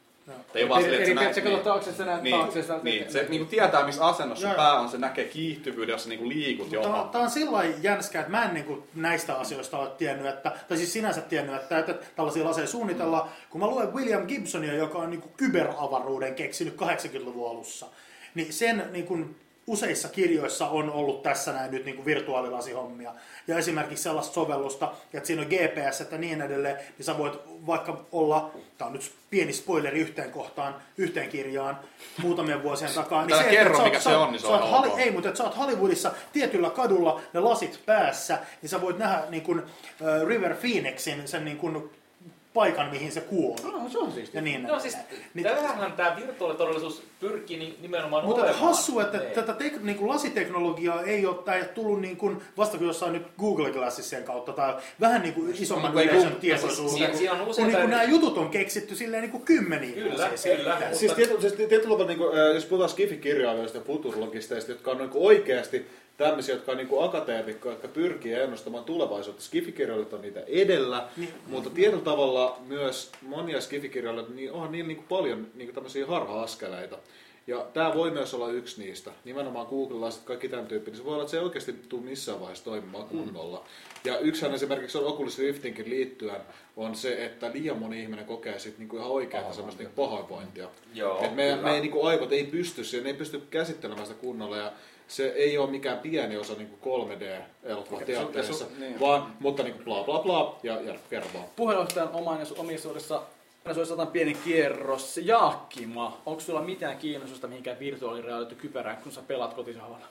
Ei vaan silleen, että sä katsot taakse, sä näet taakse. Niin, se niinku tietää, missä asennossa pää on, se näkee kiihtyvyyden, jos sä niinku liikut jopa. Tämä on sillä lailla jänskä, että mä en niinku näistä asioista ole tiennyt, että, tai siis sinänsä tiennyt, että, että tällaisia laseja suunnitellaan. Kun mä luen William Gibsonia, joka on niinku kyberavaruuden keksinyt kahdeksankymmentäluvun alussa, niin sen niinku useissa kirjoissa on ollut tässä näin nyt niin kuin virtuaalilasihommia. Ja esimerkiksi sellaista sovellusta, että siinä on G P S ja niin edelleen, niin sä voit vaikka olla, tämä on nyt pieni spoileri yhteen kohtaan, yhteen kirjaan, muutamien vuosien takaa. Niin se, kerro, mikä se on, niin se on ok. Ei, mutta että sä oot Hollywoodissa tietyllä kadulla, ne lasit päässä, niin sä voit nähdä niin kuin, uh, River Phoenixin, sen niin kuin, paikan, mihin se kuoli. No, se on siistiä. Niin, no siis, niin, tämähän tämä virtuaalitodellisuus pyrkii nimenomaan mutta olemaan. Mutta hassu, että ei. tätä tek, niin kuin lasiteknologiaa ei ole, tämä ei tullut niin kuin, vasta kun jossain nyt Google Glassisen kautta tai vähän niin kuin isomman no, yleisön tietoisuuden. Siis, kun, kun niin kuin nämä jutut on keksitty silleen niin kuin kymmeniä. Kyllä, kyllä. Siis tietyllä niin kuin, jos puhutaan skifi-kirjailijoista ja futurologisteista, jotka on niin kuin oikeasti tämmöisiä, jotka on niin kuin akateemikkoja, jotka pyrkii ennustamaan tulevaisuutta. Skifikirjoilijat on niitä edellä, niin, mutta tietyllä tavalla myös monia skifikirjoilijoita, niin onhan niillä niin kuin paljon niin kuin tämmöisiä harha-askeleita. Ja tämä voi myös olla yksi niistä. Nimenomaan Googlelaiset, kaikki tämän tyyppinen. Se voi olla, että se ei oikeasti tule missään vaiheessa toimimaan kunnolla. Mm. Ja yksihän esimerkiksi on Oculus Riftinkin liittyen on se, että liian moni ihminen kokee sit niinku ihan oikeaa semmoista niinku pahoinvointia. Et me, me ei, niinku aivot ei pysty siihen, ne ei pysty käsittelemään sitä kunnolla. Ja se ei ole mikään pieni osa niinku kolme D-elokuva teatterissa, niin. vaan, mutta niinku bla bla bla ja, ja kerro vaan. Puheenjohtajan omaisuudessa se olisi jotain pieni kierros. Jaakkima, onko sulla mitään kiinnostusta mihinkään virtuaalireality-kypärään, kun sä pelaat kotisohvalla?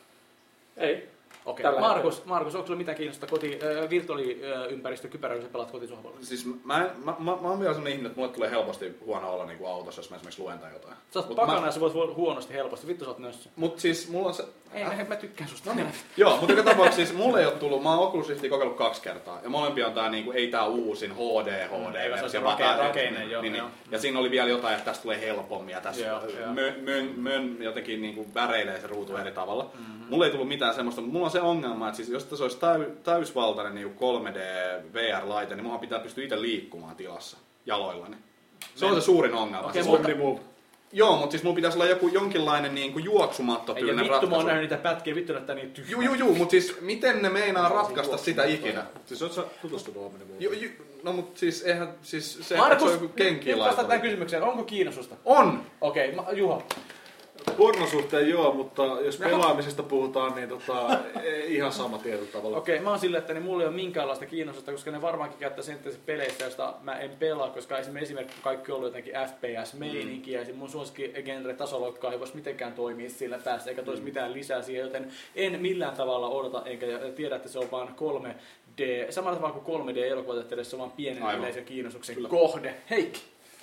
Ei. Okei. Okay. Markus, Markus, onko sulla mitään kiinnostusta koti, äh, virtuaaliympäristökypärään, kun sä pelaat kotisohvalla? Siis mä, mä, mä, mä oon vielä sellainen ihminen, että mulle tulee helposti huono olla niin kuin autossa, jos mä esimerkiksi luen tai jotain. Sä oot pakana mä... ja sä voit huonosti helposti. Vittu sä oot nössä. Mut siis mulla on se... Ei, äh. mä tykkään susta. No, joo, mutta joka tapauksessa siis mulle ei oo tullut, mä oon Oculus Riftia kokeillut kaksi kertaa. Ja molempia on tää niinku, ei tää uusin H D, H D. Eikä se on rake, rakeinen, joo. Niin, niin. Ja siinä oli vielä jotain, että tästä tulee helpommin ja tässä joo, mön, mön, mön jotenkin niinku väreilee se ruutu eri tavalla. Mm-hmm. Mulle ei tullut mitään semmoista, mutta mulla on se ongelma, että siis jos tässä olisi täysvaltainen niin kolme D V R-laite, niin munhan pitää pystyä itse liikkumaan tilassa jaloillani. Se on se suurin ongelma. Okay, siis mutta... Joo, mutta siis mulla pitäisi olla joku jonkinlainen niin kuin juoksumattotyylinen ratkaisu. Ei vittu, mä oon nähnyt niitä pätkiä, vittu näyttää niin tyhjää. Juu, juu, juu, mutta siis miten ne meinaa ratkaista sitä ikinä? Siis oot sä tutustunut Omnimoveen? No mut siis eihän, siis se, Markus, se on joku kenkiä nyt vastaan tämän kysymykseen, onko kiinnostusta? On! Okei, okay, Juha. Pornosuhteen joo, mutta jos pelaamisesta puhutaan, niin tota, ihan sama tietyllä tavalla. Okei, okay, mä oon silleen, että niin mulla ei ole minkäänlaista kiinnostusta, koska ne varmaankin käyttää sen peleissä, joista mä en pelaa, koska esimerkiksi kaikki on ollut jotenkin F P S-meininkiä, mm. ja mun suosikki-genre tasoloikkaa ei voisi mitenkään toimia sillä päässä, eikä toisi mm. mitään lisää siihen, joten en millään tavalla odota, enkä tiedä, että se on vaan kolme D, samalla tavalla kuin kolme D-elokuvateatterissa, se on vaan pienen yleisen kiinnostuksen Kyllä. kohde. Heikki!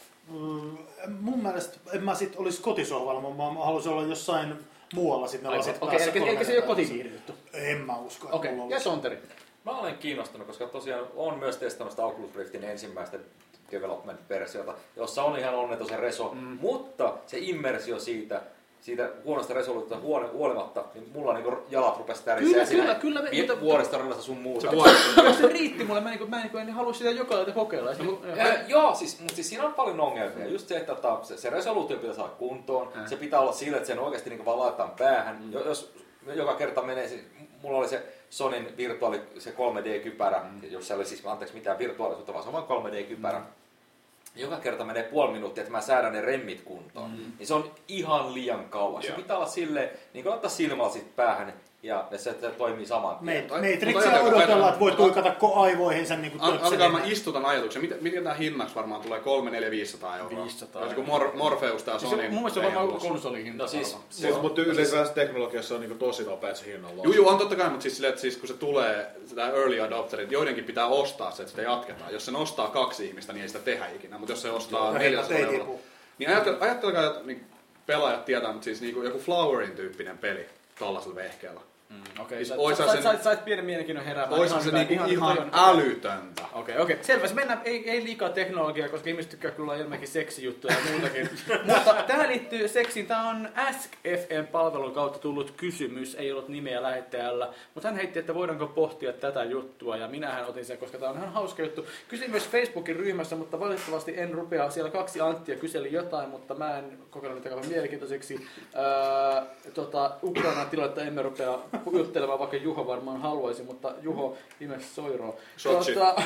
Mm, mun mielestä en mä sit olisi kotisohvalla, mä, mä haluaisin olla jossain muualla sit ne lasit Okei, okay, eli se ei ole kotiviihdetty. En mä usko. Okei, okay. Ja Sonteri? Mä olen kiinnostunut, koska tosiaan olen myös testannut sitä Oculus Riftin ensimmäistä development-versiota, jossa on ihan onneton se reso, mm. mutta se immersio siitä, siitä huonosta resoluutiosta huolimatta, niin mulla niin jalat rupesi tärisee siinä kyllä, kyllä, vuoristorillasta sun muuta. Se, se riitti mulle, mä, niin, mä niin, en halua sitä joka ajan kokeilla. No, ja, joo, siis, mutta siis siinä on paljon ongelmia. Just se, että se, se resoluutio pitää saada kuntoon, äh. se pitää olla sillä, että sen oikeasti niin vaan laitetaan päähän. Mm. Jos joka kerta menee, siis, mulla oli se Sonyn virtuaali, se kolme D-kypärä, mm. jos se oli siis, anteeksi, mitään virtuaalisuutta, vaan se on vain kolme D-kypärä. Mm. Joka kerta menee puoli minuuttia, että mä säädän ne remmit kuntoon. Mm. Niin se on ihan liian kauan. Yeah. Se pitää olla silleen, niin kuin ottaa silmälasit päähän ja se, se toimii saman tien. Matrixia odotellaan, että voi tuikata aivoihin sen niin kuin Alkaa mä istutan ajatuksen. Mitä, mitä tää hinnaksi varmaan tulee? kolme, neljä, viisisataa euroa? viisisataa. Se Mor- Morpheus tää Sony. Mun mielestä se on varmaan konsolihinta. No siis, mutta yleensä teknologiassa on niin tosi nopea se hinnalla. Juu, juu, on totta kai, mutta siis, että siis kun se tulee, tämä early adopterit, joidenkin pitää ostaa se, että sitä jatketaan. Jos se ostaa kaksi ihmistä, niin ei sitä tehdä ikinä. Mutta jos se ostaa neljäsataa euroa, niin ajattelkaa, että niin pelaajat tietää, mutta siis niin joku Flowerin tyyppinen peli tuollaisella vehkeellä. Mm, okei, Siis okay, oishan sait, sen- sait, sait pienen mielenkiinnon heräämään. Oishan se hyvä, niinku ihan hyvä. älytöntä. Okei, okei. Selvä. Se mennään, ei, ei liikaa teknologiaa, koska ihmiset tykkää kyllä ilmeisesti seksijuttuja ja muutakin. Mutta tähän liittyy seksiin. Tämä on Ask F M-palvelun kautta tullut kysymys. Ei ollut nimeä lähettäjällä. Mutta hän heitti, että voidaanko pohtia tätä juttua. Ja minähän otin sen, koska tämä on ihan hauska juttu. Kysyin myös Facebookin ryhmässä, mutta valitettavasti en rupea. Siellä kaksi Anttia kyseli jotain, mutta mä en kokenut niitä kauhean mielenkiintoiseksi. Öö, tota, Ukrainan tilannetta emme rupea juttelemaan, vaikka Juho varmaan haluaisi, mutta Juho viimeis soiroo. Sotsi. Tota,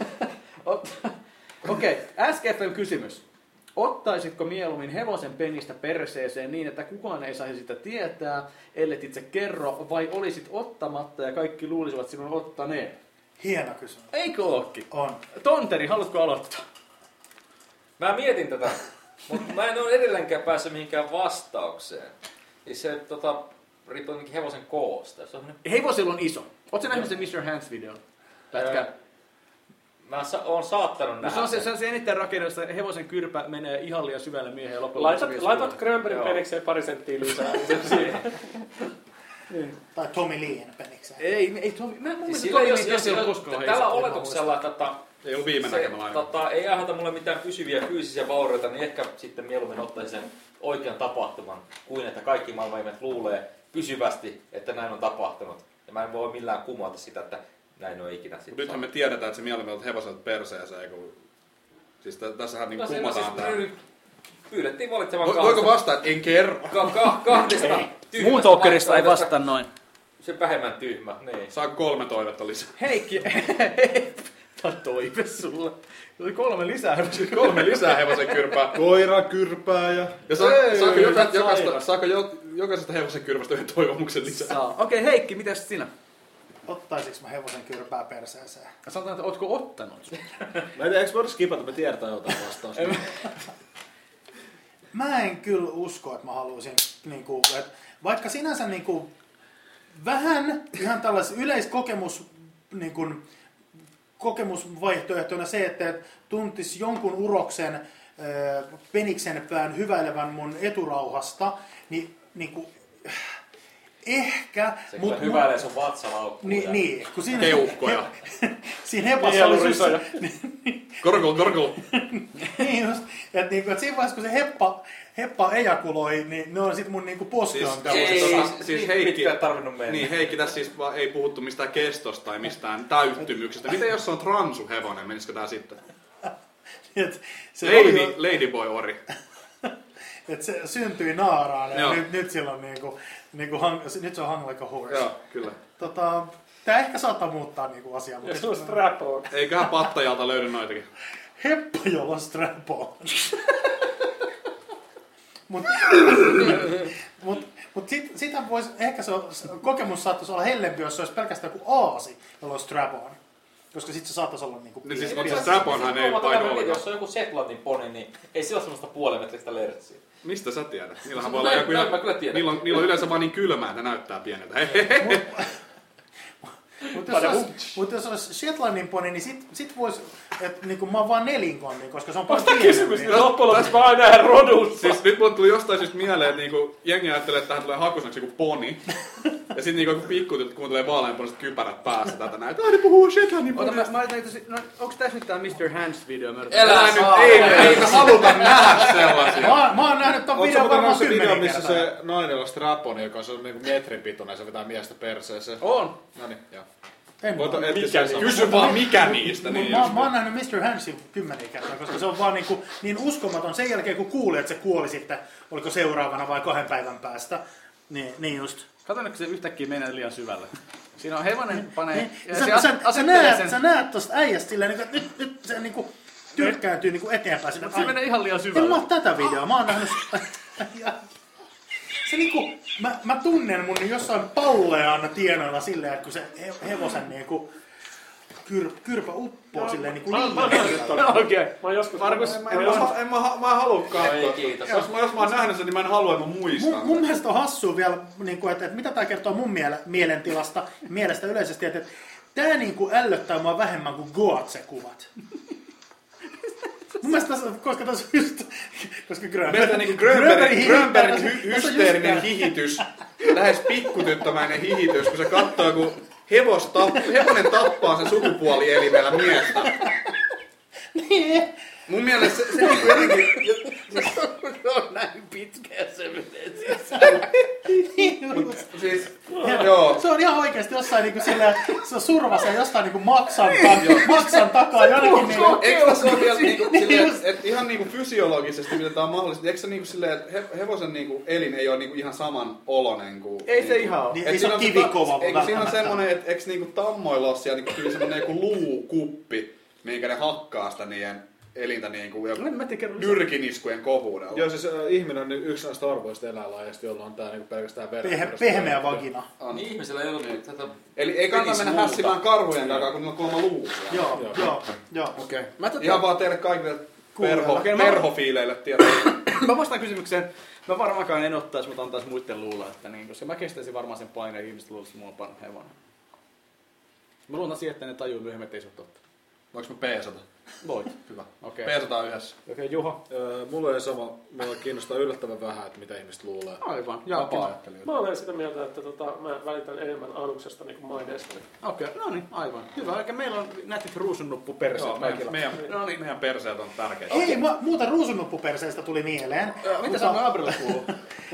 Okei, okay. S G F M-kysymys. Ottaisitko mieluummin hevosen penistä perseeseen niin, että kukaan ei saisi sitä tietää, ellet itse kerro, vai olisit ottamatta ja kaikki luulisivat sinun ottaneen? Hieno kysymys. Eikö ookin? On. Tonteri, haluatko aloittaa? Mä mietin tätä, mutta mä en ole edelleenkään päässyt mihinkään vastaukseen. Siis se tota, riippuu jotenkin hevosen koosta. Se on semmoinen- Hevosilla on iso. Oletko nähnyt sen mister Hands-videon? Pätkä. Öö, Mä sa- oon saattanut No nähdä se on se, sen. se, on se eniten rakennusta, hevosen kyrpä menee ihan liian syvälle miehen ja loppujen Laitat, lopuksi laitat Grönbergin Joo. penikseen pari senttiä lisää. Niin se siinä. Tai Tommy Leen penikseen. Ei, ei Tomi, mä mun Siis mielestä sillä, Tomi jos, ei jos, ole jos, koskaan tällä heistä. oletuksella, että tota, Ei ollut viime se näkemä aina. tota, ei aiheuta mulle mitään pysyviä fyysisiä vaurioita, niin ehkä sitten mieluummin ottaisin sen oikean tapahtuman, kuin että kaikki maailman ihmiset luulee pysyvästi, että näin on tapahtunut. Ja mä en voi millään kumota sitä, että näin on ikinä sitten. Nythän me tiedetään, että se mieluummin on hevoselta perseeseen, kun... Siis t- tässähän niin No se- no kumotaan siis tää. pyy- pyydettiin valitsemaan Vo- Voiko vastaa, että en kerro? Ka- ka- kahdesta tyhmästä Muun talkerista ei vaihtoehdosta. vasta noin. Se vähemmän tyhmä, niin. Saa kolme toivetta lisää. Heikki, tämä toive sulle. Tuli kolme lisää. Kolme lisää hevosen kyrpää. Koira kyrpää ja... Ja saa, Ei, saako, joka, sairas. jokaista, saako jo, jokaisesta hevosen kyrpästä yhden toivomuksen lisää? Saa. Okei, okay, Heikki, mitäs sinä? Ottaisinko mä hevosen kyrpää perseeseen? Sanotaan, että ootko ottanut? Mä en tiedä, eikö voida skipata, me tiedetään jotain vastausta. Mä en kyllä usko, että mä haluaisin, niinku, että vaikka sinänsä niinku, vähän ihan tällaisen yleiskokemus, niinku, kokemusvaihtoehtona se, että tuntis jonkun uroksen ö, peniksen pään hyväilevän mun eturauhasta, niin niinku, ehkä... Se mut kyllä mu- hyväilee sun vatsalaukkuun. Niin, niin, kun siinä... Keuhkoja. siinä hepassa oli Nielurisoja. Korkul, korkul. niin just, että niinku, et siinä vaiheessa kun se heppa, heppa ejakuloi, niin ne on sit mun niinku poski on Siis- Ei, Tota, siis, siis siis Heikki- pitkään tarvinnut mennä. Niin, Heikki, tässä siis vaan ei puhuttu mistään kestosta tai mistään täyttymyksestä. Miten jos se on transuhevonen, menisikö tää sitten? Et se, oli Lady, jo, Ladyboy ori. et se syntyi naaraan ja Joo. nyt, nyt, silloin niinku, niinku hang, nyt se on hung like a horse. Joo, kyllä. Tota, tää ehkä saattaa muuttaa niinku asiaa, Ja mutta sun strap on. Eiköhän Pattajalta löydy noitakin. heppa, jolla on strap on. Mut, mut, mut sit, sitä vois, ehkä se on, kokemus saattaisi olla hellempi, jos se olisi pelkästään joku aasi, jolla on strap on. Koska sit se saattaisi olla niinku... Niin siis, pieni- mutta se strap-onhan ei paino ollenkaan. Jos on joku Shetlandin poni, niin ei sillä ole semmoista puolimetristä lertsiä. Mistä sä tiedät? Niillähän voi Mä- olla joku mä- ihan... mä kyllä tiedän. Niillä on, niillä on yleensä vaan niin kylmää, että näyttää pieneltä. Hehehe. Mutta jos, olisi, mut jos olisi Shetlandin poni, niin sit, sit vois, että niinku mä oon vaan nelinkonni, koska se on paljon Vasta kysymys, pienempi. niin loppujen lopuksi mä aina näen rodussa. Siis nyt mulle tuli jostain syystä mieleen, että niinku, jengi ajattelee, että tähän tulee hakusanaksi joku poni. Ja sit niinku joku pikkutytöt kuuntelee vaaleanpunaiset kypärät päässä tätä näin. Ai ne puhuu Shetlandin Ota, ponista. mä, mä ajattelin, että no, onko tässä nyt tää mister Hands-video? Mä yritän- Älä Älä nyt, saa. ei, me ei me haluta nähdä sellaisia. Mä, oon- mä oon nähnyt ton Ootko videon muuten varmaan se video, kymmenen missä kertaa. se nainen, jolla on strap-on, joka on niinku metrin pituinen ja se vetää miestä perseeseen? On. Noniin, joo. En Voit mä- etsiä Mikä sen saman. Kysy vaan mikä niistä. Mut Niin mä, just. mä oon nähnyt mister Handsin kymmeniä kertaa, koska se on vaan niinku, niin uskomaton sen jälkeen, kun kuuli, että se kuoli sitten, oliko seuraavana vai kahden päivän päästä. Niin, niin just. Katsonko se yhtäkkiä menee liian syvälle? Siinä on hevonen panee... Niin, ja sä, se sä, aset- sä, asettelee näet, sen- sä näet tosta äijästä silleen, niin, että nyt, nyt se niinku tyrkkääntyy niinku eteenpäin. Sinne, Mut se menee ihan liian en mä syvälle. oo tätä videoa, mä oon nähnyt... Ja- se niinku, mä, mä tunnen mun jossain palleana tienoilla silleen, että kun se he- hevosen niinku kyr, kyrpä uppoo silleen niinku Mä, mä, oon liian. nähnyt ton. Okei. Mä oon joskus... Markus, en, mä en, oon mä, joskus- en, mä, mä en halua katsoa. Ei, kiitos. Jos, mä, jos mä oon nähnyt sen, niin mä en halua, että mä muistan. Mun, mun mielestä on hassua vielä, niin kuin, että, että mitä tämä kertoo mun miele, mielentilasta, mielestä yleisesti, että, että tämä niin kuin ällöttää mua vähemmän kuin Goatse-kuvat. Mun mielestä tässä, koska tässä on just, koska Grönberg, Mielestäni niinku Grönbergin, hihittää, Grönbergin tässä- hy, tässä on just hysteerinen tää- hihitys lähes pikkutyttömäinen hihitys, kun se katsoo, kun hevos tapp, hevonen tappaa sen sukupuolielimellä miestä. Niin. Mun mielestä se, se niinku jotenkin... Se on näin pitkä ja se menee sisään. Mut, siis, joo. Se on ihan oikeesti jossain niinku silleen, se on survassa jostain niinku maksan, ta- maksan takaa jonnekin niinku... Eikö tässä ole vielä niinku silleen, että ihan niinku fysiologisesti, mitä tää on mahdollista, eikö se niinku silleen, että he, hevosen niinku elin ei ole niinku ihan saman oloinen kuin... Ei se niinku, ihan ole. Niin, ei se ole kivikova. Eikö siinä on semmonen, että eikö niinku tammoilla ole siellä niinku semmonen joku luukuppi, minkä ne hakkaa sitä niiden elintä niinku joku nyrkiniskujen kovuudella. Joo, siis äh, ihminen on yksi näistä harvoista eläinlajeista, jolla on tää niinku pelkästään Peh- verran. pehmeä vagina. Niin ihmisellä ei ole tätä... Eli ei kannata mennä hässimään karhujen takaa, kun niillä on kolma luusia. Joo, joo, joo. joo. Okei. Okay. Mä, tota... Ihan vaan teille kaikille perho, Okay, mä... perhofiileille tietoa. Mä vastaan kysymykseen. Mä varmaankaan en ottais, mutta antais muitten luulla, että niin, koska mä kestäisin varmaan sen paineen, ihmiset luulisi, että mulla on parempi hevonen. Mä luulen siihen, että ne tajuu myöhemmin, että ei se ole totta. Voinko mä peesata? Voit. Hyvä. Okei. Peesataan yhdessä. Okei, okay, Juho. Öö, mulla ei sama, mulla kiinnostaa yllättävän vähän, että mitä ihmiset luulee. Aivan. Vapaa-ajattelijoita. Mä olen sitä mieltä, että tota, mä välitän enemmän anuksesta niin kuin maineesta. Okei, okay, no niin, aivan. Hyvä. Eli meillä on nätit ruusunnuppu perseet Joo, kaikilla. meidän, meidän, No niin. meidän perseet on tärkeitä. Ei, mu- muuta ruusunnuppuperseestä tuli mieleen. Mitä Mutta- sä on Abrille kuuluu?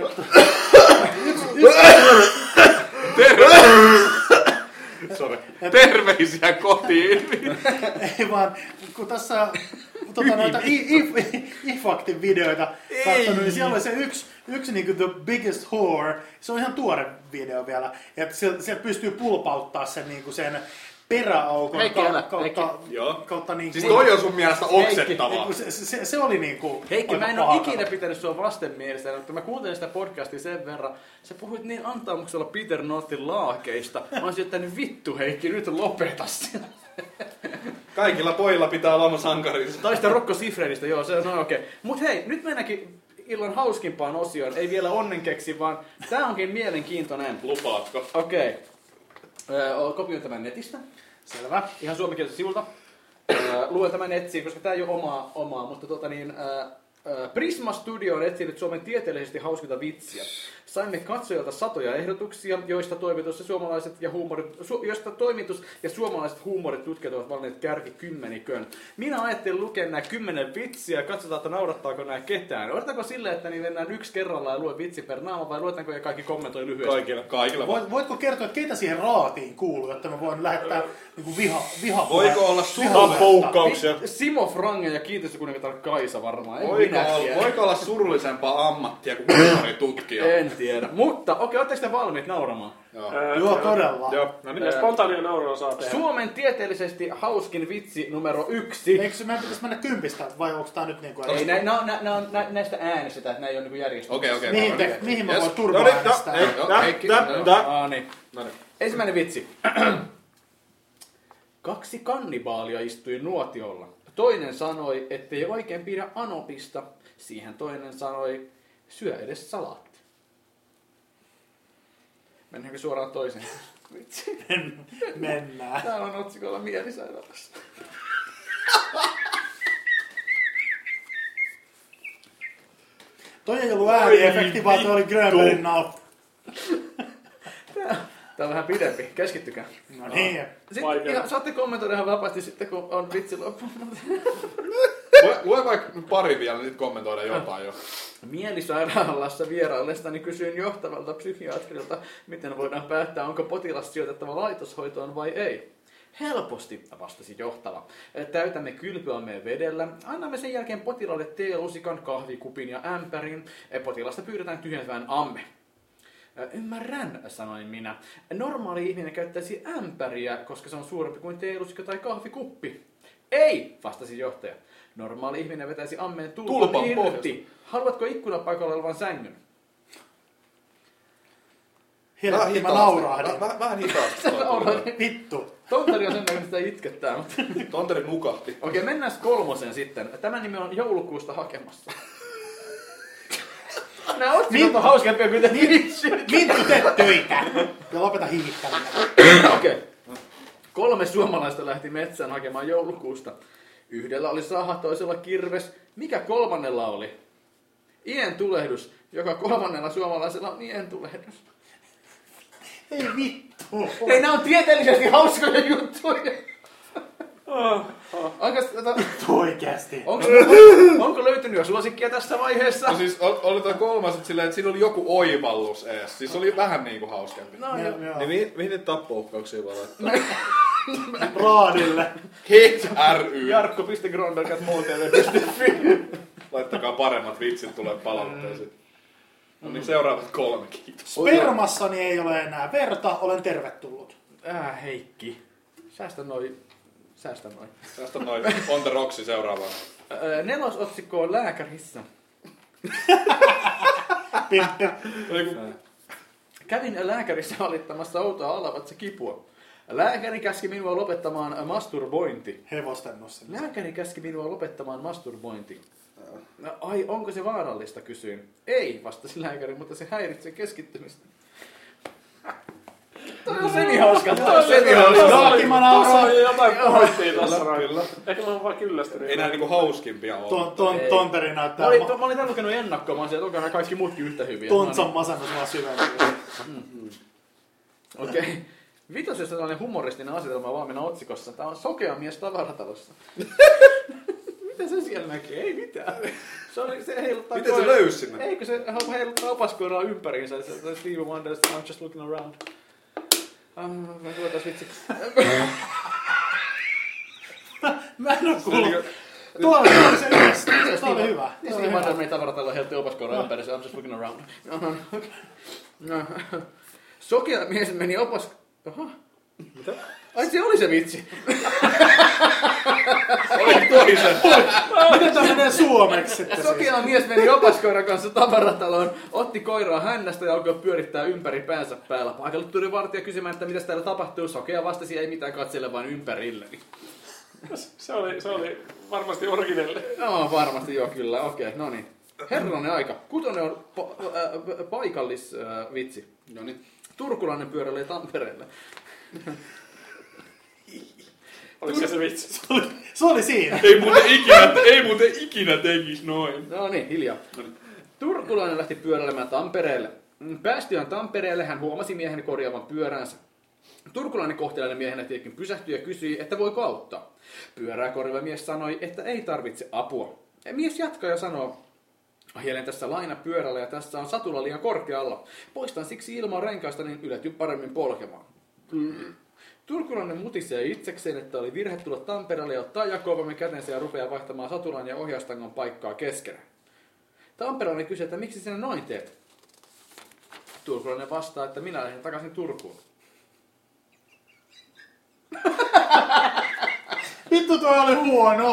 Sorry. Terveisiä kotiin. Ei vaan, kun tässä tota, noita I-Faktin videoita katsonut, niin siellä oli se yksi, yksi niin kuin The Biggest Whore. Se on ihan tuore video vielä. Ja sieltä sieltä pystyy pulpauttaa sen, niin kuin sen peräaukon Heikki, ka- älä. kautta, Joo. kautta niin Siis kuin... toi on sun mielestä oksettavaa. Niin, se, se, se oli niinku... Heikki, aika mä en ole pahalta. ikinä pitänyt sua vastenmielistä, mutta mä kuuntelin sitä podcastia sen verran. Sä puhuit niin antaumuksella Peter Northin laakeista. Mä olisin jättänyt vittu Heikki, nyt lopeta sitä. Kaikilla pojilla pitää olla oma sankarinsa. Tai sitä Rocco Siffredistä, joo, se on okei. Okay. Mut hei, nyt mennäänkin illan hauskimpaan osioon. Ei vielä onnenkeksi, vaan tää onkin mielenkiintoinen. Lupaatko? Okei. Okay. Kopioin tämän netistä. Selvä. Ihan suomenkieliseltä sivulta. Öö, luen tämän etsiin, koska tää ei ole omaa, omaa mutta tota niin... Öö, Prisma Studio on etsinyt Suomen tieteellisesti hauskinta vitsiä. Saimme katsojilta satoja ehdotuksia, joista toimitus ja suomalaiset ja huumorit, su, joista toimitus ja suomalaiset huumoritutkijat ovat valinneet kärki kymmenikön. Minä ajattelin lukea nämä kymmenen vitsiä ja katsotaan, että naurattaako nämä ketään. Odotetaanko silleen, että niin mennään yksi kerrallaan ja lue vitsi per naama vai luetaanko ja kaikki kommentoi lyhyesti? Kaikilla. Kaikilla. Voit, voitko kertoa, että keitä siihen raatiin kuuluu, jotta mä voin lähettää niinku viha, viha Voiko olla Ihan poukkauksia. Simo Frange ja kiinteistökuningatar Kaisa varmaan. En Voiko minä olla, tiedä. voiko olla surullisempaa ammattia kuin huumoritutkija? En tiedä. Mutta okei, okay, ootteko te valmiit nauramaan? Joo. Joo, todella. Joo, no niin. Ja spontaania naurua saa tehdä. Suomen tieteellisesti hauskin vitsi numero yksi. Eikö mä pitäisi mennä kympistä, vai onko tää nyt niinku... Ei, nä, nä, nä, nä, nä, näistä äänestetään, että nämä ei ole niinku järjestetty. Okei, okei. Mihin, okei. te, mihin mä Yes. voin No turvaa niin, äänestää? no, ei, Joo, tä, Heikki, tä, joo. tä. Ah, niin. No niin. Ensimmäinen vitsi. Kaksi kannibaalia istui nuotiolla. Toinen sanoi, ettei oikein pidä anopista. Siihen toinen sanoi, syö edes salaatti. Mennäänkö suoraan toiseen? Vitsi. Mennään. Täällä on otsikolla mielisairaalassa. Toi ei ollut ääniefekti, vaan toi oli Grönbergin nauttu. Tää on vähän pidempi. Keskittykää. No niin. Sitten Vaikea. ihan, saatte kommentoida ihan vapaasti sitten, kun on vitsi loppunut. Lue, lue vaikka pari vielä, niin sit kommentoidaan jotain jo. Mielisairaalassa vieraillestani kysyin johtavalta psykiatrilta, miten voidaan päättää, onko potilas sijoitettava laitoshoitoon vai ei. Helposti, vastasi johtava. Täytämme kylpyammeen vedellä, annamme sen jälkeen potilaalle teelusikan, kahvikupin ja ämpärin. Potilasta pyydetään tyhjentämään amme. Ymmärrän, sanoin minä. Normaali ihminen käyttäisi ämpäriä, koska se on suurempi kuin teelusikka tai kahvikuppi. Ei, vastasi johtaja. Normaali ihminen vetäisi ammeen tulpan, Tulpan irti. pohjasta. Haluatko ikkunapaikalla olevan sängyn? Helvetti, mä naurahdin. Vähän, vähän hitaasti. Vittu. Tontari on sen näköinen, sitä itkettää. Mutta... Tonteri nukahti. Okei, mennään kolmosen sitten. Tämän nimi on Joulukuusta hakemassa. Nämä otsikot on hauskempia kuin te vitsit. Minttu, tee töitä. Ja lopeta hiihittämään. Okei. Kolme suomalaista lähti metsään hakemaan joulukuusta. Yhdellä oli saha, toisella kirves. Mikä kolmannella oli? Ien tulehdus. Joka kolmannella suomalaisella on ien tulehdus. Ei vittu. Ei, nämä on tieteellisesti hauskoja juttuja. Oh, oh. Onko, tota, Oikeasti. onko, onko löytynyt jo suosikkia tässä vaiheessa? No siis oli toi kolmas, että silleen, että siinä oli joku oivallus ees. Siis oli vähän niinku hauskempi. No, Joo, jo. joo. Niin mihin, mihin niitä tappouhkauksia voi laittaa? Raadille. Hit ry. Jarkko piste grondelkat muutv piste fi. Laittakaa paremmat vitsit tulee palautteisiin. No niin, seuraavat kolme, kiitos. Spermassani ei ole enää verta, olen tervetullut. Äh, Heikki. Säästä noin. Säästä noin. Tästä noin on the rocksi seuraavaan. Öö, nelosotsikko on lääkärissä. Kävin lääkärissä valittamassa outoa alavatsa kipua. Lääkäri käski minua lopettamaan masturbointi. Hevostennossa. Lääkäri käski minua lopettamaan masturbointi. No, ai, onko se vaarallista, kysyin. Ei, vastasi lääkäri, mutta se häiritsee keskittymistä. Toi on semihauska, toi on semihauska. Tuossa oli jotain pointtia tässä railla. Ehkä mä oon vaan kyllästynyt. Ei nää niinku hauskimpia ole. Ton, ton, Ei. tonteri Mä näyttää. olin, to, mä olin tämän lukenut ennakkoon, mä olisin, että onko nämä kaikki muutkin yhtä hyviä. Tontsan masennus vaan syventyy. Okei. Okay. Vitosessa tällainen humoristinen asetelma valmiina otsikossa. Tää on sokea mies tavaratalossa. Mitä se siellä näkee? Ei mitään. Se, oli, se heiluttaa Miten se löysi sinne? Eikö se heiluttaa opaskoiraa ympäriinsä? Se, se Stevie Wonder's I'm just looking around. Ah, mä tulee taas vitsi. Mä en oo kuullut. Tuo oli se yhdessä. Tuo oli hyvä. Stevie Wonder meni tavarataloon heilutti opaskoiraa ympäriinsä. I'm just looking around. Sokea mies meni opas... Aha. Mitä? Ai se oli se vitsi. Oli toisen. Miten tää menee suomeksi sitten siis? Sokea mies meni opaskoiran kanssa tavarataloon, otti koiraa hännästä ja alkoi pyörittää ympäri päänsä päällä. Paikalle tuli vartija kysymään, että mitä täällä tapahtuu. Sokea vastasi, ei mitään, katsele vain ympärilleni. Se oli, se oli varmasti originelle. No varmasti joo, kyllä. Okei, okay, no niin. Herranen aika. Kutonen on pa- äh, paikallis äh, vitsi. No niin. Turkulainen pyöräilee Tampereelle. Oliko se se vitsi? Se oli, se oli siinä. Ei muuten ikinä, ei muuten ikinä tekis noin. No niin, hiljaa. Turkulainen lähti pyöräilemään Tampereelle. Päästyään Tampereelle hän huomasi miehen korjaavan pyöränsä. Turkulainen kohtelainen miehenä tietenkin pysähtyi ja kysyi, että voiko auttaa. Pyörää korjaava mies sanoi, että ei tarvitse apua. Mies jatkaa ja sanoo, ajelen tässä laina pyörällä ja tässä on satula liian korkealla. Poistan siksi ilman renkaista, niin yletyn paremmin polkemaan. Mm. Turkulainen mutisee itsekseen, että oli virhe tulla Tampereelle ja ottaa jakovamme kätensä ja rupeaa vaihtamaan satulan ja ohjaustangon paikkaa keskenään. Tamperelainen kysyy, että miksi sinä noin teet? Turkulainen vastaa, että minä lähden takaisin Turkuun. Vittu toi oli huono.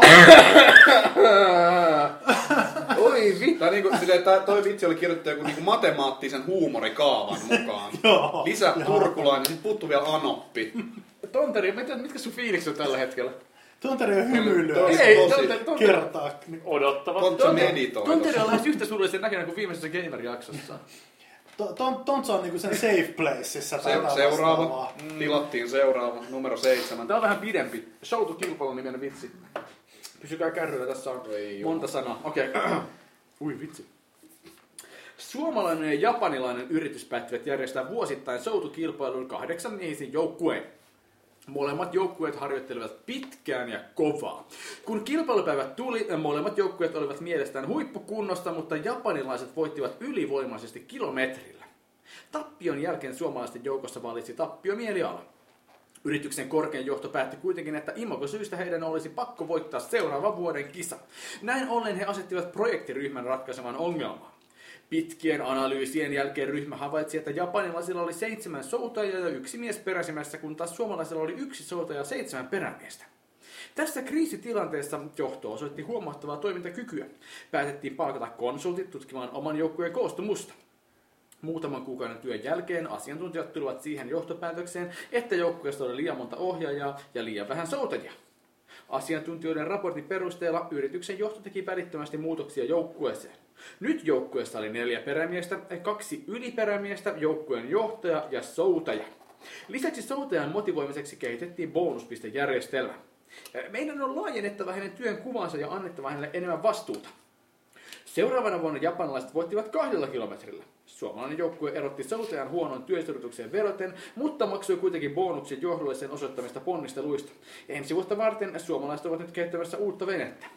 Oi vittu. Tää niinku, silleen, tää, toi vitsi oli kirjoittu joku niinku matemaattisen huumorikaavan mukaan. Joo. Lisä Joo. turkulainen, sit puuttuu vielä anoppi. Tonteri, mitkä, mitkä sun fiilikset on tällä hetkellä? Tonteri on hymyilyä. Tosi, Ei, tosi. Tonteri, Tonteri, Kertaa. Odottava. Tontsa meditoi Tonteri on tossa. lähes yhtä surullisen näköinen kuin viimeisessä Gamer-jaksossa. Tontsa on niinku sen safe placeissa. Se, seuraava. Tilattiin seuraava. Numero seitsemän. Tää on vähän pidempi. Show to kilpailun niminen vitsi. Pysykää kärryillä, tässä on Ei monta sanaa. Okei. Okay. Ui vitsi. Suomalainen ja japanilainen yritys päättivät järjestää vuosittain soutokilpailun kahdeksan miehisen joukkueen. Molemmat joukkueet harjoittelivat pitkään ja kovaa. Kun kilpailupäivät tuli, molemmat joukkueet olivat mielestään huippukunnosta, mutta japanilaiset voittivat ylivoimaisesti kilometrillä. Tappion jälkeen suomalaisten joukossa valitsi tappiomieliala. Yrityksen korkein johto päätti kuitenkin, että imagosyistä heidän olisi pakko voittaa seuraavan vuoden kisa. Näin ollen he asettivat projektiryhmän ratkaisemaan ongelmaa. Pitkien analyysien jälkeen ryhmä havaitsi, että japanilaisilla oli seitsemän soutajaa ja yksi mies peräsimässä, kun taas suomalaisilla oli yksi soutaja ja seitsemän perämiestä. Tässä kriisitilanteessa johto osoitti huomattavaa toimintakykyä. Päätettiin palkata konsultit tutkimaan oman joukkueen koostumusta. Muutaman kuukauden työn jälkeen asiantuntijat tulivat siihen johtopäätökseen, että joukkueesta oli liian monta ohjaajaa ja liian vähän soutajia. Asiantuntijoiden raportin perusteella yrityksen johto teki välittömästi muutoksia joukkueeseen. Nyt joukkueessa oli neljä perämiestä, kaksi yliperämiestä, joukkueen johtaja ja soutaja. Lisäksi soutajan motivoimiseksi kehitettiin bonuspistejärjestelmä. Meidän on laajennettava hänen työn kuvansa ja annettava hänelle enemmän vastuuta. Seuraavana vuonna japanilaiset voittivat kahdella kilometrillä. Suomalainen joukkue erotti soutajan huonon työsuoritukseen veroten, mutta maksoi kuitenkin bonuksen johdollisen osoittamista ponnisteluista. Ensi vuotta varten suomalaiset ovat nyt kehittämässä uutta venettä.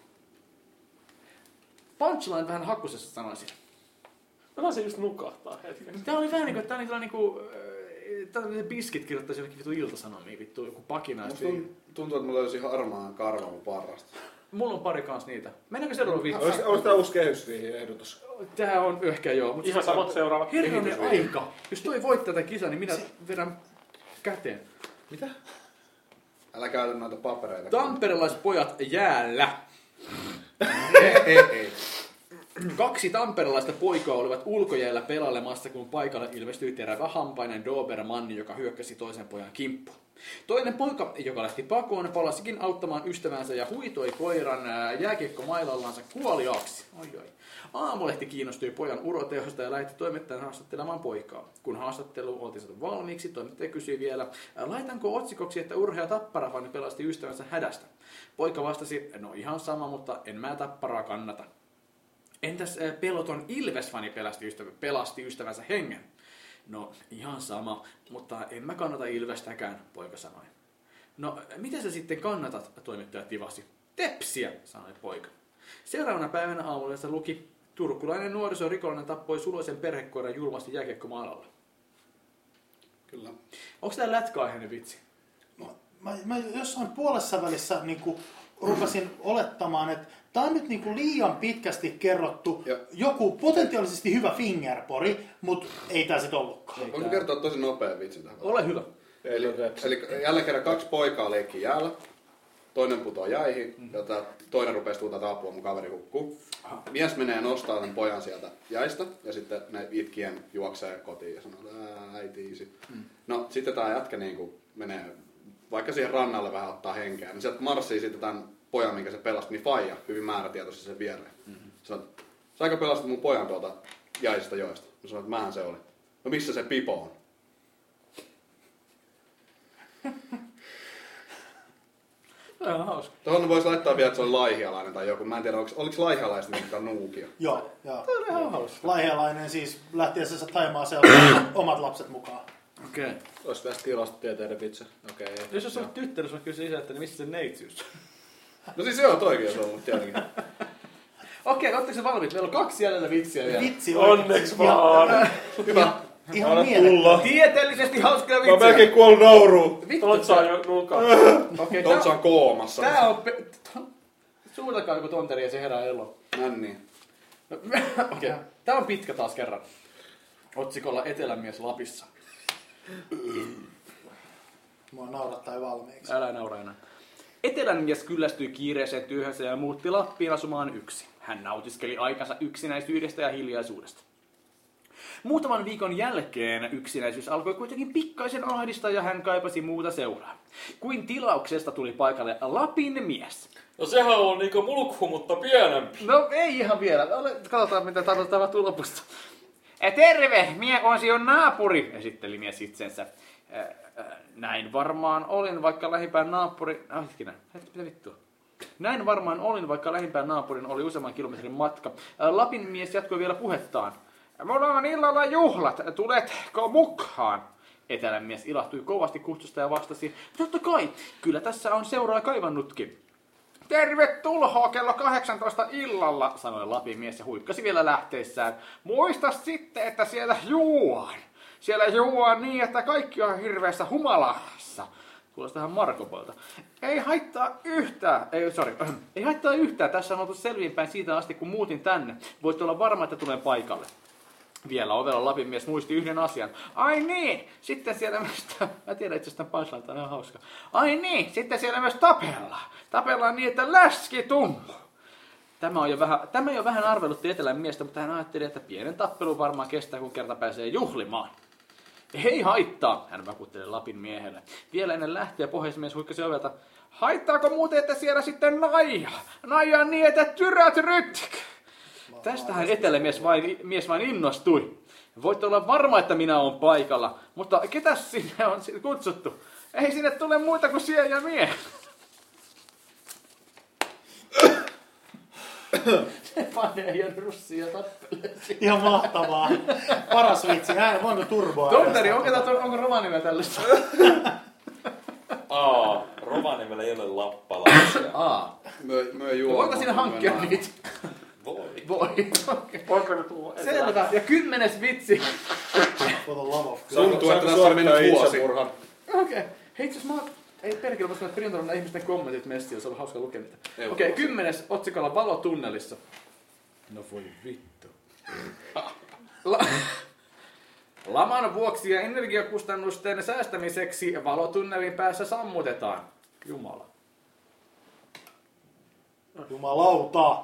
Punchline vähän hakusessa sanoisin. Mä taisin just nukahtaa hetken. Tää oli vähän niinku, tää oli sellainen niinku... Tää oli se Biskit kirjoittaisi jollakin vittu iltasanomiin, vittu joku pakina. Musta tuntuu, että mulla löysi harmaan karvan mun parrasta. Mulla on pari kans niitä. Mennäänkö seuraava viikko? Onko tää uusi kehysriihi-ehdotus? Tää on ehkä joo. Mutta Ihan samat seuraavat herranen kehitysriihi. aika. Jos toi voittaa tätä kisaa, niin minä vedän käteen. Mitä? Älä käytä noita papereita. Tamperelaispojat jäällä. ei, ei, ei. Kaksi tamperelaista poikaa olivat ulkojäällä pelailemassa, kun paikalle ilmestyi terävähampainen Dobermanni, joka hyökkäsi toisen pojan kimppuun. Toinen poika, joka lähti pakoon, palasikin auttamaan ystävänsä ja huitoi koiran jääkiekkomailallansa kuoliaaksi. Oi, oi. Aamulehti kiinnostui pojan uroteosta ja lähetti toimittajan haastattelemaan poikaa. Kun haastattelu oltiin saatu valmiiksi, toimittaja kysyi vielä, laitanko otsikoksi, että urhea Tapparafani pelasti ystävänsä hädästä. Poika vastasi, no ihan sama, mutta en mä Tapparaa kannata. Entäs peloton Ilves-fani pelasti, ystävä, pelasti ystävänsä hengen? No ihan sama, mutta en mä kannata Ilvestäkään, poika sanoi. No mitä sä sitten kannatat, toimittaja tivasi. Tepsiä, sanoi poika. Seuraavana päivänä aamulehdessä luki, turkulainen nuorisorikollinen tappoi suloisen perhekoiran julmasti jääkiekkomaalalla. Kyllä. Onko tää lätkäaiheinen vitsi? Mä, mä, mä jossain puolessa välissä niin kuin, rupesin olettamaan, että tämä on nyt niin kuin liian pitkästi kerrottu ja. Joku potentiaalisesti hyvä fingerpori, mutta ei tämä sitten ollutkaan. Voinko kertoa tosi nopea vitsin tähän? Ole hyvä. Eli, eli jälleen kerran kaksi poikaa leikki jäällä. Toinen putoaa jäihin, mm. ja toinen rupeaa tuutaa apua, mun kaveri hukkuu. Mies menee nostaa tämän pojan sieltä jäistä, ja sitten ne itkien juoksee kotiin ja sanoo, että äiti isi. Mm. No sitten tämä jätkä niin kuin menee, vaikka siihen rannalle vähän ottaa henkeä, niin sieltä marssii sitten tämän pojan, minkä se pelasti, niin faija hyvin määrätietoisesti sen viereen. Mm-hmm. Sanoo, saiko pelastaa mun pojan tuolta jäisistä joista? Mä sanoin, että mähän se oli. No missä se pipo on? Tämä on hauska. Tuohon voisi laittaa vielä, että se oli laihialainen tai joku. Mä en tiedä, oliko, oliko laihialaista mitään nuukia. Joo, joo. Tämä on ihan hauska. Laihialainen siis lähtiessä Thaimaaseen omat lapset mukaan. Okei. Okay. Olisi tästä tilastotieteiden vitsi. Okei. Okay. Jos olisi ollut tyttö, jos mä kysyin isältä, niin missä se neitsyys? No siis se on toikin, jos on ollut tietenkin. Okei, ootteko se valmiit? Meillä on kaksi jäljellä vitsiä vielä. Vitsi Onneksi vaan. Hyvä. Ihan mieletön. Tieteellisesti hauskoja Mä vitsiä. oon melkein kuollut nauruun. Totsa on jo nukaa. Okei, Totsa on koomassa. tää on... Pe- Suutakaa joku tonteri ja se herää eloon. No niin. Okei, tää on pitkä taas kerran. Otsikolla Etelämies Lapissa. Mua naurattaa jo valmiiksi. Älä naura enää. Etelänmies kyllästyi kiireeseen työhönsä ja muutti Lappiin asumaan yksin. Hän nautiskeli aikansa yksinäisyydestä ja hiljaisuudesta. Muutaman viikon jälkeen yksinäisyys alkoi kuitenkin pikkaisen ahdistaa ja hän kaipasi muuta seuraa. Kuin tilauksesta tuli paikalle Lapin mies. No sehän on niinku mulkku, mutta pienempi. No ei ihan vielä. Katsotaan mitä tapahtuu lopusta. Terve, mie on sinun naapuri, esitteli mies itsensä. Näin varmaan olin, vaikka lähimpään naapuri... Ah, hetkinen, mitä vittua? Näin varmaan olin, vaikka lähimpään naapurin oli useamman kilometrin matka. Lapin mies jatkoi vielä puhettaan. Mulla on illalla juhlat, tuletko mukaan? Etelän mies ilahtui kovasti kutsusta ja vastasi, totta kai, kyllä tässä on seuraa kaivannutkin. Tervetuloa kello kahdeksantoista illalla, sanoi Lapin mies ja huikkasi vielä lähteessään. Muista sitten, että siellä juon. Siellä juon niin, että kaikki on hirveässä humalassa. Kuulostaa ihan Markopolta. Ei haittaa yhtään, ei, sorry, ei haittaa yhtään. Tässä on oltu selviinpäin siitä asti, kun muutin tänne. Voit olla varma, että tulen paikalle. Vielä ovella Lapin mies muisti yhden asian. Ai niin, sitten siellä myös... Mä tiedän itse asiassa tämän punchline, tää on ihan hauska. Ai niin, sitten siellä myös tapellaan. Tapellaan niin, että läski tummuu. Tämä on jo vähän, tämä jo vähän arvelutti Etelän miestä, mutta hän ajatteli, että pienen tappelu varmaan kestää, kun kerta pääsee juhlimaan. Ei haittaa, hän vakuutteli Lapin miehelle. Vielä ennen lähtöä pohjoismies huikkasi ovelta. Haittaako muuten, että siellä sitten naija? Naija niin, että tyrät rytk. Tästähän etelämies vain, mies vain innostui. Voit olla varma, että minä olen paikalla, mutta ketäs sinne on kutsuttu? Ei sinne tule muita kuin sie ja mie. Panee ja russia tappelee. Ihan mahtavaa. Paras vitsi. Ää, voinko turboa? Tonteri, onko, tää- onko Rovaniemellä tällaista? Aa, Rovaniemellä ei ole lappalaisia. Aa. Myö, myö juo. Voiko siinä hankkia Myö- niitä? Voi. Voi. Okay. Voiko ne tulla? Selvä. Ja kymmenes vitsi. For the love of God. Tuntuu, että tässä on mennyt vuosi. itsemurhan? Okei. Okay. Hei, itse asiassa mä... Ei perkele, voisi mennä printoilla nämä ihmisten kommentit messiin, se on hauska lukea niitä. Ei Okei, voi. kymmenes otsikolla valotunnelissa. No voi vittu. La- Laman vuoksi ja energiakustannusten säästämiseksi valotunnelin päässä sammutetaan. Jumala. Jumalauta.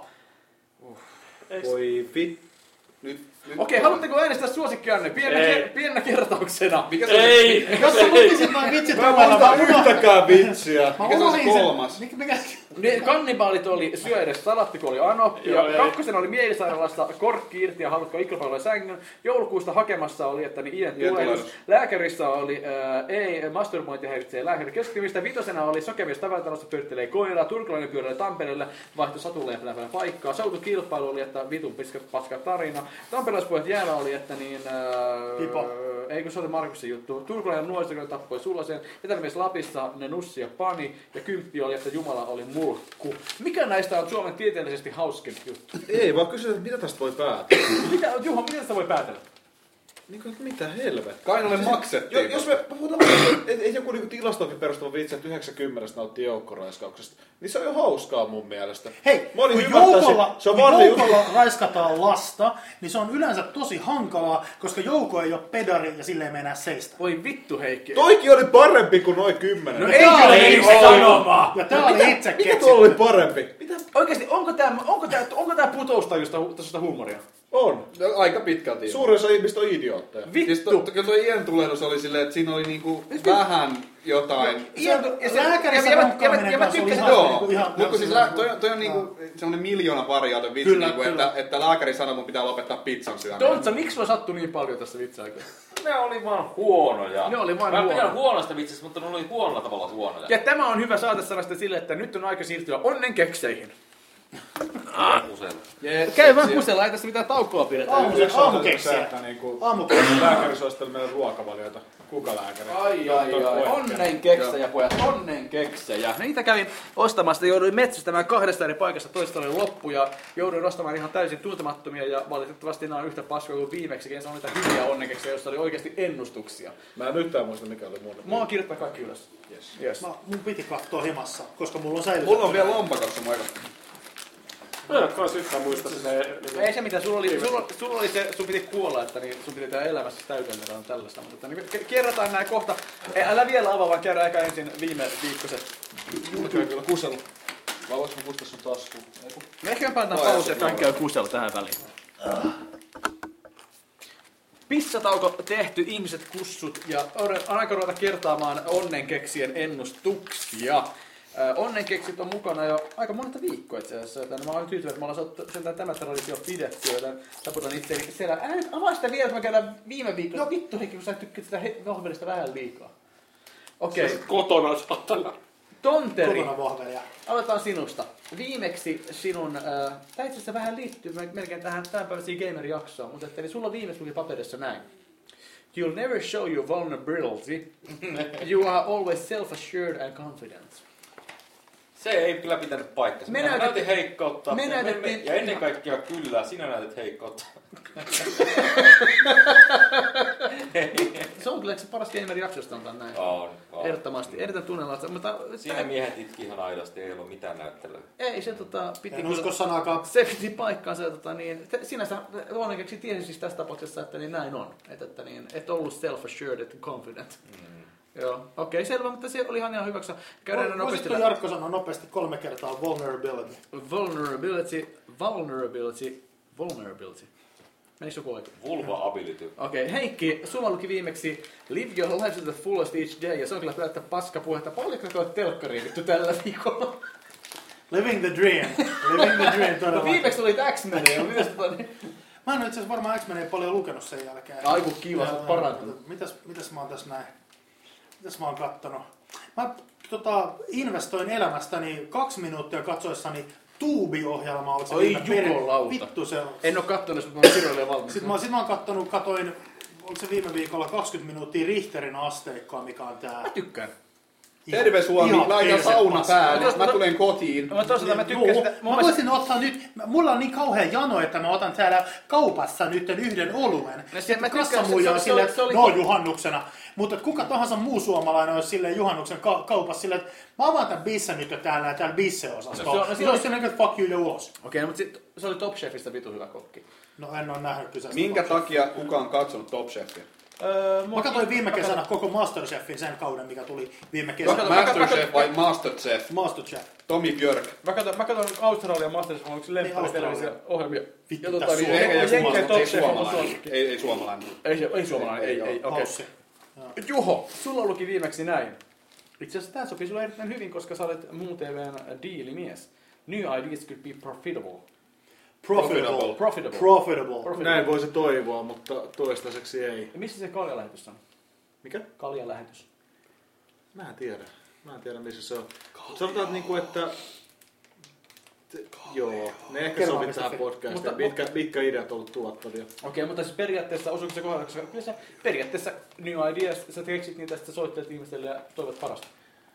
Voi vit... Nyt, nyt. Okei, haluatteko äänestää suosikkianne pienä, Ei. ker- pienä kertauksena? Mikä se on? Ei! Jos sä lukisit noin vitsit Mä en huomenna, muista mä unohdan. yhtäkään vitsiä. Mä Mikä se on se unohdin sen. kolmas? Mikä, mikä? Ne kannibaalit oli syö edes salatti, kun oli ano. Joo, Ja ei. kakkosena oli mielisairaalasta korkki irti ja haluatko iklapalloja sängyn. Joulukuusta hakemassa oli, että niin iän Iän tulehdus. tulehdus. Lääkärissä oli ää, ei, masturbointi häiritsee lääkärin keskittymistä. Vitosena oli sokemies tavaratalossa pyörittelee koiraa. Turkulainen pyöräili Tampereelle, vaihtoi satuleipälän paikkaa. Soutukilpailu oli, että vitun piska paska tarina. Tamperelaispuhet jäällä oli, että niin... Ää, Pipo. Ei kun se oli Markuksen juttu. Turkulainen nuoriso tappoi Sullasen. Etämies Lapissa ne Nussi ja Pani. Ja kymppi oli, että Jumala oli mulkku. Mikä näistä on Suomen tieteellisesti hauskin juttu? Ei, vaan kysytään, mitä tästä voi päätellä. Mitä, Juha, mitä tästä voi päätellä? Niin kuin, mitä helvettiä? Kainalle Jo, maksettiin. jos me puhutaan, että ei joku niinku tilastoihin perustuva vitsi, että yhdeksänkymmentä nautti joukkoraiskauksesta, niin se on jo hauskaa mun mielestä. Hei, Mä olin kun ymmärtää joukolla, se- se on kun vanha juttu. joukolla raiskataan lasta, niin se on yleensä tosi hankalaa, koska jouko ei ole pedari ja silleen mennä seistä. Voi vittu Heikki. Toikin oli parempi kuin noin kymmenen. No No, ei Tää kyllä oli ei itse sanoma. Ja tää oli itse mikä keksitty. tuolla oli parempi? Mitä? Oikeesti, onko tää, onko tää, onko tää putoustajusta tasosta huumoria? On. No, aika pitkälti. Suurin osa ihmistä on idiootteja. Siis to, Vittu. kyllä tuo iän tulehdus oli silleen, että siinä oli niinku vähän jotain. Lääkärissä ja mä- rankkaaminen ja mä kanssa oli tykkäsin- ihan- Joo, niinku ihan- mutta siis lä- toi, toi on niinku semmonen miljoona variaatio vitsi, Kyllä, niinku, kyllä. että, että lääkäri sanoi, mun pitää lopettaa pizzan syöminen. Tontsa, miksi sulla sattui niin paljon tässä vitsaikua? Ne oli vaan huonoja. Ne oli vaan Mä huonoja. pidän huonosta vitsistä, mutta ne oli huonolla tavalla huonoja. Ja tämä on hyvä saatesana sitten sille, että nyt on aika siirtyä onnen kekseihin. Usein. Jees, Käy vaan siis- kusella, ei tässä mitään taukoa pidetä. Aamu- Se on aamukeksiä. se, että niinku Aamukeksiä. lääkäri suosittelee meille ruokavalioita. Kuka lääkäri? Ai ai ai, onnen keksejä pojat, onnen keksejä. Niitä kävin ostamasta, jouduin metsästämään kahdesta eri paikassa, toista oli loppu ja jouduin ostamaan ihan täysin tuntemattomia ja valitettavasti nämä on yhtä paskoja kuin viimeksikin. Se on niitä hyviä onnenkeksejä, joissa oli oikeasti ennustuksia. Mä en yhtään muista mikä oli mun. Mä oon kirjoittanut kaikki ylös. Yes. Yes. Mä, mun piti katsoa himassa, koska mulla on säilytetty. Mulla on vielä lompakossa moika. Mä en kans yhtään muista silleen... Ei se mitä, sulla oli, sulla, sulla oli se, sun piti kuolla, että niin, sun piti tehdä elämässä täytäntöön tällaista. Mutta että, niin, ke- kerrataan nää kohta. Ei, älä vielä avaa, vaan käydään aika ensin viime viikkoiset YouTube-kuselu. Vai voisiko mä kustaa sun taskuun? Ei kun- Me ehkä me painetaan Vai, pause ja se kaikki käy kuselu tähän väliin. Pissatauko tehty, ihmiset kussut ja on on aika ruveta kertaamaan onnenkeksien ennustuksia. Äh, Onnenkeksit on mukana jo aika monta viikkoa itse asiassa, joten mä oon tyytyväinen, että me ollaan saatu sentään tämä traditio pidetty, joten taputan itseäni siellä. Älä nyt avaa sitä vielä, että me käydään viime viikolla. No vittu Heikki, kun sä tykkäät sitä he- vohvelista vähän liikaa. Okei, okay. Kotona saatana. Tonteri, Kotona vohvelia. aloitetaan sinusta. Viimeksi sinun, äh, tämä itse asiassa vähän liittyy melkein tähän tämänpäiväisiin gamer-jaksoon, mutta että, niin sulla viimeksi luki paperissa näin. You'll never show your vulnerability. You are always self-assured and confident. Se ei kyllä pitänyt paikkansa. Me Me näytettiin- näytin heikkoutta. me ja, näytettiin- me, ja ennen kaikkea kyllä, sinä näytät heikkoutta. Se on kyllä se paras gamer-jakso, josta on näin. On, on. Ehdottomasti, erittäin tunnella. Mutta Siinä miehet itki ihan aidosti, ei ollut mitään näyttelyä. ei se tota, piti En usko sanaakaan. se piti paikkaansa, että tota, niin, te, sinänsä onneksi tiesin siis tässä tapauksessa, että niin näin on. Että, että niin, et ollut self-assured and confident. Mm. Joo, okei, okay, selvä, mutta se oli ihan ihan hyväksi. Käydään nopeasti Voisitko läpi. Jarkko sanoa nopeasti kolme kertaa vulnerability? Vulnerability, vulnerability, vulnerability. Menikö joku oikein? Vulva ability. Okei, okay, Heikki, sulla luki viimeksi Live your life to the fullest each day, ja se on kyllä pelkkä paskapuhetta. Paljonko koet telkkariin vittu tällä viikolla? Living the dream. Living the dream No todella. viimeksi oli X-Menia, mutta mitäs tota niin? Mä en ole itse asiassa varmaan X-Menejä paljon lukenut sen jälkeen. Ai kun kiva, sä oot Joo, parantunut. Mitäs, mitäs mä oon tässä näin? Mitäs mä oon kattonut? Mä tota, investoin elämästäni kaksi minuuttia katsoessani Tuubi-ohjelma, onko se Oi, viime per- jukolauta. Vittu se on. En oo kattonut, mutta mä oon kirjoilija valmis. Sitten mä, sit mä oon kattonut, katoin, onko se viime viikolla kaksikymmentä minuuttia Richterin asteikkoa, mikä on tää. Mä tykkään. Terve Suomi, Ihan laita perse sauna paskaa. päälle. Mä tulen kotiin. Mä toisaalta mä tykkään Joo, sitä. mä Mun mielestä- voisin ottaa nyt, mulla on niin kauhean jano, että mä otan täällä kaupassa nyt yhden oluen. No se- Sitten mä tykkään, kassamuija on se- se- silleen, se että oli- no juhannuksena. Mutta kuka tahansa muu suomalainen olisi silleen juhannuksen ka- kaupassa silleen, että mä avaan tämän bissen nyt jo täällä ja täällä bisse-osastolla. No se on- No, se se on- olisi silleen, että fuck you ja ulos. Okei, no, mutta sit, se oli Top Chefistä vitu hyvä kokki. No en oo nähnyt kyseistä. Minkä takia kukaan on katsonut Top Chefia? Öö, Mä katsoin viime kesänä koko Masterchefin sen kauden, mikä tuli viime kesänä. Mä katsoin- Masterchef vai Masterchef? Masterchef. Tomi Björk. Mä katson, mä katson Australian Masterchef, onko se lemppari-televisio-ohjelmia. Vittu, Ja tota, tää niin, Suomi- Jenkkien Eikä joku Top ei Chef on mun suomalainen. suosikki. Ei, ei suomalainen. Ei, se- ei suomalainen, ei, Ei, ei, joo. okei. Haussi. Juho, sulla luki viimeksi näin. Itse asiassa tää sopii sulle erittäin hyvin, koska sä olet muun T V:n diilimies. New ideas could be profitable. Profitable. Profitable. Profitable. Profitable. Näin voisi toivoa, mutta toistaiseksi ei. Ja missä se kaljalähetys on? Mikä? Kaljalähetys. Mä en tiedä. Mä en tiedä missä se on. Sanotaan, niinku, että... Te, joo, ne ehkä Kerro, sopit mistä tähän fi- podcastiin. mutta- Mitkä, mitkä ideat on ollut tuottavia? Okei, mutta siis periaatteessa osuuko se kohdalla, koska kyllä sä periaatteessa New Ideas, sä keksit niitä, sitten sä soittelet ihmiselle ja toivot parasta.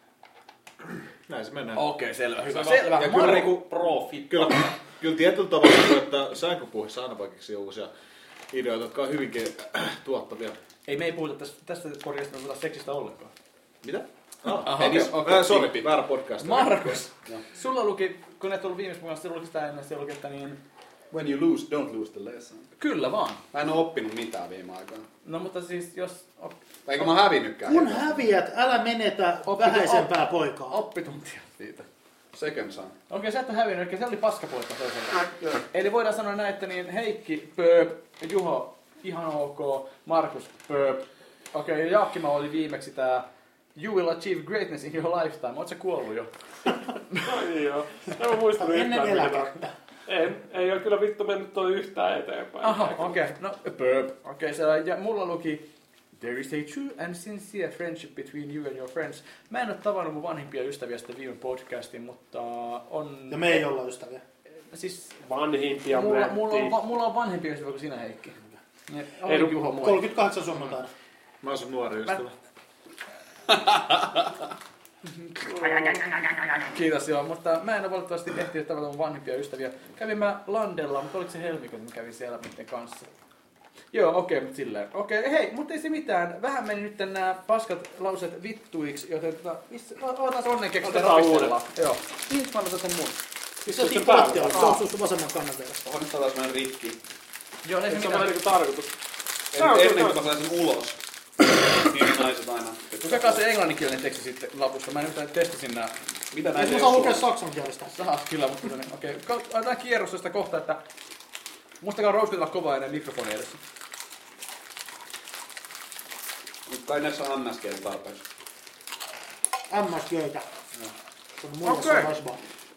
Näin se menee. Okei, selvä, hyvä. Selvä. Selvä. Ja kyllä, Marko, niinku, Profit. kyllä, kyllä tietyllä tavalla, että sänkypuhissa aina vaikka uusia ideoita, jotka on hyvinkin tuottavia. ei me ei puhuta tästä, tästä korjasta, me puhutaan seksistä ollenkaan. Mitä? Aha, Ei, okei, niin, okei. äh, sorry, väärä podcast. Markus, sulla luki, kun et ollut viimeisessä mukana, sulla luki sitä ennen, siellä luki, että niin... When you lose, don't lose the lesson. Kyllä vaan. Mä en oo oppinut mitään viime aikoina. No mutta siis jos op, Tai eikö mä hävinnytkään? Kun häviät, älä menetä Oppi- vähäisempää poikaa. oppituntia siitä. Second son. Okei, sä et ole hävinnyt, eli se oli paskapoikka toisaalta. Eli voidaan sanoa näin, että niin Heikki, pööp, Juho, ihan ok, Markus, pööp. Okei, ja Jaakkima oli viimeksi tää You will achieve greatness in your lifetime. Oot sä kuollut jo? Ai joo. En mä muistanut Ennen yhtään mitään. eläkettä. En, ei ole kyllä vittu mennyt toi yhtään eteenpäin. Aha, okei. Okay. No, pööp. Okei, okay, ja mulla luki There is a true and sincere friendship between you and your friends. Mä en ole tavannut mun vanhimpia ystäviä sitä viime podcastin, mutta on... Ja me ei olla ystäviä. Siis Vanhimpia mulla, mättiin. mulla, on, va- mulla on vanhempi ystävä kuin sinä, Heikki. Ja, Ei, oli Juho moi. kolmekymmentäkahdeksan sunnuntaina. Mä oon sun nuori ystävä. Kiitos joo, mutta mä en ole valitettavasti ehtinyt tavata mun vanhimpia ystäviä. Kävin mä Landella, mutta oliko se helmikuuta, mä kävin siellä niiden kanssa. Joo, okei, okay, mutta silleen. Okei, okay, hei, mutta ei se mitään. Vähän meni nyt nämä paskat lauseet vittuiksi, joten tota, missä, otas onnen keksitä Otetaan rapistellaan. Joo. Mihin mä laitan sen mun? Siis se on sen tikkaatti, päällä. se on sun vasemman kannan vielä. Onhan nyt taas mennä rikki. Joo, ei se Se on mitään. vähän niinku tarkoitus. En, Tää on ennen kyllä- kuin mä sain sen ulos. Niin naiset aina. Lukekaa se englanninkielinen teksti sitten lapusta. Mä nyt testasin nää. Mitä Ei näitä mä ei saa oo lukea suomeksi? saksankielistä. Sahat kyllä, mutta niin, okei. Okay. Otetaan kierros sitä kohta, että muistakaa roustella kovaa ennen mikrofoni edessä. Mut kai näissä on M S G tarpeeksi. M S G:tä. Se on mulla Okei. se rasva.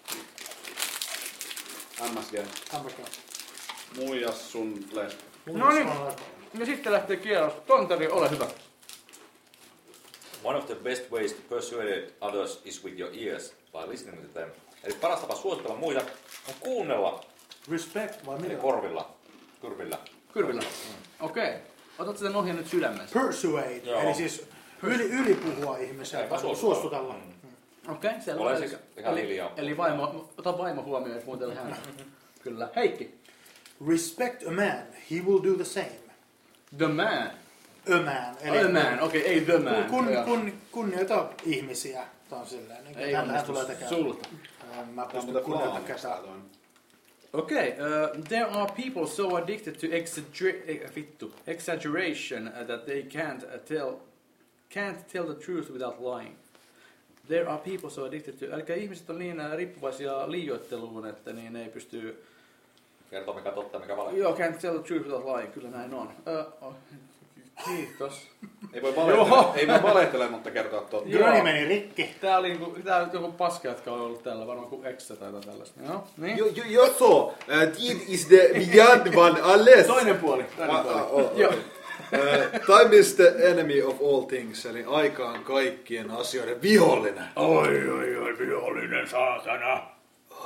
M S G. M S G. Muijas sun lesbo. Mulla No se niin. on rasva. Ja sitten lähtee kierros. Tontari, ole hyvä. One of the best ways to persuade others is with your ears, by listening to them. Eli paras tapa suositella muita on kuunnella Respect vai eli mitä? korvilla, kurvilla. Kyrvillä. Okei. Okay. Otat sen ohjeen nyt sydämessä. Persuade, Joo. eli siis yli, ylipuhua ihmisiä, Eikä tai suostutella. suostutella. Okei, okay, selvä. Ole Eli- siis ihan eli, hiljaa. eli vaimo, ota vaimo huomioon, että muutelle häntä. Kyllä. Heikki. Respect a man, he will do the same. The man. A man, eli The man, okei, okay, ei the man. kun, Joo. kun, kunnioita ihmisiä. Tämä on silleen, niin Ei hänhän onnistu tulee tekemään. sulta. En mä Tää on pysty muuten kunnioita flaamista ketään. toinen. Okay, uh, there are people so addicted to exagger- eh, vittu, exaggeration uh, that they can't uh, tell can't tell the truth without lying. There are people so addicted to, eli ihmiset on niin uh, riippuvaisia liioitteluun, että niin ne ei pysty, Kertoo mikä totta, mikä vale. joo, can't tell the truth without lying, kyllä näin on. Uh, oh, kiitos. Ei voi valehtele, ei voi valehtele, mutta kertoa totta. Joo. Gröni meni rikki. Tää oli niinku, tää on joku paska, jotka on ollut tällä, varmaan kuin Extra tai jotain tällaista. Joo, niin. Jo, jo, jo så, äh, tid is the beyond one alles. Toinen puoli, toinen Ah, puoli. ah, oh, Joo. Äh, time is the enemy of all things, eli aika on kaikkien asioiden vihollinen. Oi, oi, oi, vihollinen saatana.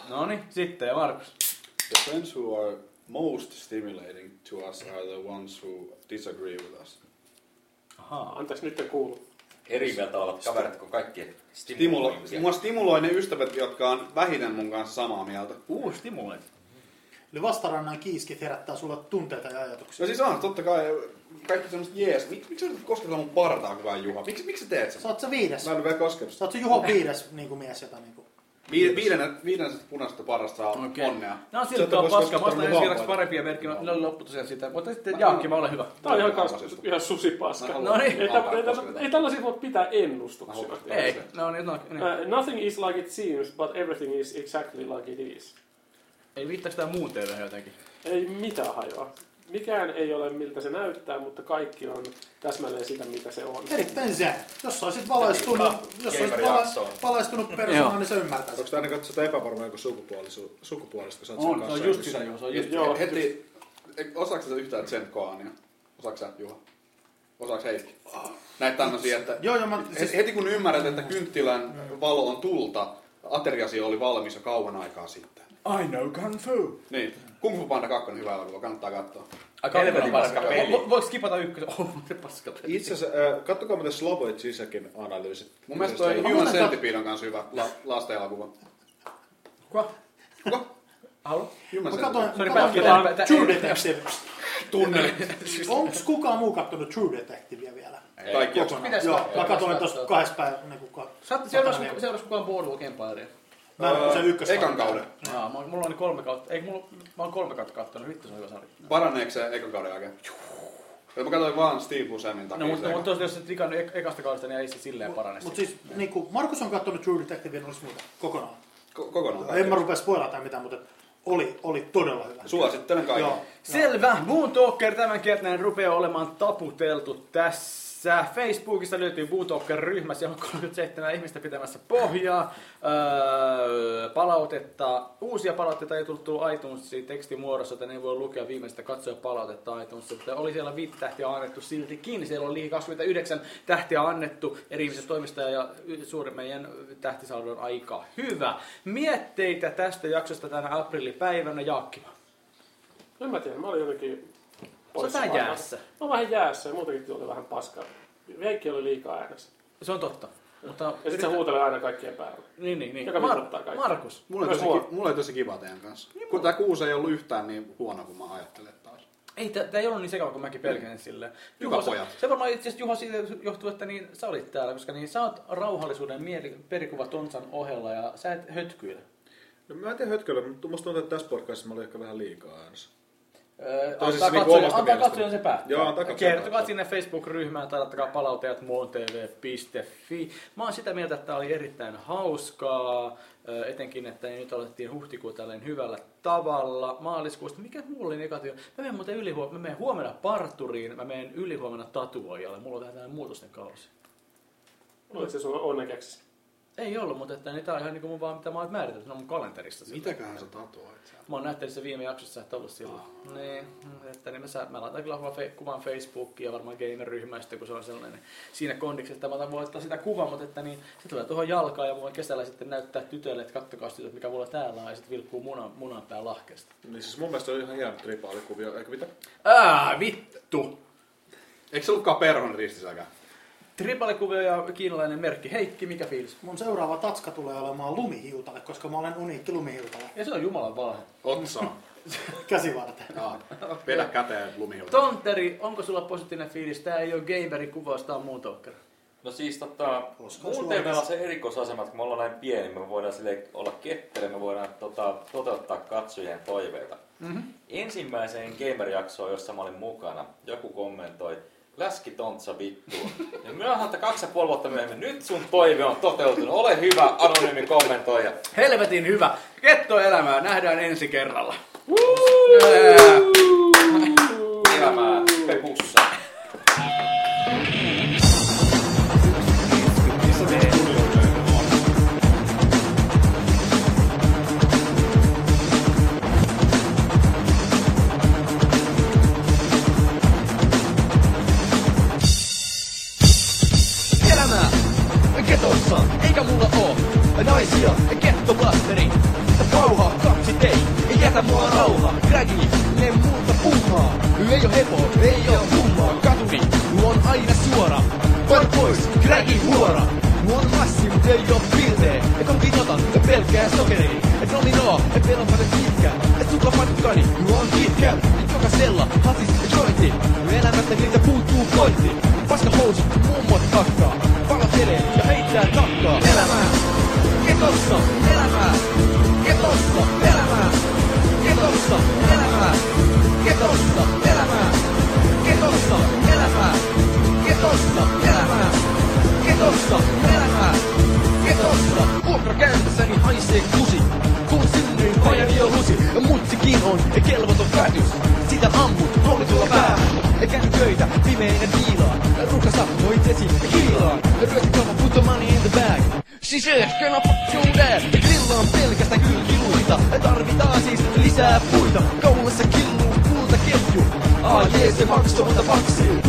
Noniin, sitten ja Markus. The friends who are most stimulating to us are the ones who disagree with us. Ahaa. Anteeksi, nyt en kuulu. Eri mieltä olevat kaverit kuin kaikki Stimulo- stimuloimisia. Mua stimuloi ne ystävät, jotka on vähiten mun kanssa samaa mieltä. Uu, stimuloit. Eli vastarannan kiiskit herättää sulle tunteita ja ajatuksia. No siis on, totta kai kaikki semmoset jees. Mik, miksi sä yrität kosketella mun partaa koko ajan, Juha? Miksi, miksi sä teet sen? Sä oot se viides. Mä en ole vielä koskenut Sä oot se Juhon viides niin kuin mies, jota niinku... Vi, viiden, viidennestä punaisesta parasta saa Okei. onnea. No Sä siltä et on vois paska. Mä koskettaa ostan mun ensi kerraksi hampaita. parempia merkkejä. Ne oli loppu tosiaan sitä. Mutta sitten Jaakki, mä ole hyvä. Tää on ihan, kans, Mä- ihan susipaska. Mä- No niin. Ei, tä- ei, tä- Mä- ei tällaisia voi pitää ennustuksina. Mä- Ei, no niin, no niin. Uh, nothing is like it seems, but everything is exactly like it is. Ei viittaako tää muun T V jotenkin? Ei mitään hajoa. Mikään ei ole miltä se näyttää, mutta kaikki on täsmälleen sitä, mitä se on. Erittäin zen. Jos sä olisit valaistunut, jos sä olisit Gamer-jaksoon. vala, valaistunut persoona, niin sä ymmärtäisit. Onko tää aina katsota epävarmaa joku sukupuolisu, sukupuolista, kun sä oot sen On, se kanssa on just yhdessä? sitä, joo. Se on just Joo. Heti, osaatko sä yhtään Zen-koania? Osaatko sä, Juha? Osaatko Heikki? Näitä tämmösiä, että Joo, joo, mä, siis... heti kun ymmärrät, että kynttilän valo on tulta, ateriasi oli valmis jo kauan aikaa sitten. I know Kung Fu. Niin. Kung Fu Panda kaksi hyvä elokuva, kannattaa katsoa. Helvetin paska peli. Vo- Voiko skipata ykkösen? Oh, se paska peli. Itse asiassa, äh, kattokaa muuten Slavoj Žižekin analyysit. Mun mielestä toi Kyseistä Human Mä Centipede on kanssa hyvä la, lasten elokuva. Kuka? Kuka? Halu? Human mä Centipede. katsoin, Sori, mä pää- katsoin pää- pää- True ei- Detective. Tunneli. Onks kukaan muu kattonut True Detectivea vielä? Kaikki Kokonaan. Pitäis Joo, katsoa. mä katsoin Pitäis tossa katsoa. kahdessa päivässä. Niin kuin Sä seuraas seuraas kukaan Boardwalk Empire. Mä en se ykkös. Ekan kauden. Aa, mä- mulla on kolme kautta. Ei, mulla, mä oon kolme kautta kattonut. Vittu, se on hyvä sarja. Paraneeko se ekan kauden jälkeen? Ja mä katsoin vaan Steve Buscemin takia. No, mutta, se mutta jos et digannut ek- ekasta kaudesta, niin ei se silleen parane. Mut siis, niinku, Markus on kattonut True Detectivea noissa muuta. Kokonaan. Ko- kokonaan. En mä rupea spoilaamaan tai mitään, mutta oli, oli todella hyvä. Suosittelen kaikille. Joo. Selvä. Moon Talker tämänkertainen rupeaa olemaan taputeltu tässä. Facebookista löytyy Moon Talker-ryhmä. Siellä on kolmekymmentäseitsemän ihmistä pitämässä pohjaa. Öö, palautetta. Uusia palautteita ei tullut tullut iTunesin tekstimuodossa, joten ei voi lukea viimeistä katsoa palautetta iTunesissa. Mutta oli siellä viisi tähtiä annettu siltikin. Siellä oli kaksikymmentäyhdeksän tähtiä annettu eri ihmiset toimista ja suurin meidän tähtisaldo on aika hyvä. Mietteitä tästä jaksosta tänä aprillipäivänä, Jaakki. En mä tiedä, mä olin jotenkin... poissa vähän varmaan. jäässä. Mä oon vähän jäässä ja muutenkin oli vähän paskaa. Heikki oli liikaa äänessä. Se on totta. Mutta Ja sit se huutelee aina kaikkien päälle. Niin, niin, niin. Joka Mar- vituttaa kaikki. Markus. Mulla on, Myös tosi, mua. ki- mulla oli tosi kiva teidän kanssa. Kun tää kuusi ei ollut yhtään niin huono kuin mä ajattelin taas. Ei, tää ei ollut niin sekava kuin mäkin pelkäsin silleen. Hyvä Juho, pojat. Se varmaan itse asiassa Juho siitä johtuu, että niin, sä olit täällä, koska niin, sä oot rauhallisuuden mieli, perikuva Tontsan ohella ja sä et hötkyile. No, mä en tiedä hötköllä, mutta musta tuntuu, että tässä podcastissa mä olin ehkä vähän liikaa äänessä. Öö, Tai siis antaa niinku katsoja, omasta antaa mielestäni. katsojan se päättää. Joo, antaa katsojan Kertokaa päättää. sinne Facebook-ryhmään tai laittakaa palautteet moontv piste fi. Mä oon sitä mieltä, että tää oli erittäin hauskaa. Öö, etenkin, että nyt aloitettiin huhtikuun tälleen hyvällä tavalla. Maaliskuusta, mikä mulla oli negatiivinen? Mä menen muuten ylihuomenna, mä menen huomenna parturiin, mä menen ylihuomenna tatuoijalle. Mulla on vähän tämmöinen muutosten kausi. Oliko se sun onnekeksi? Ei ollut, mutta että, niin tää on ihan niin kuin mun vaan, mitä mä oon määritellyt, se on mun kalenterissa. Mitäköhän sä tatuoit siellä? Mä oon näyttänyt se viime jaksossa, että ollut silloin. Oh. Niin, että niin mä, sä, mä laitan kyllä kuvan, fe, kuvan Facebookiin ja varmaan gamer-ryhmään sitten, kun se on sellainen. Niin siinä kondiksi, että mä otan voi ottaa sitä kuvaa, mutta että niin, se tulee tuohon jalkaan ja mä voin kesällä sitten näyttää tytöille, että kattokaa tytöt, mikä mulla täällä on, ja sitten vilkkuu munan, munan pää lahkeesta. Niin siis mun mielestä oli ihan hieno tripaalikuvio, eikö mitä? Ää, vittu! Eikö se ollutkaan perhon ristisäkään? Tripalikuvio ja kiinalainen merkki. Heikki, mikä fiilis? Mun seuraava tatska tulee olemaan lumihiutale, koska mä olen uniikki lumihiutale. Ja se on Jumalan valhe. Otsaan. Käsivarteen. Jaa. Vedä käteen lumihiuta. Tonteri, onko sulla positiivinen fiilis? Tää ei ole gamerin kuvaus, tää on Moon Talker. No siis tota, Olisiko muuten meillä on Suomessa? se erikoisasema, että kun me ollaan näin pieni, niin me voidaan sille olla ketteriä, me voidaan tota, toteuttaa katsojien toiveita. Mm-hmm. Ensimmäiseen Gamer-jaksoon, jossa mä olin mukana, joku kommentoi, läski Tontsa vittu. Ja myöhään kaksi ja puoli vuotta myöhemmin, nyt sun toive on toteutunut, ole hyvä anonyymi kommentoija. Helvetin hyvä. Kettoelämää nähdään ensi kerralla. Elämää pepussa. Elämää ketossa, eikä mulla oo naisia, kettoblasteri. mitä pauhaa, kapsi tei, ei jätä mua rauhaa. Gragi, ne muuta puuhaa, ei oo hepo, ei oo kummaa. Katuri, nuo on aina suora, vaan pois, Gragi huora. Nuo on massi, mut ei oo piltee, et onkin otan, ja pelkkää sokerii. Et nominoo, et pelon paljon pitkä, et suklapatkani, nuo on pitkä. Jokasella, hatis ja jointi, elämästä niitä puuttuu koitti. Paska housut, mummot hakkaa, palotelee ja heittää takkaa. Elämää, ketossa, elämää, ketossa, elämää, ketossa, elämää, ketossa, elämää, ketossa, elämää, ketossa, elämää, ketossa, elämää, ketossa. Vuokra käynnissäni haisee kusi, kun synnyin pajani jo lusi. Mutsikin on kelvoton vätys, sitä ammut rollitulla päähän. Eikä nyt töitä, pimeinen viilaa, ruka sattui itsesi ja kiilaa. Ryöti kaupan put the money in the bag. She says, can I fuck you there? Grillaan pelkästään kylkiluita, tarvitaan siis lisää puita. Kaulassa killuu kultaketju, aa jee se maksoi monta paksia.